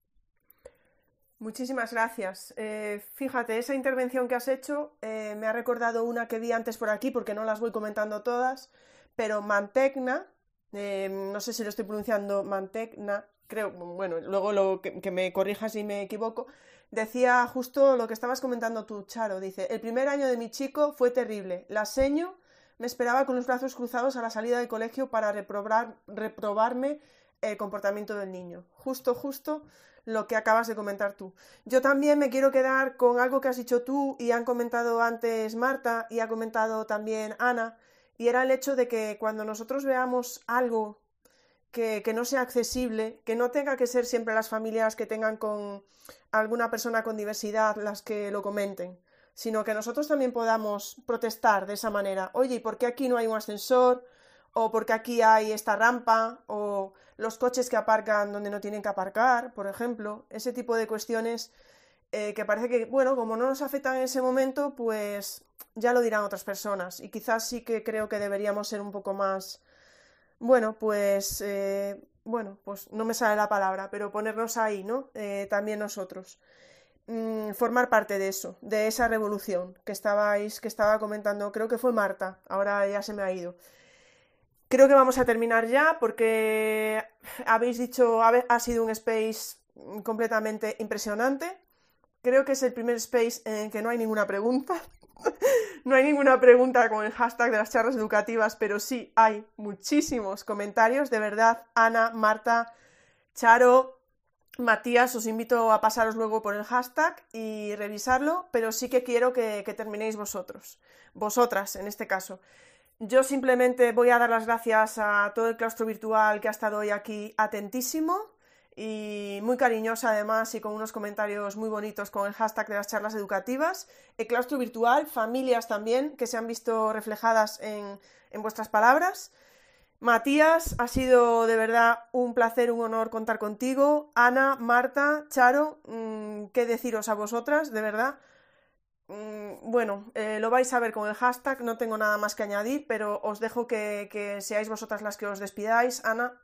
Muchísimas gracias. Eh, fíjate, esa intervención que has hecho eh, me ha recordado una que vi antes por aquí, porque no las voy comentando todas, pero Mantegna, eh, no sé si lo estoy pronunciando, Mantegna, creo, bueno, luego lo que, que me corrijas si me equivoco, decía justo lo que estabas comentando tú, Charo, dice, el primer año de mi chico fue terrible, la seño me esperaba con los brazos cruzados a la salida del colegio para reprobar, reprobarme el comportamiento del niño. Justo, justo lo que acabas de comentar tú. Yo también me quiero quedar con algo que has dicho tú y han comentado antes Marta y ha comentado también Ana, y era el hecho de que cuando nosotros veamos algo que, que no sea accesible, que no tenga que ser siempre las familias que tengan con alguna persona con diversidad las que lo comenten, sino que nosotros también podamos protestar de esa manera. Oye, ¿y por qué aquí no hay un ascensor? O porque aquí hay esta rampa, o los coches que aparcan donde no tienen que aparcar, por ejemplo, ese tipo de cuestiones eh, que parece que, bueno, como no nos afectan en ese momento, pues ya lo dirán otras personas, y quizás sí que creo que deberíamos ser un poco más, bueno, pues, eh, bueno, pues no me sale la palabra, pero ponernos ahí, ¿no? Eh, también nosotros. Mm, formar parte de eso, de esa revolución que estabais, que estaba comentando, creo que fue Marta, ahora ya se me ha ido. Creo que vamos a terminar ya porque habéis dicho, ha sido un space completamente impresionante. Creo que es el primer space en el que no hay ninguna pregunta. No hay ninguna pregunta con el hashtag de las charlas educativas, pero sí hay muchísimos comentarios. De verdad, Ana, Marta, Charo, Matías, os invito a pasaros luego por el hashtag y revisarlo, pero sí que quiero que, que terminéis vosotros, vosotras en este caso. Yo simplemente voy a dar las gracias a todo el claustro virtual que ha estado hoy aquí atentísimo y muy cariñosa además y con unos comentarios muy bonitos con el hashtag de las charlas educativas. El claustro virtual, familias también que se han visto reflejadas en, en vuestras palabras. Matías, ha sido de verdad un placer, un honor contar contigo. Ana, Marta, Charo, mmm, qué deciros a vosotras, de verdad. Bueno, eh, lo vais a ver con el hashtag, no tengo nada más que añadir, pero os dejo que, que seáis vosotras las que os despidáis. Ana.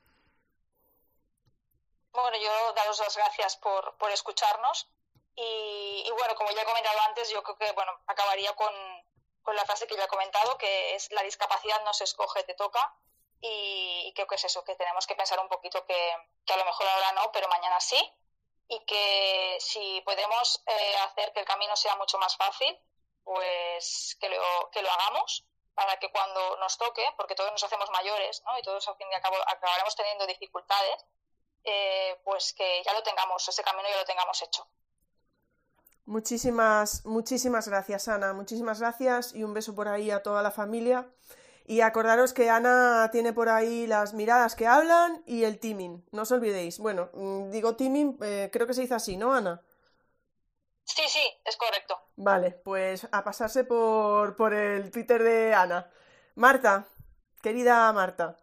Bueno, yo daros las gracias por, por escucharnos y, y bueno, como ya he comentado antes, yo creo que bueno acabaría con, con la frase que ya he comentado, que es la discapacidad no se escoge, te toca, y, y creo que es eso, que tenemos que pensar un poquito que, que a lo mejor ahora no, pero mañana sí. Y que si podemos eh, hacer que el camino sea mucho más fácil, pues que lo, que lo hagamos para que cuando nos toque, porque todos nos hacemos mayores, ¿no? Y todos al fin y al cabo acabaremos teniendo dificultades, eh, pues que ya lo tengamos, ese camino ya lo tengamos hecho. Muchísimas, muchísimas gracias, Ana, muchísimas gracias y un beso por ahí a toda la familia. Y acordaros que Ana tiene por ahí las miradas que hablan y el teaming, no os olvidéis. Bueno, digo teaming, eh, creo que se dice así, ¿no, Ana? Sí, sí, es correcto. Vale, pues a pasarse por, por el Twitter de Ana. Marta, querida Marta.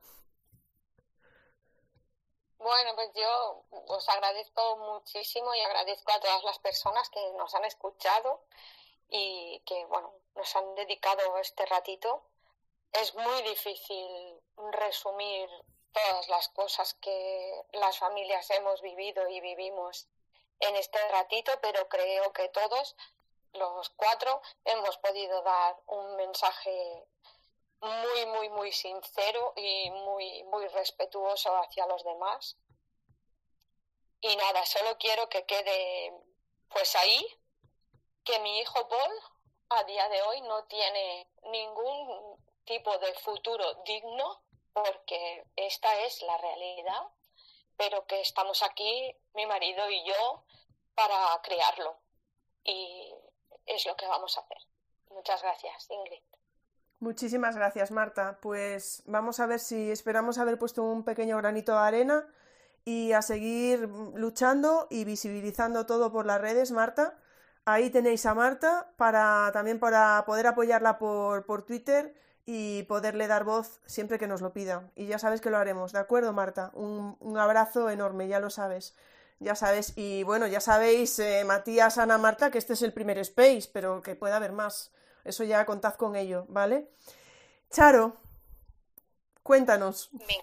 Bueno, pues yo os agradezco muchísimo y agradezco a todas las personas que nos han escuchado y que, bueno, nos han dedicado este ratito. Es muy difícil resumir todas las cosas que las familias hemos vivido y vivimos en este ratito, pero creo que todos, los cuatro, hemos podido dar un mensaje muy, muy, muy sincero y muy, muy respetuoso hacia los demás. Y nada, solo quiero que quede pues ahí, que mi hijo Paul a día de hoy no tiene ningún tipo de futuro digno, porque esta es la realidad, pero que estamos aquí, mi marido y yo, para crearlo. Y es lo que vamos a hacer. Muchas gracias, Ingrid. Muchísimas gracias, Marta. Pues vamos a ver si esperamos haber puesto un pequeño granito de arena y a seguir luchando y visibilizando todo por las redes, Marta. Ahí tenéis a Marta para también para poder apoyarla por, por Twitter y poderle dar voz siempre que nos lo pida. Y ya sabes que lo haremos, ¿de acuerdo, Marta? Un, un abrazo enorme, ya lo sabes. Ya sabes, y bueno, ya sabéis, eh, Matías, Ana, Marta, que este es el primer space, pero que puede haber más. Eso ya contad con ello, ¿vale? Charo, cuéntanos. Bien.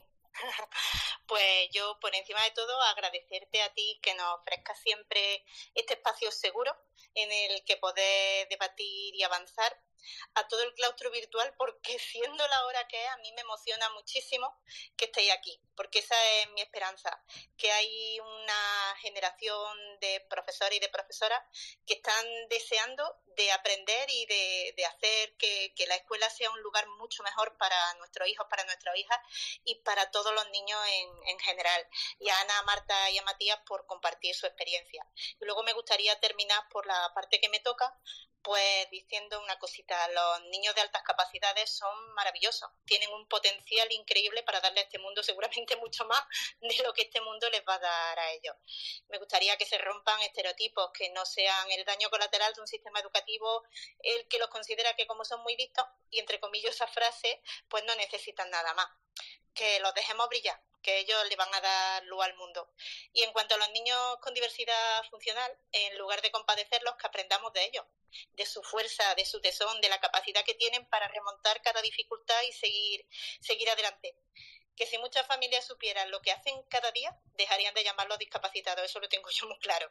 Pues yo, por encima de todo, agradecerte a ti que nos ofrezcas siempre este espacio seguro en el que poder debatir y avanzar, a todo el claustro virtual, porque siendo la hora que es, a mí me emociona muchísimo que estéis aquí, porque esa es mi esperanza, que hay una generación de profesores y de profesoras que están deseando de aprender y de, de hacer que, que la escuela sea un lugar mucho mejor para nuestros hijos, para nuestras hijas y para todos los niños en, en general. Y a Ana, a Marta y a Matías por compartir su experiencia. Y luego me gustaría terminar por la parte que me toca, pues diciendo una cosita. Los niños de altas capacidades son maravillosos, tienen un potencial increíble para darle a este mundo seguramente mucho más de lo que este mundo les va a dar a ellos. Me gustaría que se rompan estereotipos, que no sean el daño colateral de un sistema educativo el que los considera que como son muy listos, y entre comillas esa frase, pues no necesitan nada más. Que los dejemos brillar, que ellos le van a dar luz al mundo. Y en cuanto a los niños con diversidad funcional, en lugar de compadecerlos, que aprendamos de ellos, de su fuerza, de su tesón, de la capacidad que tienen para remontar cada dificultad y seguir, seguir adelante. Que si muchas familias supieran lo que hacen cada día, dejarían de llamarlos discapacitados, eso lo tengo yo muy claro.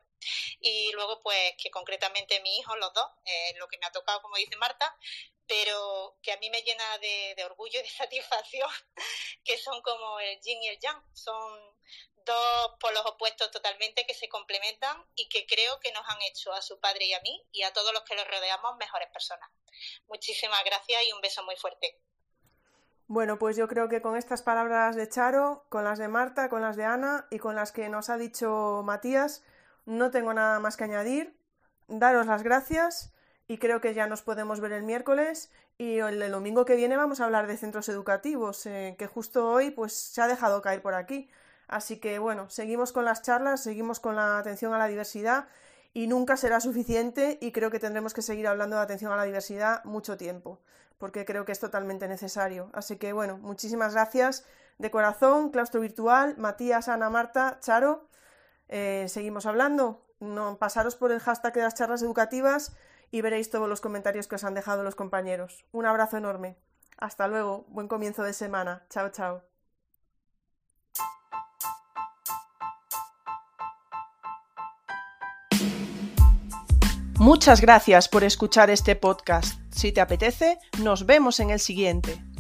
Y luego, pues, que concretamente mi hijo, los dos, eh, lo que me ha tocado, como dice Marta, pero que a mí me llena de, de orgullo y de satisfacción, que son como el yin y el yang, son dos polos opuestos totalmente que se complementan y que creo que nos han hecho a su padre y a mí y a todos los que los rodeamos mejores personas. Muchísimas gracias y un beso muy fuerte. Bueno, pues yo creo que con estas palabras de Charo, con las de Marta, con las de Ana y con las que nos ha dicho Matías, no tengo nada más que añadir. Daros las gracias y creo que ya nos podemos ver el miércoles y el, el domingo que viene vamos a hablar de centros educativos, eh, que justo hoy pues se ha dejado caer por aquí. Así que bueno, seguimos con las charlas, seguimos con la atención a la diversidad y nunca será suficiente y creo que tendremos que seguir hablando de atención a la diversidad mucho tiempo, porque creo que es totalmente necesario. Así que bueno, muchísimas gracias de corazón, claustro virtual, Matías, Ana, Marta, Charo, eh, seguimos hablando. No, pasaros por el hashtag de las charlas educativas y veréis todos los comentarios que os han dejado los compañeros. Un abrazo enorme. Hasta luego, buen comienzo de semana. Chao, chao. Muchas gracias por escuchar este podcast. Si te apetece, nos vemos en el siguiente.